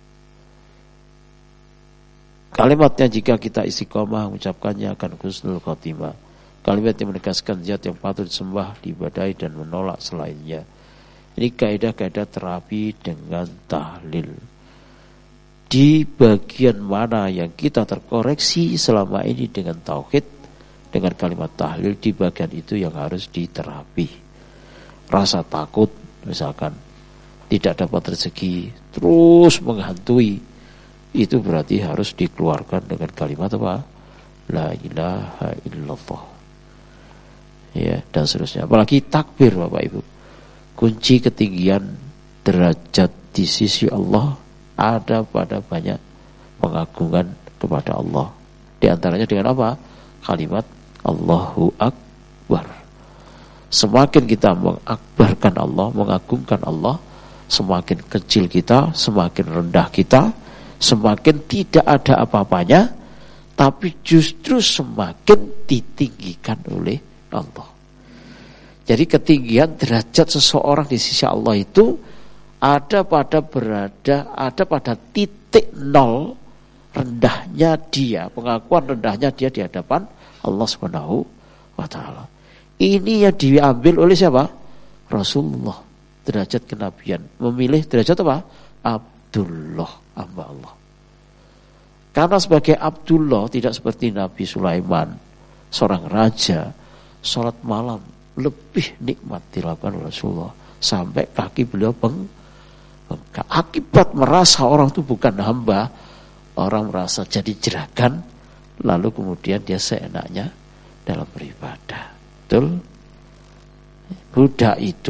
Kalimatnya jika kita istiqomah mengucapkannya akan husnul khotimah. Kalimat yang menegaskan zat yang patut disembah, diibadahi dan menolak selainnya. Ini kaidah-kaidah terapi dengan tahlil. Di bagian mana yang kita terkoreksi selama ini dengan tauhid, dengan kalimat tahlil, di bagian itu yang harus diterapi. Rasa takut misalkan tidak dapat rezeki terus menghantui, itu berarti harus dikeluarkan dengan kalimat apa? La ilaha illallah. Ya, dan seterusnya. Apalagi takbir Bapak Ibu. Kunci ketinggian derajat di sisi Allah ada pada banyak pengagungan kepada Allah. Di antaranya dengan apa? Kalimat Allahu Akbar. Semakin kita mengakbarkan Allah, mengagungkan Allah, semakin kecil kita, semakin rendah kita, semakin tidak ada apa-apanya, tapi justru semakin ditinggikan oleh Allah. Jadi ketinggian derajat seseorang di sisi Allah itu ada pada berada, ada pada titik nol rendahnya dia, pengakuan rendahnya dia di hadapan Allah Subhanahu wa ta'ala. Ini yang diambil oleh siapa? Rasulullah. Derajat kenabian. Memilih derajat apa? Abdullah, hamba Allah. Karena sebagai Abdullah tidak seperti Nabi Sulaiman, seorang raja, sholat malam lebih nikmat dilakukan oleh Rasulullah sampai kaki beliau bengkak. Akibat merasa orang itu bukan hamba, orang merasa jadi jeragan, lalu kemudian dia seenaknya dalam beribadah. Betul? Budak itu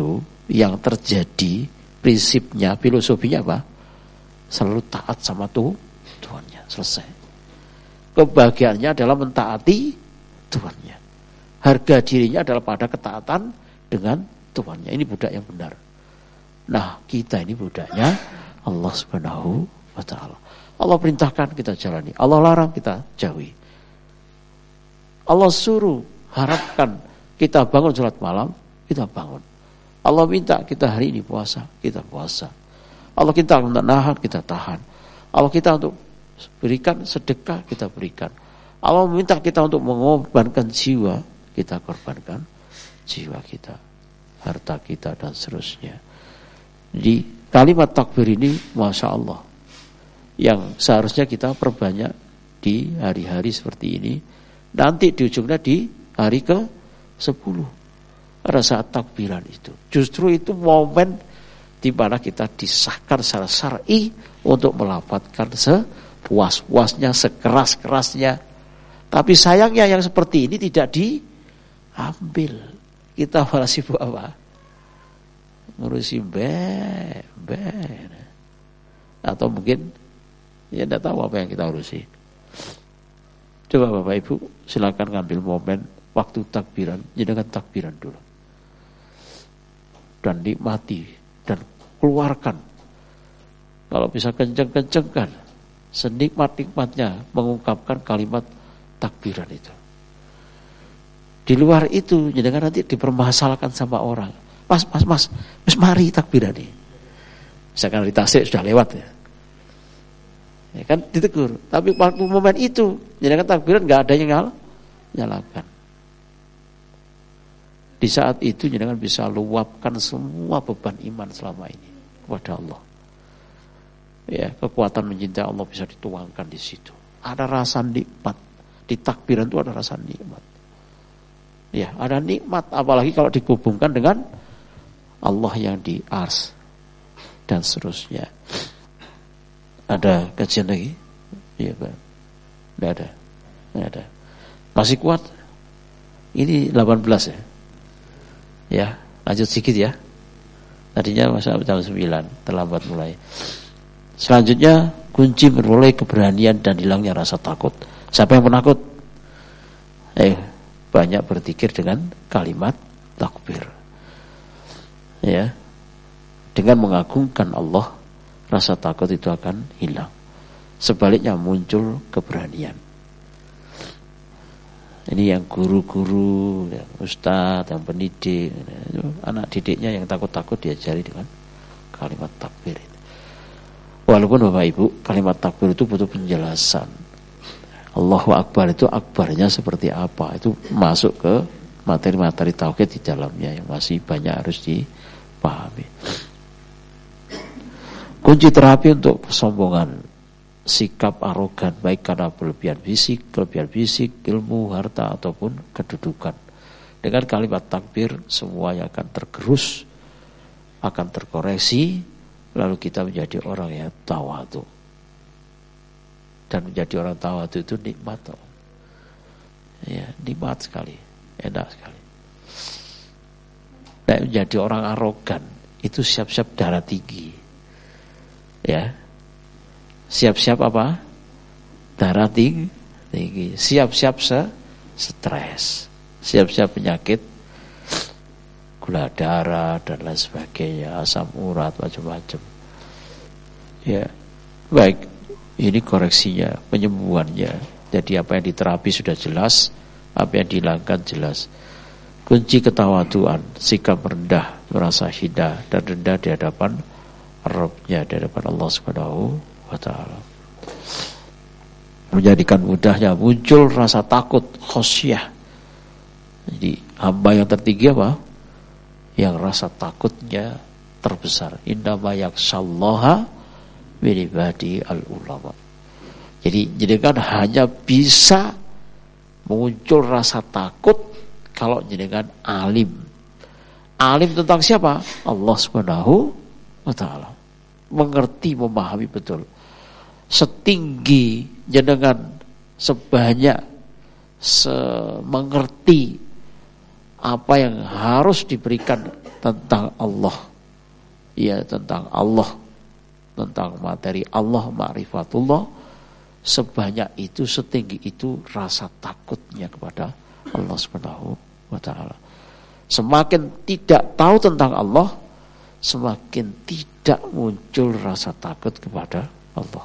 yang terjadi prinsipnya, filosofinya apa? Selalu taat sama tuh Tuhannya, selesai. Kebahagiaannya adalah mentaati Tuhannya. Harga dirinya adalah pada ketaatan dengan Tuhannya. Ini budak yang benar. Nah, kita ini budaknya Allah Subhanahu wa ta'ala. Allah perintahkan kita jalani, Allah larang kita jauhi. Allah suruh, harapkan kita bangun sholat malam, kita bangun. Allah minta kita hari ini puasa, kita puasa. Allah kita untuk nahan, kita tahan. Allah kita untuk berikan sedekah, kita berikan. Allah meminta kita untuk mengorbankan jiwa, kita korbankan jiwa kita, harta kita, dan seterusnya. Di kalimat takbir ini, Masya Allah, yang seharusnya kita perbanyak di hari-hari seperti ini. Nanti di ujungnya di hari ke sepuluh, pada saat takbiran itu. Justru itu momen di mana kita disahkan secara syar'i untuk melafadzkan sepuas-puasnya, sekeras-kerasnya. Tapi sayangnya yang seperti ini tidak diambil. Kita malah sibuk apa? Ngurusi be, be. Atau mungkin ya tidak tahu apa yang kita urusi. Coba Bapak Ibu silakan ngambil momen waktu takbiran, jadikan takbiran dulu. Dan nikmati dan keluarkan. Kalau bisa kenceng-kencengkan, senikmat-nikmatnya mengungkapkan kalimat takbiran itu. Di luar itu, jadikan nanti dipermasalahkan sama orang. Mas, mas, mas, mas mari takbiran ini. Misalkan di Tasik sudah lewat ya. Ya kan ditegur. Tapi waktu momen itu, jadikan takbiran nggak ada yang nyal, nyalakan. Di saat itu jadikan bisa luapkan semua beban iman selama ini kepada Allah. Ya, kekuatan mencintai Allah bisa dituangkan di situ. Ada rasa nikmat di takbiran itu, ada rasa nikmat. Ya, ada nikmat, apalagi kalau dihubungkan dengan Allah yang di ars dan seterusnya. Ada kajian lagi? Iya, Pak. Tidak ada. Tidak ada. Masih kuat? Ini delapan belas ya. Ya, lanjut sedikit ya. Tadinya masa jam sembilan, terlambat mulai. Selanjutnya, kunci memperoleh keberanian dan hilangnya rasa takut. Siapa yang penakut? Eh, banyak berzikir dengan kalimat takbir. Ya. Dengan mengagungkan Allah, rasa takut itu akan hilang. Sebaliknya muncul keberanian. Ini yang guru-guru, yang ustadz, yang pendidik, anak didiknya yang takut-takut diajari dengan kalimat takbir. Walaupun Bapak Ibu, kalimat takbir itu butuh penjelasan. Allahu Akbar itu akbarnya seperti apa? Itu masuk ke materi-materi tauhid di dalamnya yang masih banyak harus dipahami. Kunci terapi untuk kesombongan, sikap arogan, baik karena berlebihan fisik, kelebihan fisik, ilmu, harta, ataupun kedudukan. Dengan kalimat takbir, semuanya akan tergerus, akan terkoreksi, lalu kita menjadi orang yang tawadhu. Dan menjadi orang tawadhu itu nikmat. Ya, nikmat sekali, enak sekali. Dan menjadi orang arogan, itu siap-siap darah tinggi. Ya, siap-siap apa? Darah tinggi, tinggi. Siap-siap se stres, siap-siap penyakit, gula darah dan lain sebagainya, asam urat, macam-macam. Ya, baik. Ini koreksinya, penyembuhannya. Jadi apa yang diterapi sudah jelas, apa yang dihilangkan jelas. Kunci ketawaduan, sikap rendah, merasa hina dan rendah di hadapan Rabbnya, di hadapan Allah Subhanahu wa ta'ala. Menjadikan mudahnya muncul rasa takut, khosyah. Jadi hamba yang tertinggi apa? Yang rasa takutnya terbesar. Innama yakhshallaha min ibadi al-ulama. Jadi jadikan hanya bisa muncul rasa takut kalau jadikan alim. Alim tentang siapa? Allah Subhanahu wa ta'ala. Mengerti, memahami betul. Setinggi jenengan, sebanyak semengerti apa yang harus diberikan tentang Allah, ya tentang Allah, tentang materi Allah, ma'rifatullah, sebanyak itu, setinggi itu rasa takutnya kepada Allah Subhanahu wa ta'ala. Semakin tidak tahu tentang Allah, semakin tidak muncul rasa takut kepada Allah.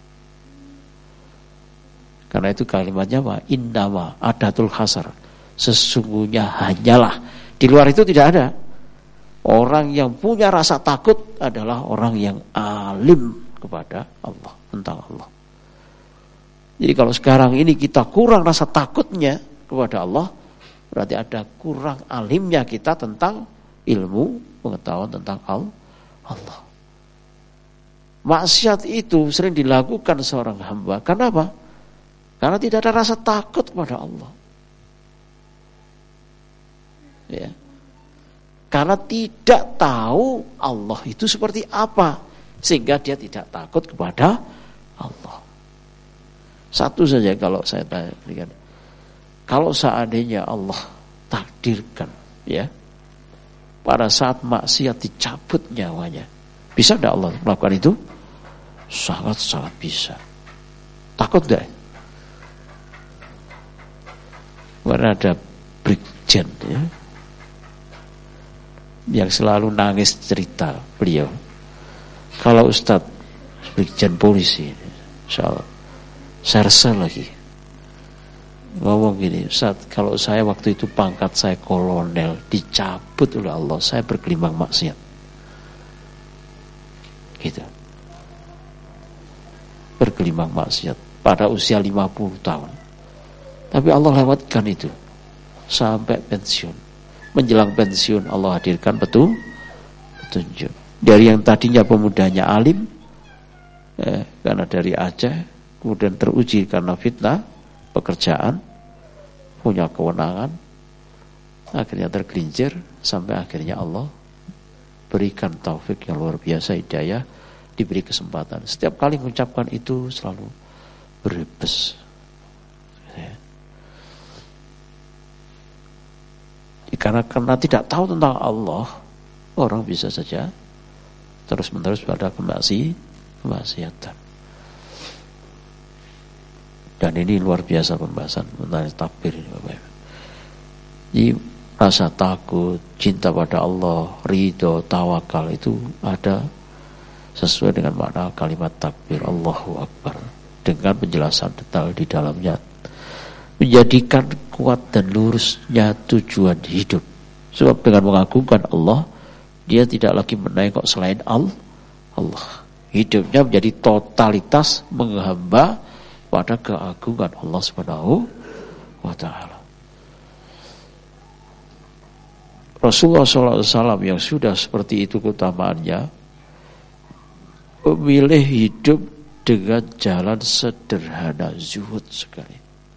Karena itu kalimatnya apa? Innama adatul hasar. Sesungguhnya hanyalah. Di luar itu tidak ada. Orang yang punya rasa takut adalah orang yang alim kepada Allah, tentang Allah. Jadi kalau sekarang ini kita kurang rasa takutnya kepada Allah, berarti ada kurang alimnya kita tentang ilmu pengetahuan tentang Allah. Maksiat itu sering dilakukan seorang hamba. Kenapa? Karena tidak ada rasa takut kepada Allah. Ya. Karena tidak tahu Allah itu seperti apa, sehingga dia tidak takut kepada Allah. Satu saja kalau saya tanya, kalau seandainya Allah takdirkan, ya, pada saat maksiat dicabut nyawanya, bisa tidak Allah melakukan itu? Sangat-sangat bisa. Takut tidak? Karena ada Brigjen, ya, yang selalu nangis cerita beliau. Kalau Ustadz Brigjen polisi, soal serse lagi, ngomong gini, Ustadz, kalau saya waktu itu pangkat saya kolonel, dicabut oleh Allah, saya bergelimang maksiat. Gitu. Bergelimang maksiat pada usia lima puluh tahun. Tapi Allah lewatkan itu sampai pensiun. Menjelang pensiun Allah hadirkan betul petunjuk. Dari yang tadinya pemudanya alim, eh, karena dari Aceh, kemudian teruji karena fitnah pekerjaan, punya kewenangan, akhirnya tergelincir sampai akhirnya Allah berikan taufik yang luar biasa, hidayah, diberi kesempatan. Setiap kali mengucapkan itu selalu berebes. Ya. Karena karena tidak tahu tentang Allah, orang bisa saja terus-menerus pada kemaksi, kemaksiatan. Dan ini luar biasa pembahasan mengenai takbir ini, Bapak. Jadi rasa takut, cinta pada Allah, ridho, tawakal itu ada sesuai dengan makna kalimat takbir Allahu Akbar, dengan penjelasan detail di dalamnya, menjadikan kuat dan lurusnya tujuan hidup. Sebab dengan mengagungkan Allah, dia tidak lagi menengok selain Allah. Hidupnya menjadi totalitas menghamba pada keagungan Allah Subhanahu wa ta'ala. Rasulullah shallallahu alaihi wasallam yang sudah seperti itu keutamaannya, memilih hidup dengan jalan sederhana, zuhud sekali.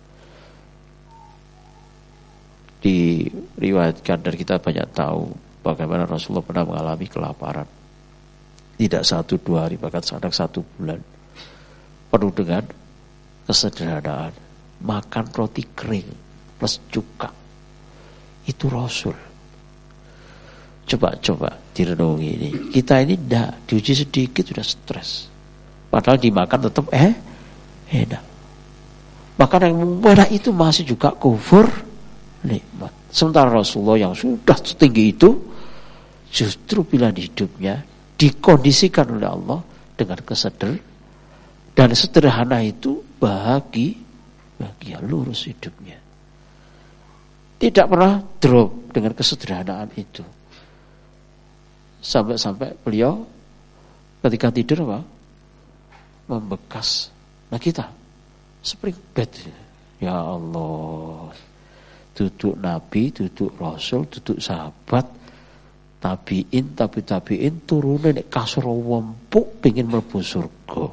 Diriwayatkan dan kita banyak tahu bagaimana Rasulullah pernah mengalami kelaparan. Tidak satu dua hari, bahkan kadang satu bulan. Penuh dengan kesederhanaan. Makan roti kering plus cuka. Itu Rasul. Coba-coba direnungi ini. Kita ini tidak, diuji sedikit sudah stres. Padahal dimakan tetap eh enak. Bahkan yang merah itu masih juga kufur nikmat. Sementara Rasulullah yang sudah setinggi itu, justru pilihan hidupnya dikondisikan oleh Allah dengan keseder dan sederhana itu bahagia, bahagia lurus hidupnya. Tidak pernah drop dengan kesederhanaan itu. Sampai-sampai beliau ketika tidur apa? Membekas. Nah kita spring bed. Ya Allah. Duduk Nabi, duduk Rasul, duduk sahabat, tabiin, tapi tabiin turunin kasur wempuk pengen mlebu surga.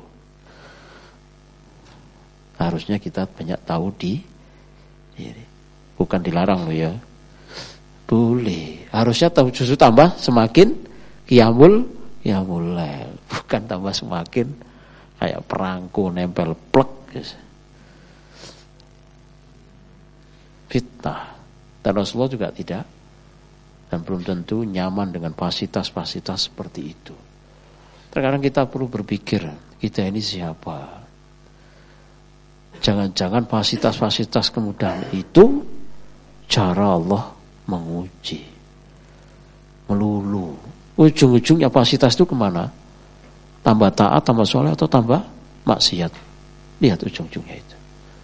Harusnya kita banyak tahu di ini. Bukan dilarang loh ya. Boleh. Harusnya tahu justru tambah semakin qiyamul qiyamul lail. Bukan tambah semakin kayak perangko nempel plek. Fitnah. Dan Rasulullah juga tidak dan belum tentu nyaman dengan fasilitas-fasilitas seperti itu. Terkadang kita perlu berpikir, kita ini siapa? Jangan-jangan fasilitas-fasilitas kemudahan itu cara Allah menguji, melulu. Ujung-ujungnya fasilitas itu kemana? Tambah taat, tambah soleh, atau tambah maksiat? Lihat ujung-ujungnya itu.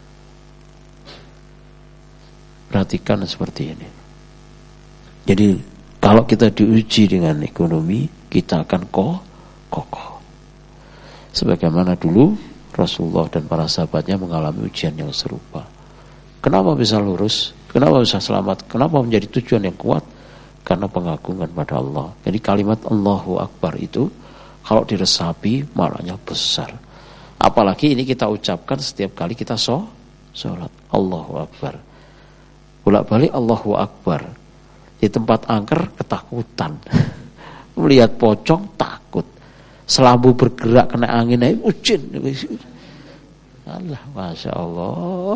Perhatikan seperti ini. Jadi kalau kita diuji dengan ekonomi, kita akan koh, kokoh. Sebagaimana dulu Rasulullah dan para sahabatnya mengalami ujian yang serupa. Kenapa bisa lurus? Kenapa bisa selamat? Kenapa menjadi tujuan yang kuat? Karena pengagungan pada Allah. Jadi kalimat Allahu Akbar itu kalau diresapi maknanya besar. Apalagi ini kita ucapkan setiap kali kita so, sholat. Allahu Akbar. Bolak-balik Allahu Akbar. Di tempat angker ketakutan. Melihat pocong takut. Selambu bergerak kena angin aja ujin. Allah, Masya Allah.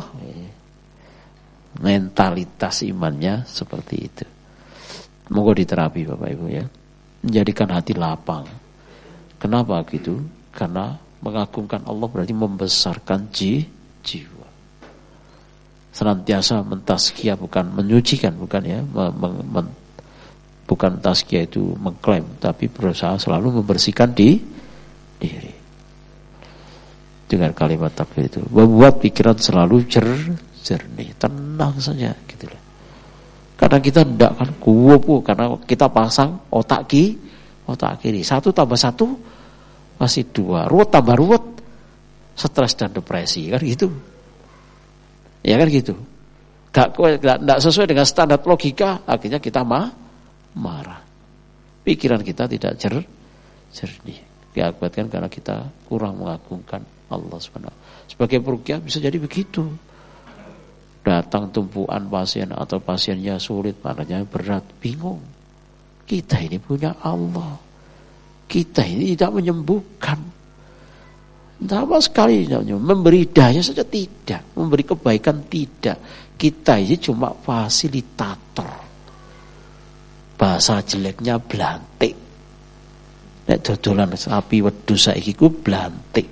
Mentalitas imannya seperti itu. Moga diterapi Bapak Ibu ya. Menjadikan hati lapang. Kenapa gitu? Karena mengagungkan Allah berarti membesarkan ji, jiwa. Senantiasa mentazkiyah bukan menyucikan, bukan ya, men, men, bukan tazkiyah itu mengklaim, tapi berusaha selalu membersihkan di diri. Dengan kalimat takbir itu membuat pikiran selalu jer, jernih, tenang saja gitu loh. Kadang kita tidak kan kuup karena kita pasang otak ki, otak kiri. Satu tambah satu masih dua. Ruwet tambah ruwet, stres dan depresi kan gitu. Ya kan gitu. Gak, gak, gak sesuai dengan standar logika, akhirnya kita ma, marah. Pikiran kita tidak jer, jernih. Diakibatkan karena kita kurang mengagungkan Allah subhanahu wa taala. Sebagai peruqyah bisa jadi begitu. Datang tumpuan pasien atau pasiennya sulit, maknanya berat, bingung. Kita ini punya Allah. Kita ini tidak menyembuhkan. Sama sekali tidak memberi daya saja tidak, memberi kebaikan tidak. Kita ini cuma fasilitator. Bahasa jeleknya blantik. Nek dodolan sapi wedhus saiki ku blantik.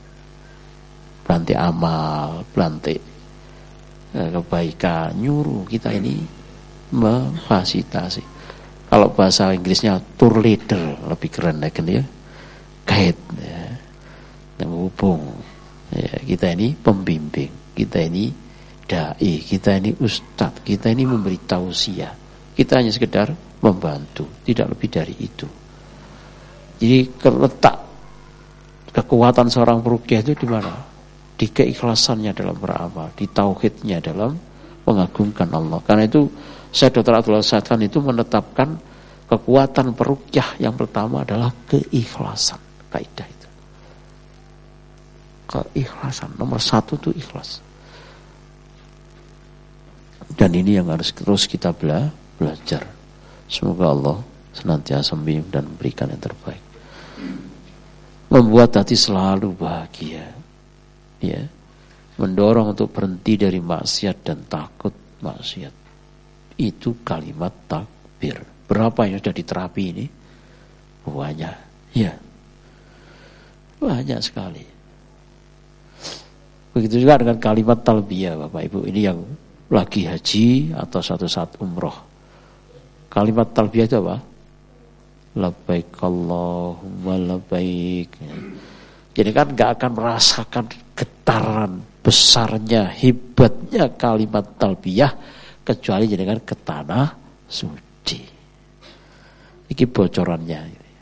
Blantik amal, blantik kebaikan, nyuruh kita ini memfasilitasi. Kalau bahasa Inggrisnya tour leader, lebih keren lagi ya, guide ya, menghubung ya, kita ini pembimbing, kita ini dai, kita ini ustadz, kita ini memberi tausiah, kita hanya sekedar membantu, tidak lebih dari itu. Jadi letak kekuatan seorang peruqyah itu di mana? Di keikhlasannya dalam beramal, di tauhidnya dalam mengagungkan Allah. Karena itu Syekh Doktor Abdullah Sadkan itu menetapkan kekuatan peruqyah yang pertama adalah keikhlasan. Kaidah itu. Keikhlasan nomor satu itu ikhlas. Dan ini yang harus terus kita bela, belajar. Semoga Allah senantiasa membimbing dan memberikan yang terbaik. Membuat hati selalu bahagia. Ya, mendorong untuk berhenti dari maksiat dan takut maksiat. Itu kalimat takbir. Berapa yang sudah diterapi ini? Banyak. Ya, banyak sekali. Begitu juga dengan kalimat talbiyah Bapak Ibu. Ini yang lagi haji atau suatu saat umroh. Kalimat talbiyah itu apa? Labbaik Allahumma labbaik. Jadi kan gak akan merasakan getaran besarnya, hebatnya kalimat talbiyah kecuali jenengan ke tanah suci. Ini bocorannya.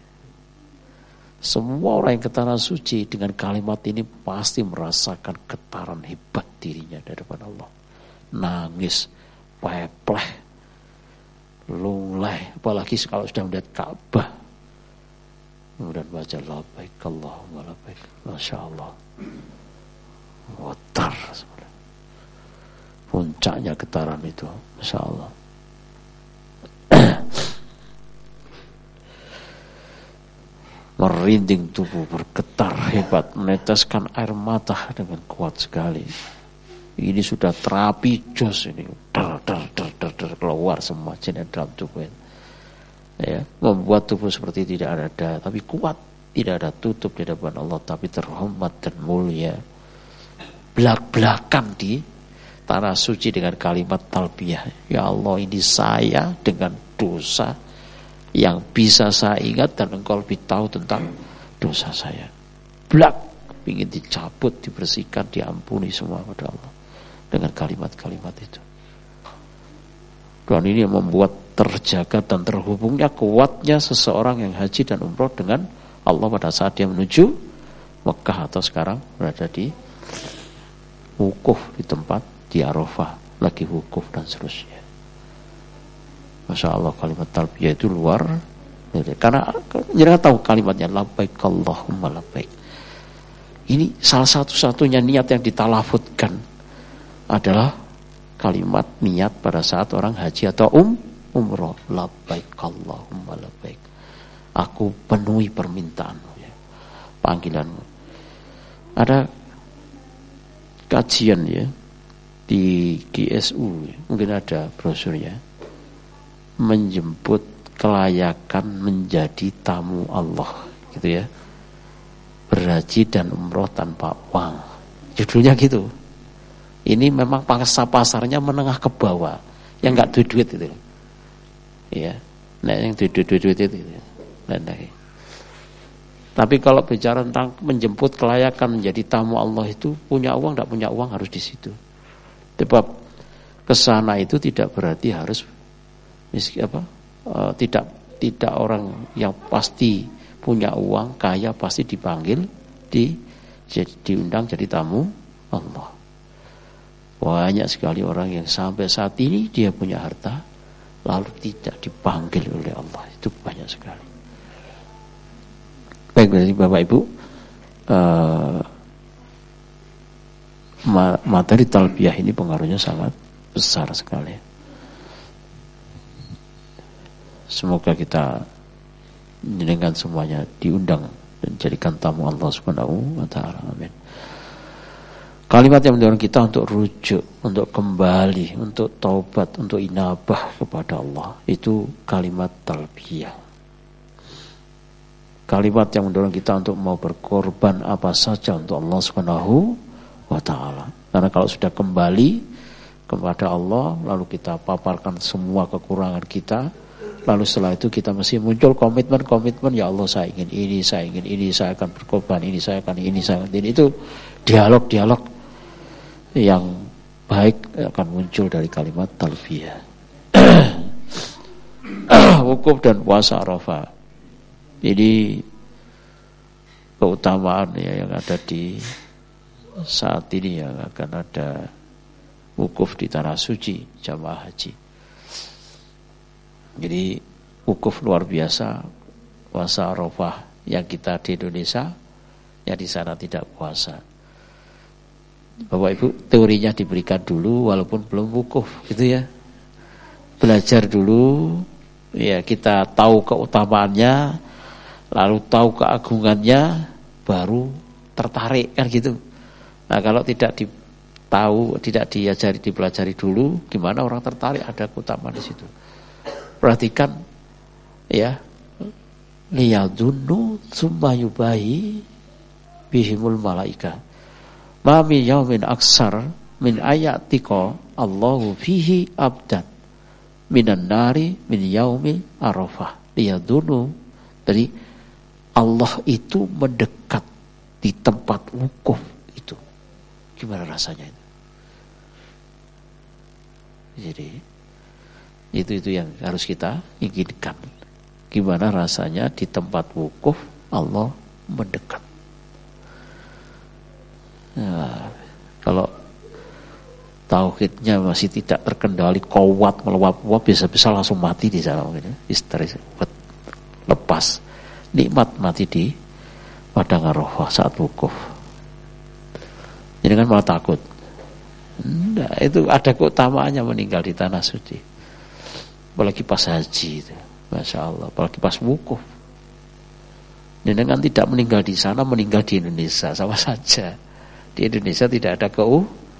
Semua orang yang ke tanah suci dengan kalimat ini pasti merasakan getaran hebat dirinya dari depan Allah. Nangis, pepleh, lunglai, apalagi kalau sudah melihat Ka'bah. Kemudian baca labbaik Allahumma labbaik. Masya Allah. Watar sebenarnya. Puncaknya getaran itu. Masya Allah. Merinding tubuh, bergetar hebat, meneteskan air mata dengan kuat sekali. Ini sudah terapi jos ini. Dar, dar, dar, dar, dar, keluar semua jenis dalam tubuh ini. ya, membuat tubuh seperti tidak ada, tapi kuat, tidak ada tutup di hadapan Allah, tapi terhormat dan mulia. Belak-belakan di tanah suci dengan kalimat talbiyah. Ya Allah, ini saya dengan dosa yang bisa saya ingat dan engkau lebih tahu tentang dosa saya. Blak, ingin dicabut, dibersihkan, diampuni semua pada Allah dengan kalimat-kalimat itu. Dan ini yang membuat terjaga dan terhubungnya kuatnya seseorang yang haji dan umroh dengan Allah pada saat dia menuju Mekah atau sekarang berada di wukuf di tempat di Arafah, lagi wukuf dan seterusnya. Masya Allah, kalimat talbiyah itu luar, karena jangan tahu kalimatnya labbaik Allahumma labbaik. Ini salah satu-satunya niat yang ditalafutkan adalah kalimat niat pada saat orang haji atau um umroh, labbaik Allahumma labbaik. Aku penuhi permintaanmu, ya, panggilanmu. Ada kajian ya di G S U, mungkin ada brosurnya, menjemput kelayakan menjadi tamu Allah, gitu ya, berhaji dan umroh tanpa uang, judulnya gitu. Ini memang pangsa pasarnya menengah ke bawah, yang nggak duit-duit itu, ya, nah yang duit-duit itu, nah, nah. Tapi kalau bicara tentang menjemput kelayakan menjadi tamu Allah itu, punya uang tidak punya uang harus di situ. Sebab kesana itu tidak berarti harus miskin apa, uh, tidak tidak orang yang pasti punya uang kaya pasti dipanggil di diundang jadi tamu Allah. Banyak sekali orang yang sampai saat ini dia punya harta lalu tidak dipanggil oleh Allah, itu banyak sekali. Baik, berarti Bapak Ibu, uh, materi talbiyah ini pengaruhnya sangat besar sekali. Semoga kita dengan semuanya diundang dan jadikan tamu Allah Subhanahu wa taala. Amin. Kalimat yang mendorong kita untuk rujuk, untuk kembali, untuk taubat, untuk inabah kepada Allah, itu kalimat talbiyah. Kalimat yang mendorong kita untuk mau berkorban apa saja untuk Allah Subhanahu wa taala. Karena kalau sudah kembali kepada Allah, lalu kita paparkan semua kekurangan kita, lalu setelah itu kita mesti muncul komitmen-komitmen, ya Allah saya ingin ini, saya ingin ini, saya akan berkorban ini, saya akan ini, saya akan ini. Itu dialog-dialog yang baik akan muncul dari kalimat talbiyah. Wukuf dan puasa Arafah. Jadi keutamaan ya yang ada di saat ini yang akan ada wukuf di tanah suci jamaah haji. Jadi wukuf luar biasa, puasa Arafah yang kita di Indonesia, yang di sana tidak puasa. Bapak Ibu, teorinya diberikan dulu walaupun belum wukuf, gitu ya. Belajar dulu, ya kita tahu keutamaannya, lalu tahu keagungannya, baru tertarik kan gitu. Nah kalau tidak ditahu, tidak diajari, dipelajari dulu, gimana orang tertarik ada keutamaan di situ. Perhatikan, ya, liyadunnu tsumma yubahi bihimul malaika. Ma min yaumin aksar min ayatika Allahu fihi abdan minan nari min yaumi Arafah. Liyadunnu, dari Allah itu mendekat di tempat wukuf itu. Gimana rasanya itu? Jadi itu itu yang harus kita inginkan. Gimana rasanya di tempat wukuf Allah mendekat. Nah, kalau tauhidnya masih tidak terkendali, kuat meluap-luap, bisa-bisa langsung mati di sana, gitu. Histeris, lepas nikmat mati di padang Arafah saat wukuf. Jadi kan malah takut. Nah, itu ada keutamaannya meninggal di tanah suci. Apalagi pas haji itu, masya Allah. Apalagi pas wukuf. Dengan tidak meninggal di sana, meninggal di Indonesia sama saja. Di Indonesia tidak ada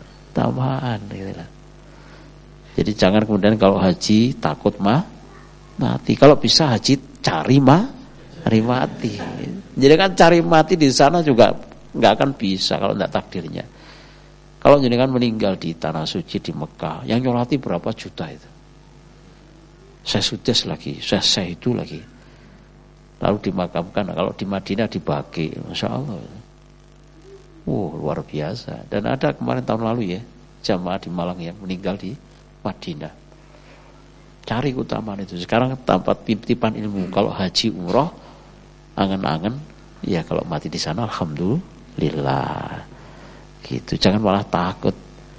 keutamaan, gitu lah. Jadi jangan kemudian kalau haji takut mah mati. Kalau bisa haji cari ma, cari mati. Jadi kan cari mati di sana juga nggak akan bisa kalau tidak takdirnya. Kalau jenengan meninggal di tanah suci di Mekah, yang nyolati berapa juta itu? Saya sudes lagi, saya saya itu lagi. Lalu dimakamkan. Kalau di Madinah dibagi, masya Allah. Wow, luar biasa. Dan ada kemarin tahun lalu ya, jamaah di Malang yang meninggal di Madinah. Cari keutamaan itu. Sekarang tempat titipan ilmu. Kalau haji umroh, angen-angen, ya kalau mati di sana, alhamdulillah. Gitu. Jangan malah takut.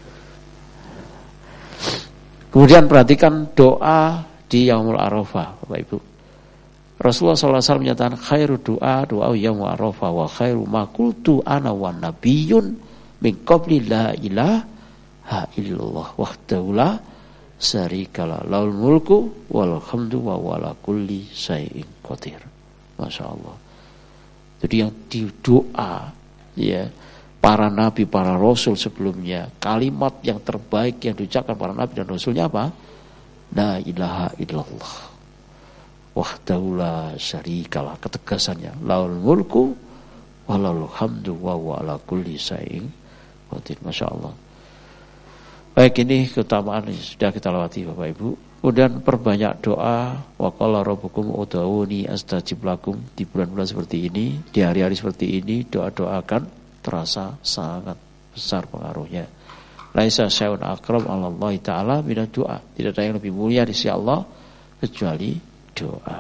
Kemudian perhatikan doa di Yaumul Arafah, Bapak Ibu. Rasulullah shallallahu alaihi wasallam menyatakan khairu doa doa Yaumul Arafah wa khairu ma qultu ana wa nabiyyun min qabli la ilaha illallah wahdahu la syarikalah lahul mulku wal hamdu wa wala kulli syai'in qadir. Masya Allah. Jadi yang di doa ya para nabi, para rasul sebelumnya, kalimat yang terbaik yang diucapkan para nabi dan rasulnya apa? La ilaha illallah wahdahu la syarikalah, ketegasannya lahul mulku walahul hamdu wa huwa ala kulli syai'in qadir. Masya Allah. Baik, ini keutamaan yang sudah kita lewati Bapak Ibu. Kemudian perbanyak doa. Wa qala rabbukum ud'uuni astajib lakum. Di bulan-bulan seperti ini, di hari-hari seperti ini, doa-doa akan terasa sangat besar pengaruhnya. Laisa syai'un akram 'ala Allah taala min doa. Tidak ada yang lebih mulia di sisi Allah kecuali doa.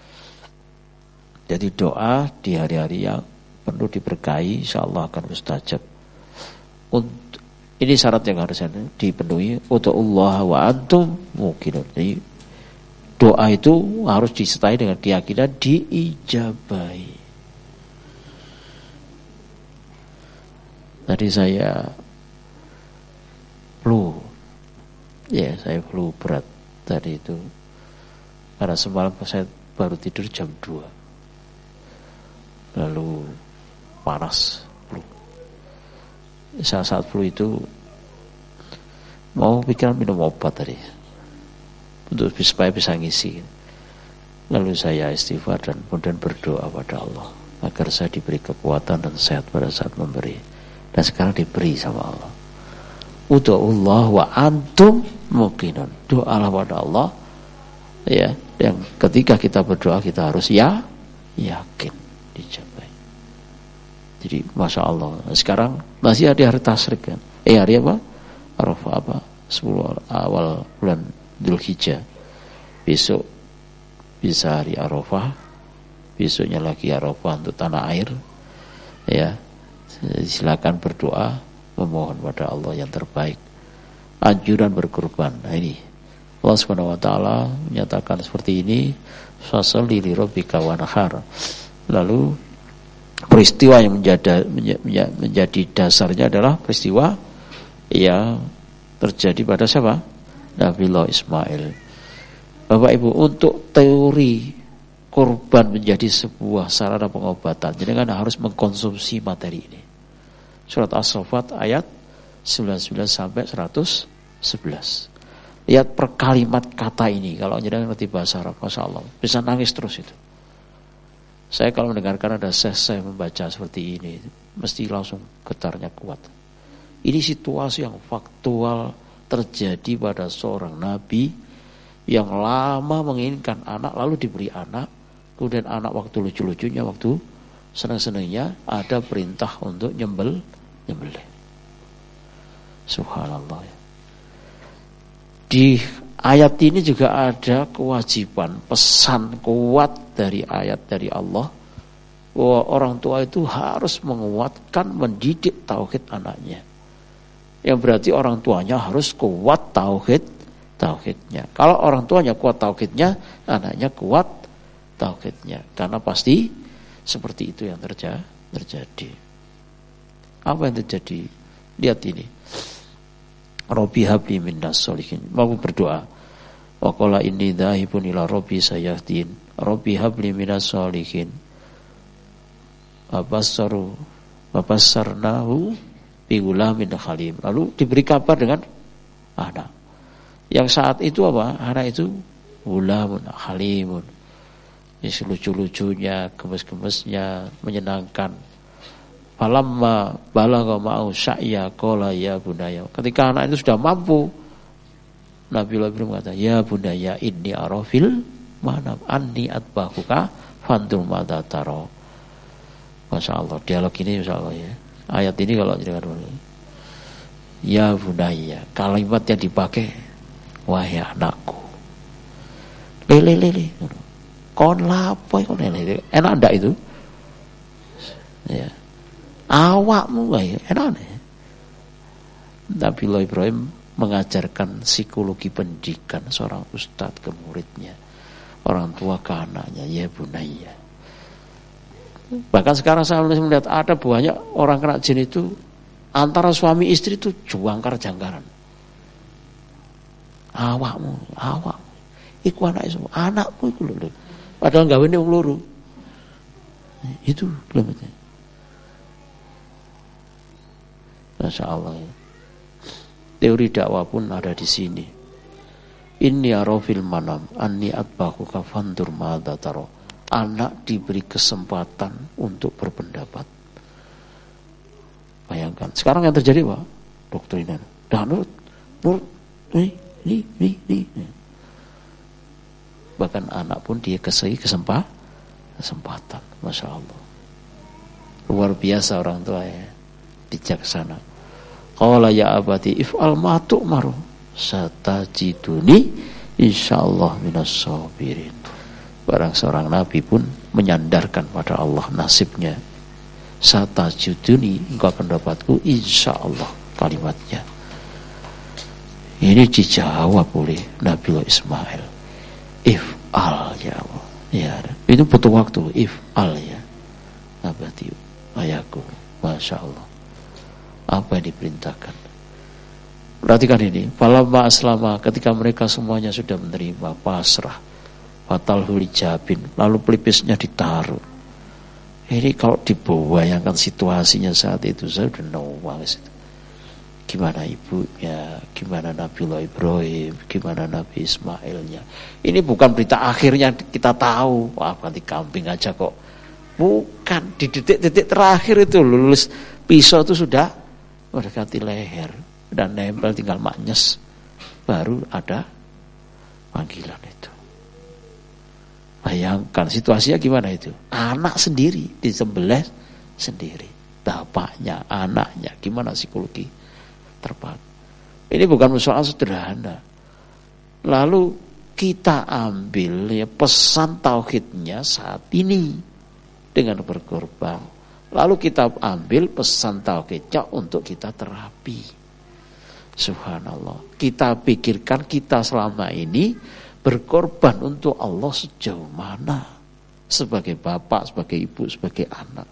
Jadi doa di hari-hari yang penuh diberkahi insyaallah akan mustajab. Untuk ini syarat yang harus dipenuhi. Ud'ullaha wa antum muqinun. Jadi doa itu harus disertai dengan keyakinan diijabahi. Tadi saya flu, ya saya flu berat tadi itu. Karena semalam saya baru tidur jam dua. Lalu panas flu. Saat saat flu itu mau pikiran minum obat tadi untuk supaya bisa ngisi. Lalu saya istighfar dan kemudian berdoa pada Allah agar saya diberi kekuatan dan sehat pada saat memberi. Dan sekarang diberi sama Allah. Ud'ullah wa antum muqinun. Doalah pada Allah ya, yang ketika kita berdoa kita harus ya yakin dijabai. Jadi Masya Allah. Sekarang masih ada hari tasyrik kan. Eh hari apa? Arafah apa? sepuluh awal bulan Dzulhijjah. Besok bisa hari Arafah. Besoknya lagi Arafah untuk tanah air. Ya. Silakan berdoa memohon pada Allah yang terbaik. Anjuran berkorban. Nah ini Allah Subhanahu wa taala menyatakan seperti ini, fasholli li rabbika wanhar. Lalu peristiwa yang menjadi, menjadi dasarnya adalah peristiwa yang terjadi pada siapa? Nabiullah Ismail. Bapak Ibu, untuk teori kurban menjadi sebuah sarana pengobatan, jadi kan harus mengkonsumsi materi ini. Surat As-Saffat ayat sembilan puluh sembilan sampai seratus sebelas. Lihat per kalimat kata ini. Kalau jenengan ngerti bahasa Arab, Masya Allah, bisa nangis terus itu. Saya kalau mendengarkan ada saya membaca seperti ini, mesti langsung getarnya kuat. Ini situasi yang faktual terjadi pada seorang nabi yang lama menginginkan anak, lalu diberi anak. Kemudian anak waktu lucu-lucunya, waktu senang-senangnya ada perintah untuk nyembel, nyembelih. Subhanallah ya. Di ayat ini juga ada kewajiban, pesan kuat dari ayat dari Allah bahwa orang tua itu harus menguatkan, mendidik tauhid anaknya. Yang berarti orang tuanya harus kuat tauhid tauhidnya. Kalau orang tuanya kuat tauhidnya, anaknya kuat tauhidnya. Karena pasti seperti itu yang terja- terjadi. Apa yang terjadi? Lihat ini. Rabbi habli minnas sholihin. Mau berdoa. Wa qala inni dzahibun ila rabbi sayahdin. Rabbi habli minas sholihin. Abassaru babassarnahu bi ghulamin halim. Lalu diberi kabar dengan anak. Yang saat itu apa? Anak itu Gulamun halimun. Ini lucu-lucunya, gemes-gemesnya, menyenangkan. Falamma balagha ma'u sya'ya qala ya bunaya. Ketika anak itu sudah mampu, Nabi Ibrahim berkata, ya bunaya inni arafil manam anni atbahuka fandur madza tara. Masya Allah, dialog ini Masya Allah ya. Ayat ini kalau dikatakan ya bunaya, kalimat yang dipakai wahai anakku. Lele lele. Kon lapo kon lele. Enak ndak itu? Ya. Awakmu wae enak nih. Nabi Ibrahim mengajarkan psikologi pendidikan seorang ustadz ke muridnya, orang tua ke anaknya, ya bunaya. Bahkan sekarang saya melihat ada banyak orang kena jin itu antara suami istri itu juangkar jangkaran. Awakmu, awak, iku anak itu, anakmu iku lho. Padahal gawe ne wong loro. Itu belum. Masya Allah ya. Teori dakwah pun ada di sini. Inni arafil manam anni atbahuka fandur madza tara. Anak diberi kesempatan untuk berpendapat. Bayangkan, sekarang yang terjadi apa? Doktrinan. Dah nurut, nurut, ini, ini, ini, ini. Bahkan anak pun dia kasih kesempatan, kesempatan. Masya Allah. Luar biasa orang tua ya. Bijaksana. Qala ya abati if'al ma tu'maru satajiduni insyaallah minas sabirin. Barang seorang nabi pun menyandarkan pada Allah nasibnya. Satajiduni, engkau akan dapatku insyaallah, kalimatnya. Ini dijawab oleh Nabi Ismail. If'al ya Allah. Ya, itu butuh waktu. If'al ya abati ayahku. Masya Allah. Apa yang diperintahkan. Perhatikan ini, falamma aslama, ketika mereka semuanya sudah menerima, pasrah, fatalhu lijabin, lalu pelipisnya ditaruh. Ini kalau dibayangkan situasinya saat itu, saya udah nangis. Gimana ibunya, gimana Nabiullah Ibrahim, gimana Nabi Ismailnya. Ini bukan berita akhirnya kita tahu, wah ganti kambing aja kok. Bukan, di detik-detik terakhir itu lulus pisau itu sudah mendekati leher dan nempel, tinggal maknyes, baru ada panggilan itu. Bayangkan situasinya gimana itu? Anak sendiri disembelih sendiri, bapaknya, anaknya, gimana psikologi terpat. Ini bukan persoalan sederhana. Lalu kita ambil ya pesan tauhidnya saat ini dengan berkorban. Lalu kita ambil pesan tauhidnya untuk kita terapi. Subhanallah. Kita pikirkan kita selama ini berkorban untuk Allah sejauh mana. Sebagai bapak, sebagai ibu, sebagai anak.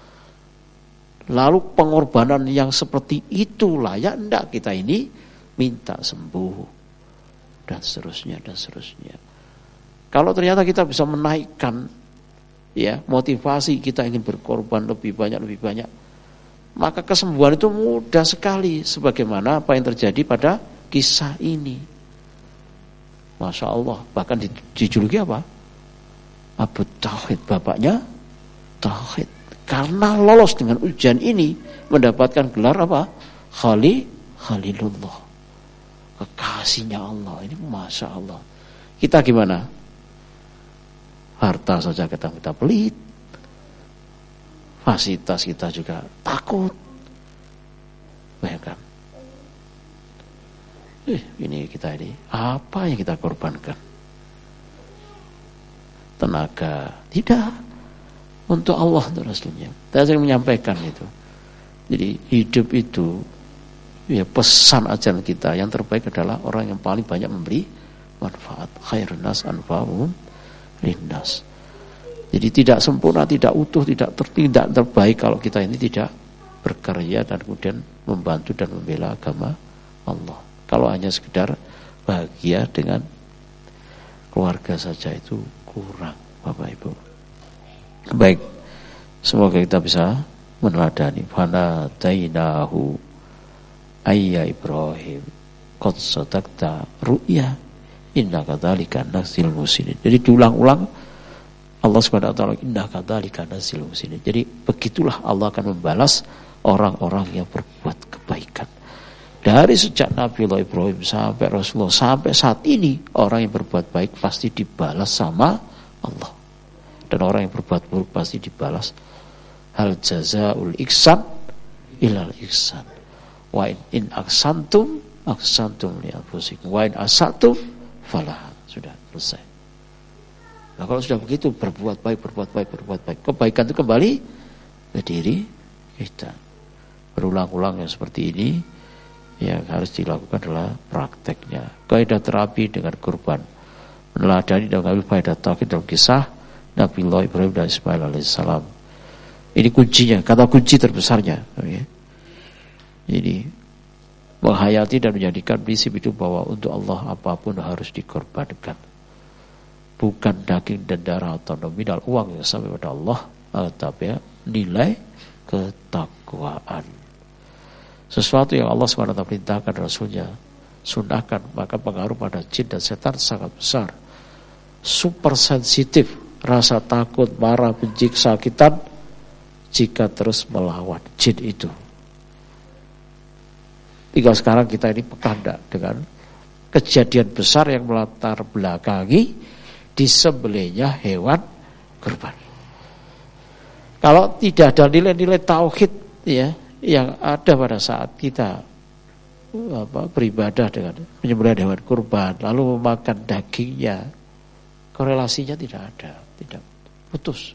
Lalu pengorbanan yang seperti itu layak enggak kita ini minta sembuh. Dan seterusnya, dan seterusnya. Kalau ternyata kita bisa menaikkan ya, motivasi kita ingin berkorban lebih banyak lebih banyak, maka kesembuhan itu mudah sekali, sebagaimana apa yang terjadi pada kisah ini. Masya Allah, bahkan dijuluki apa? Abu Tauhid, bapaknya Tauhid, karena lolos dengan ujian ini mendapatkan gelar apa? Khali Khalilullah, kekasihnya Allah. Ini Masya Allah. Kita gimana? Harta saja kita kita pelit, fasilitas kita juga takut. Bayangkan, eh, ini kita ini apa yang kita korbankan? Tenaga tidak, untuk Allah, untuk Rasulnya. Saya sering menyampaikan itu. Jadi hidup itu ya pesan ajaran kita yang terbaik adalah orang yang paling banyak memberi manfaat. Khairun nas anfa'uhum linnas. Jadi tidak sempurna, tidak utuh, tidak ter, tidak terbaik kalau kita ini tidak berkarya dan kemudian membantu dan membela agama Allah. Kalau hanya sekedar bahagia dengan keluarga saja itu kurang, Bapak Ibu. Baik, semoga kita bisa meneladani. Fana tainahu ayya Ibrahim qad sadaqta ru'ya Inna kadzalika nazil musinin. Jadi diulang-ulang Allah Subhanahu wa taala, inna kadzalika nazil musinin. Jadi begitulah Allah akan membalas orang-orang yang berbuat kebaikan. Dari sejak Nabiullah Ibrahim sampai Rasulullah sampai saat ini, orang yang berbuat baik pasti dibalas sama Allah. Dan orang yang berbuat buruk pasti dibalas. Hal jazaul ihsan ilal ihsan. Wa in aksantum aksantum li anfusikum wa in asatum falah. Sudah selesai. Nah, kalau sudah begitu, berbuat baik, berbuat baik, berbuat baik, kebaikan itu kembali ke diri kita. Berulang-ulang yang seperti ini yang harus dilakukan adalah prakteknya. Kaidah terapi dengan kurban, meneladani dan mengambil faedah tauhid dalam kisah Nabiullah Ibrahim dan Ismail alaihissalam. Ini kuncinya, kata kunci terbesarnya. Jadi menghayati dan menjadikan prinsip itu bahwa untuk Allah apapun harus dikorbankan. Bukan daging dan darah atau nominal uang yang sampai pada Allah, tapi nilai ketakwaan. Sesuatu yang Allah subhanahu wa taala perintahkan Rasulnya, sunahkan, maka pengaruh pada jin dan setan sangat besar. Super sensitif, rasa takut, marah, benci, kesakitan jika terus melawan jin itu. Tinggal sekarang kita ini peka dengan kejadian besar yang melatar belakangi disembelihnya hewan kurban. Kalau tidak ada nilai-nilai tauhid ya yang ada pada saat kita apa, beribadah dengan menyembelih hewan kurban lalu memakan dagingnya, korelasinya tidak ada, tidak putus.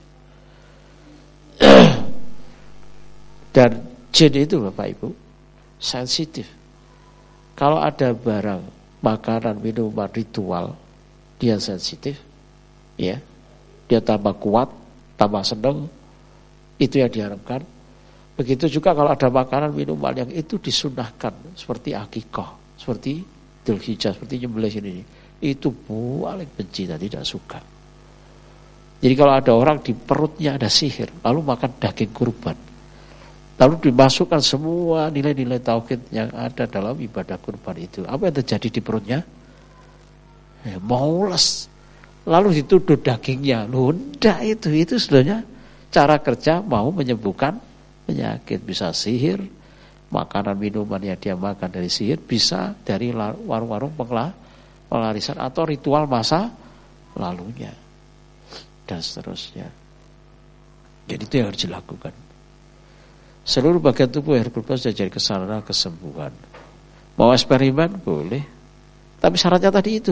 Dan jin itu Bapak Ibu sensitif. Kalau ada barang makanan, minuman, ritual, dia sensitif, ya, dia tambah kuat, tambah senang, itu yang diharapkan. Begitu juga kalau ada makanan, minuman yang itu disunahkan, seperti akikah, seperti dzulhijjah, seperti nyembelih ini, itu paling benci dan tidak suka. Jadi kalau ada orang di perutnya ada sihir, lalu makan daging kurban, lalu dimasukkan semua nilai-nilai tauhid yang ada dalam ibadah kurban itu, apa yang terjadi di perutnya? Ya, maules. Lalu dituduh dagingnya. Loh, enggak itu. Itu sebenarnya cara kerja mau menyembuhkan penyakit. Bisa sihir, makanan minuman yang dia makan dari sihir, bisa dari warung-warung penglarisan atau ritual masa lalunya. Dan seterusnya. Jadi itu yang harus dilakukan. Seluruh bagian tubuh yang berubah sudah jadi kesalahan kesembuhan. Mau eksperimen? Boleh. Tapi syaratnya tadi itu.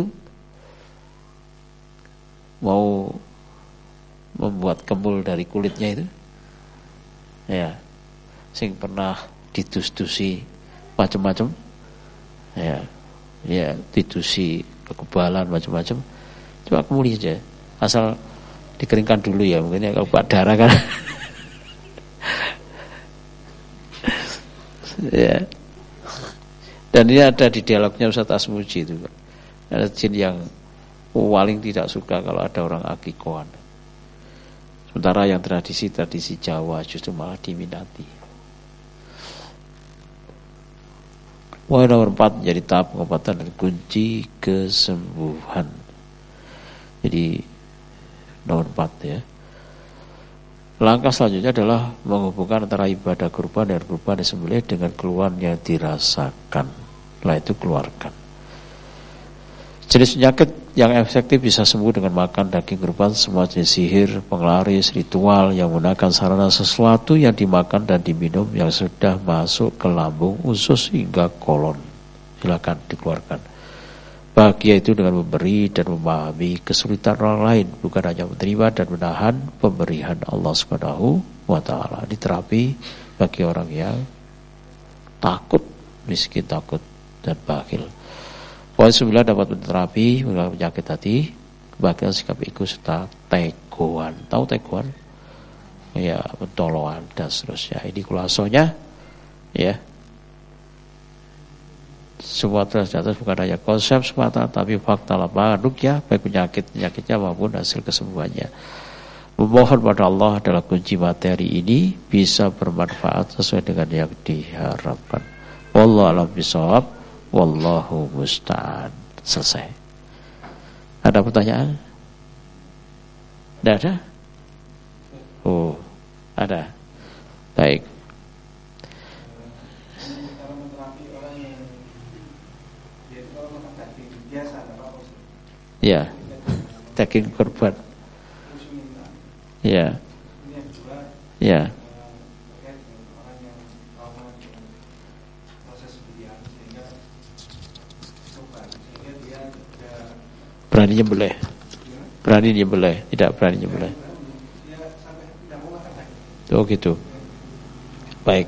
Mau membuat kemul dari kulitnya itu. Ya. Sing pernah didus-dusi macam-macam. Ya. Ya, didusi kekebalan macam-macam. Coba kemuli aja. Asal dikeringkan dulu ya. Mungkin ya kalau buat darah kan. Ya. Dan ini ada di dialognya Ustaz Asmuji itu. Ada jin yang paling tidak suka kalau ada orang akikoan. Sementara yang tradisi-tradisi Jawa justru malah diminati. Poin nomor empat menjadi tahap pengobatan dan kunci kesembuhan. Jadi nomor empat ya. Langkah selanjutnya adalah menghubungkan antara ibadah kurban dan kurban disembelih dengan keluhan yang dirasakan. Setelah itu keluarkan. Jenis penyakit yang efektif bisa sembuh dengan makan daging kurban, semua jenis sihir, penglaris, ritual yang menggunakan sarana sesuatu yang dimakan dan diminum yang sudah masuk ke lambung, usus hingga kolon. Silakan dikeluarkan. Bahagia itu dengan memberi dan memahami kesulitan orang lain, bukan hanya menerima dan menahan pemberian Allah Subhanahu wa taala. Ini terapi bagi orang yang takut, miskin, takut dan bakhil. Poin sembilan dapat menterapi penyakit hati, kebahagiaan, sikap ego serta tegoan. Tahu tegoan? Ya, mentoloan dan seterusnya. Ini kulasonya ya. Semua telah di atas bukan hanya konsep semata, tapi fakta lapangan rukyah baik penyakit-penyakitnya maupun hasil kesembuhannya. Memohon pada Allah adalah kunci materi ini bisa bermanfaat sesuai dengan yang diharapkan. Wallahu a'lam bishawab, wallahu musta'an. Selesai. Ada pertanyaan? Tidak ada? Oh, ada. Baik. Ya, daging kurban. Ya, ya. Berani nyembelih, berani nyembelih, tidak berani nyembelih. Oh gitu. Baik.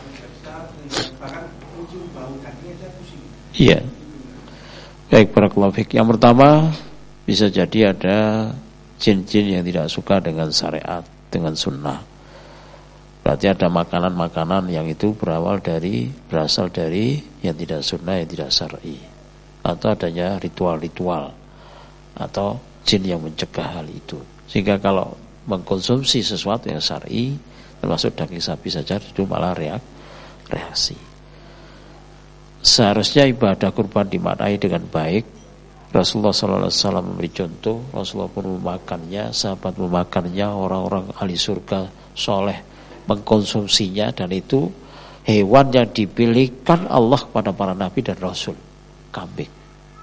Iya. Baik, barakallahu fiik. Yang pertama, bisa jadi ada jin-jin yang tidak suka dengan syariat, dengan sunnah. Berarti ada makanan-makanan yang itu berawal dari, berasal dari yang tidak sunnah, yang tidak syar'i. Atau adanya ritual-ritual atau jin yang mencegah hal itu. Sehingga kalau mengkonsumsi sesuatu yang syar'i, termasuk daging sapi saja, itu malah reak, reaksi. Seharusnya ibadah kurban dimaknai dengan baik. Rasulullah shallallahu alaihi wasallam memberi contoh. Rasulullah pun memakannya, sahabat memakannya, orang-orang ahli surga soleh mengkonsumsinya, dan itu hewan yang dipilihkan Allah kepada para nabi dan rasul, kambing.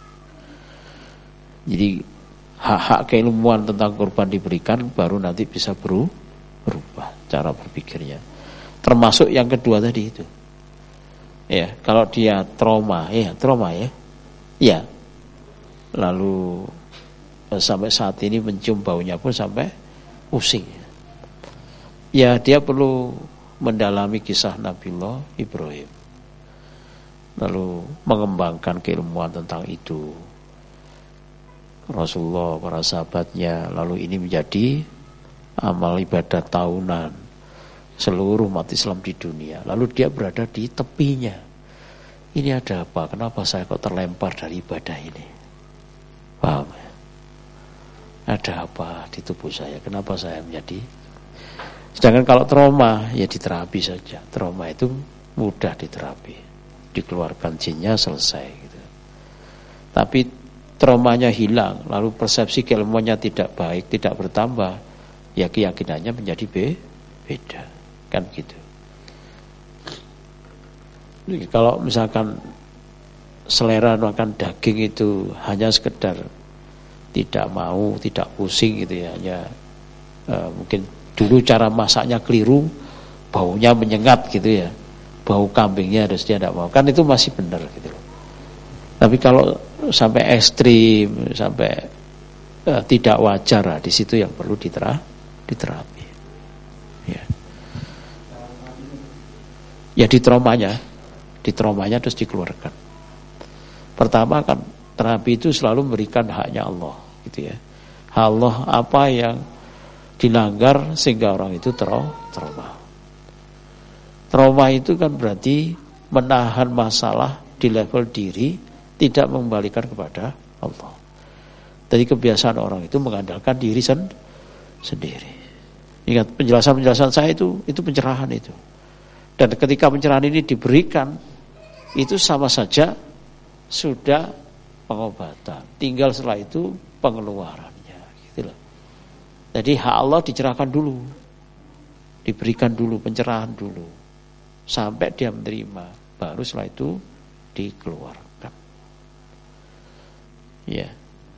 Jadi hak-hak keilmuan tentang kurban diberikan, baru nanti bisa berubah cara berpikirnya. Termasuk yang kedua tadi itu. Ya, kalau dia trauma, ya trauma ya, ya. Lalu sampai saat ini mencium baunya pun sampai pusing. Ya, dia perlu mendalami kisah Nabiullah Ibrahim, lalu mengembangkan keilmuan tentang itu. Rasulullah, para sahabatnya, lalu ini menjadi amal ibadah tahunan seluruh umat Islam di dunia. Lalu dia berada di tepinya. Ini ada apa? Kenapa saya kok terlempar dari ibadah ini? Paham? Ada apa di tubuh saya? Kenapa saya menjadi? Sedangkan kalau trauma, ya diterapi saja. Trauma itu mudah diterapi, dikeluarkan jinnya, selesai gitu. Tapi traumanya hilang, lalu persepsi keilmuannya tidak baik, tidak bertambah, ya keyakinannya menjadi be beda, kan gitu. Jadi kalau misalkan selera makan daging itu hanya sekedar tidak mau, tidak pusing gitu ya, hanya uh, mungkin dulu cara masaknya keliru, baunya menyengat gitu ya, bau kambingnya harus dia tidak mau, kan itu masih benar gitu loh. Tapi kalau sampai ekstrim, sampai uh, tidak wajar, lah, di situ yang perlu ditera, diterapi. Ya. Ya di traumanya, di traumanya terus dikeluarkan. Pertama kan terapi itu selalu memberikan haknya Allah, gitu ya. Allah apa yang dilanggar sehingga orang itu trauma. Trauma itu kan berarti menahan masalah di level diri, tidak mengembalikan kepada Allah. Jadi kebiasaan orang itu mengandalkan diri sen sendiri. Ingat penjelasan-penjelasan saya itu, itu pencerahan itu. Dan ketika pencerahan ini diberikan, itu sama saja sudah pengobatan. Tinggal setelah itu pengeluarannya, gitu loh. Jadi hak Allah dicerahkan dulu, diberikan dulu, pencerahan dulu, sampai dia menerima, baru setelah itu dikeluarkan. Ya,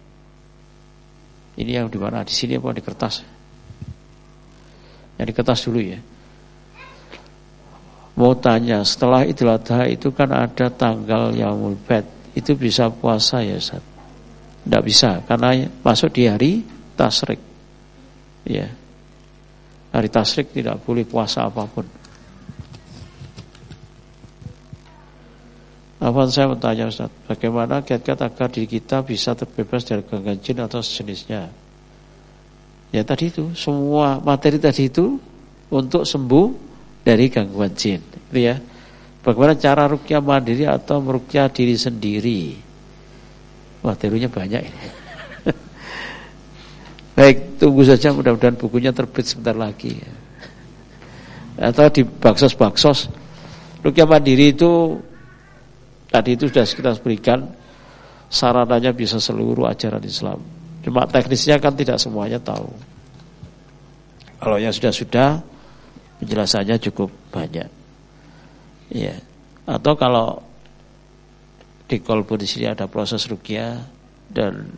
ini yang di mana? Di sini apa di kertas? Yang di kertas dulu ya. Mau tanya, setelah Idul Adha itu kan ada tanggal Yaumul Bid, itu bisa puasa ya Ustaz? Tidak bisa, karena masuk di hari Tasyrik. Ya, hari Tasyrik tidak boleh puasa apapun. Apa saya bertanya Ustaz, bagaimana kiat-kiat agar diri kita bisa terbebas dari gangguan jin atau sejenisnya? Ya tadi itu, semua materi tadi itu untuk sembuh dari gangguan jin, gitu ya. Bagaimana cara ruqyah mandiri atau meruqyah diri sendiri? Materinya banyak ini. Baik, tunggu saja, mudah-mudahan bukunya terbit sebentar lagi. Atau di baksos-baksos. Ruqyah mandiri itu tadi itu sudah kita berikan, sarananya bisa seluruh ajaran Islam. Cuma teknisnya kan tidak semuanya tahu. Kalau yang sudah-sudah penjelasannya cukup banyak. Ya. Atau kalau di kolbu di sini ada proses ruqyah dan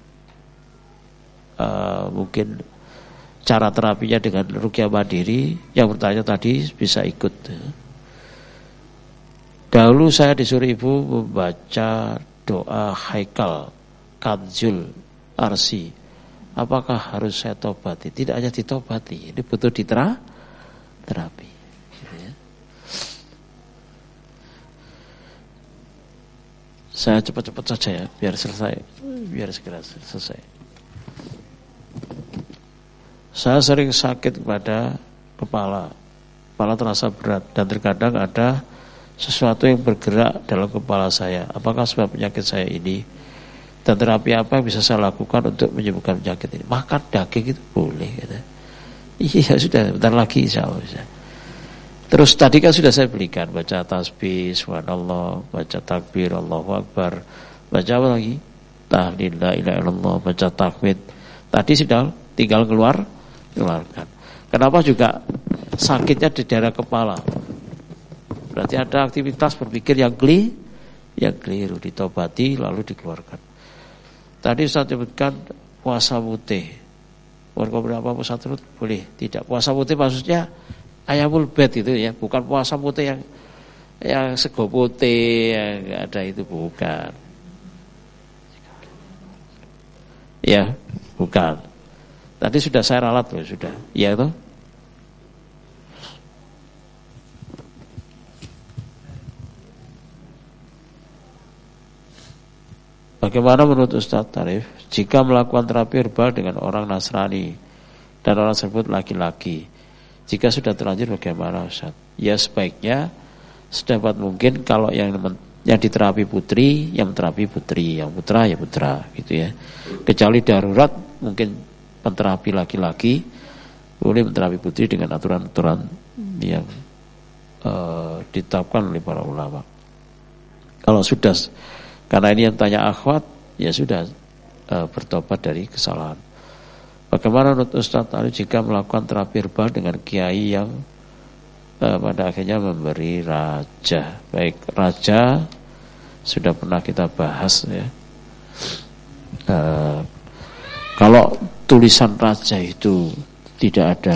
uh, mungkin cara terapinya dengan ruqyah mandiri, yang bertanya tadi bisa ikut. Dahulu saya disuruh ibu membaca doa Haikal Kanzul Arsi. Apakah harus saya tobati? Tidak hanya ditobati, ini butuh ditera terapi. Gitu ya. Saya cepat-cepat saja ya, biar selesai, biar segera selesai. Saya sering sakit pada kepala, kepala terasa berat dan terkadang ada sesuatu yang bergerak dalam kepala saya. Apakah sebab penyakit saya ini? Dan terapi apa yang bisa saya lakukan untuk menyembuhkan penyakit ini? Makan daging itu boleh gitu. Iya sudah, bentar lagi insya Allah bisa. Terus tadi kan sudah saya belikan, baca tasbih, subhanallah, baca takbir, Allahu Akbar, baca apa lagi? Tahlil, la ilaha illallah, baca tahmid. Tadi sudah tinggal keluar, keluarkan. Kenapa juga sakitnya di daerah kepala? Berarti ada aktivitas berpikir yang keli, yang keliru, ditobati lalu dikeluarkan. Tadi saya sebutkan puasa putih. Warga berapa puasa terus? Boleh, tidak. Puasa putih maksudnya ayamul bed itu ya, bukan puasa putih yang yang sego putih yang ada itu, bukan. Ya, bukan. Tadi sudah saya ralat loh, sudah. Iya itu. Bagaimana menurut Ustaz Tarif jika melakukan terapi herbal dengan orang Nasrani dan orang tersebut laki-laki? Jika sudah terlanjur bagaimana Ustaz? Ya sebaiknya sedapat mungkin kalau yang yang diterapi putri, yang terapi putri, yang putra ya putra gitu ya. Kecuali darurat mungkin penterapi laki-laki boleh menterapi putri dengan aturan-aturan yang uh, ditetapkan oleh para ulama. Kalau sudah, karena ini yang tanya akhwat, ya sudah uh, bertobat dari kesalahan. Bagaimana menurut Ustaz Ali jika melakukan terapi herbal dengan kiai yang uh, pada akhirnya memberi raja? Baik, raja sudah pernah kita bahas ya. Uh, kalau tulisan raja itu tidak ada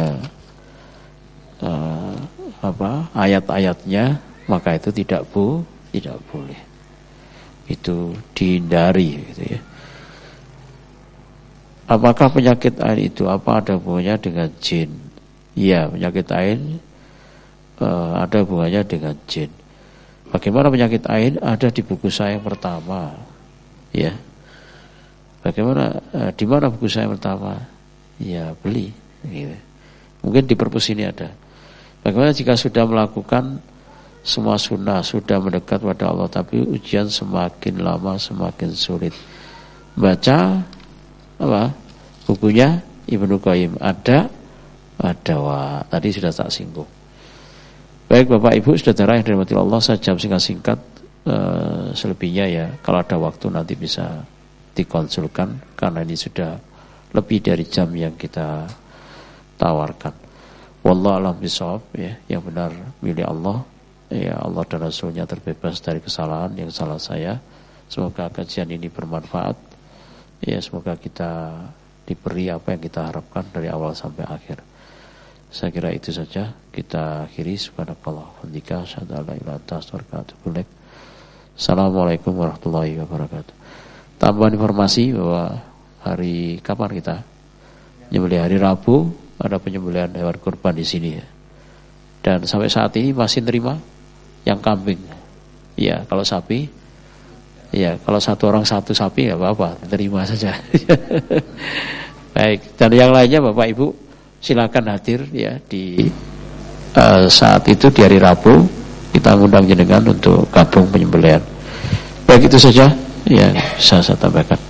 uh, apa ayat-ayatnya, maka itu tidak bu, tidak boleh. Itu dihindari gitu ya. Apakah penyakit ain itu apa ada hubungannya dengan jin? Iya, penyakit ain uh, ada hubungannya dengan jin. Bagaimana penyakit ain? Ada di buku saya yang pertama. Ya. Bagaimana uh, di mana buku saya yang pertama? Ya, beli gitu. Mungkin di perpus ini ada. Bagaimana jika sudah melakukan semua sunnah, sudah mendekat pada Allah, tapi ujian semakin lama semakin sulit? Baca apa? Bukunya Ibnu Qayyim, ada ada wah, tadi sudah tak singgung. Baik Bapak Ibu saudara yang dirahmati Allah, saya jam singkat-singkat, uh, selebihnya ya kalau ada waktu nanti bisa dikonsulkan karena ini sudah lebih dari jam yang kita tawarkan. Wallahu a'lam bishawab ya, yang benar milik Allah. Ya Allah dan Rasulnya terbebas dari kesalahan yang salah saya. Semoga kajian ini bermanfaat. Ya semoga kita diberi apa yang kita harapkan dari awal sampai akhir. Saya kira itu saja. Kita akhiri. Subhanakallah wa bihamdika asyhadu an la ilaha illa anta astaghfiruka wa atubu ilaik. Assalamualaikum warahmatullahi wabarakatuh. Tambahan informasi bahwa hari kapan kita menyembelih? Hari Rabu ada penyembelihan hewan kurban di sini ya. Dan sampai saat ini masih terima yang kambing. Ya, kalau sapi, ya kalau satu orang satu sapi nggak apa-apa, terima saja. Baik, dan yang lainnya Bapak Ibu silakan hadir ya di uh, saat itu di hari Rabu kita undang jenengan untuk gabung penyembelihan. Baik itu saja yang bisa saya tambahkan.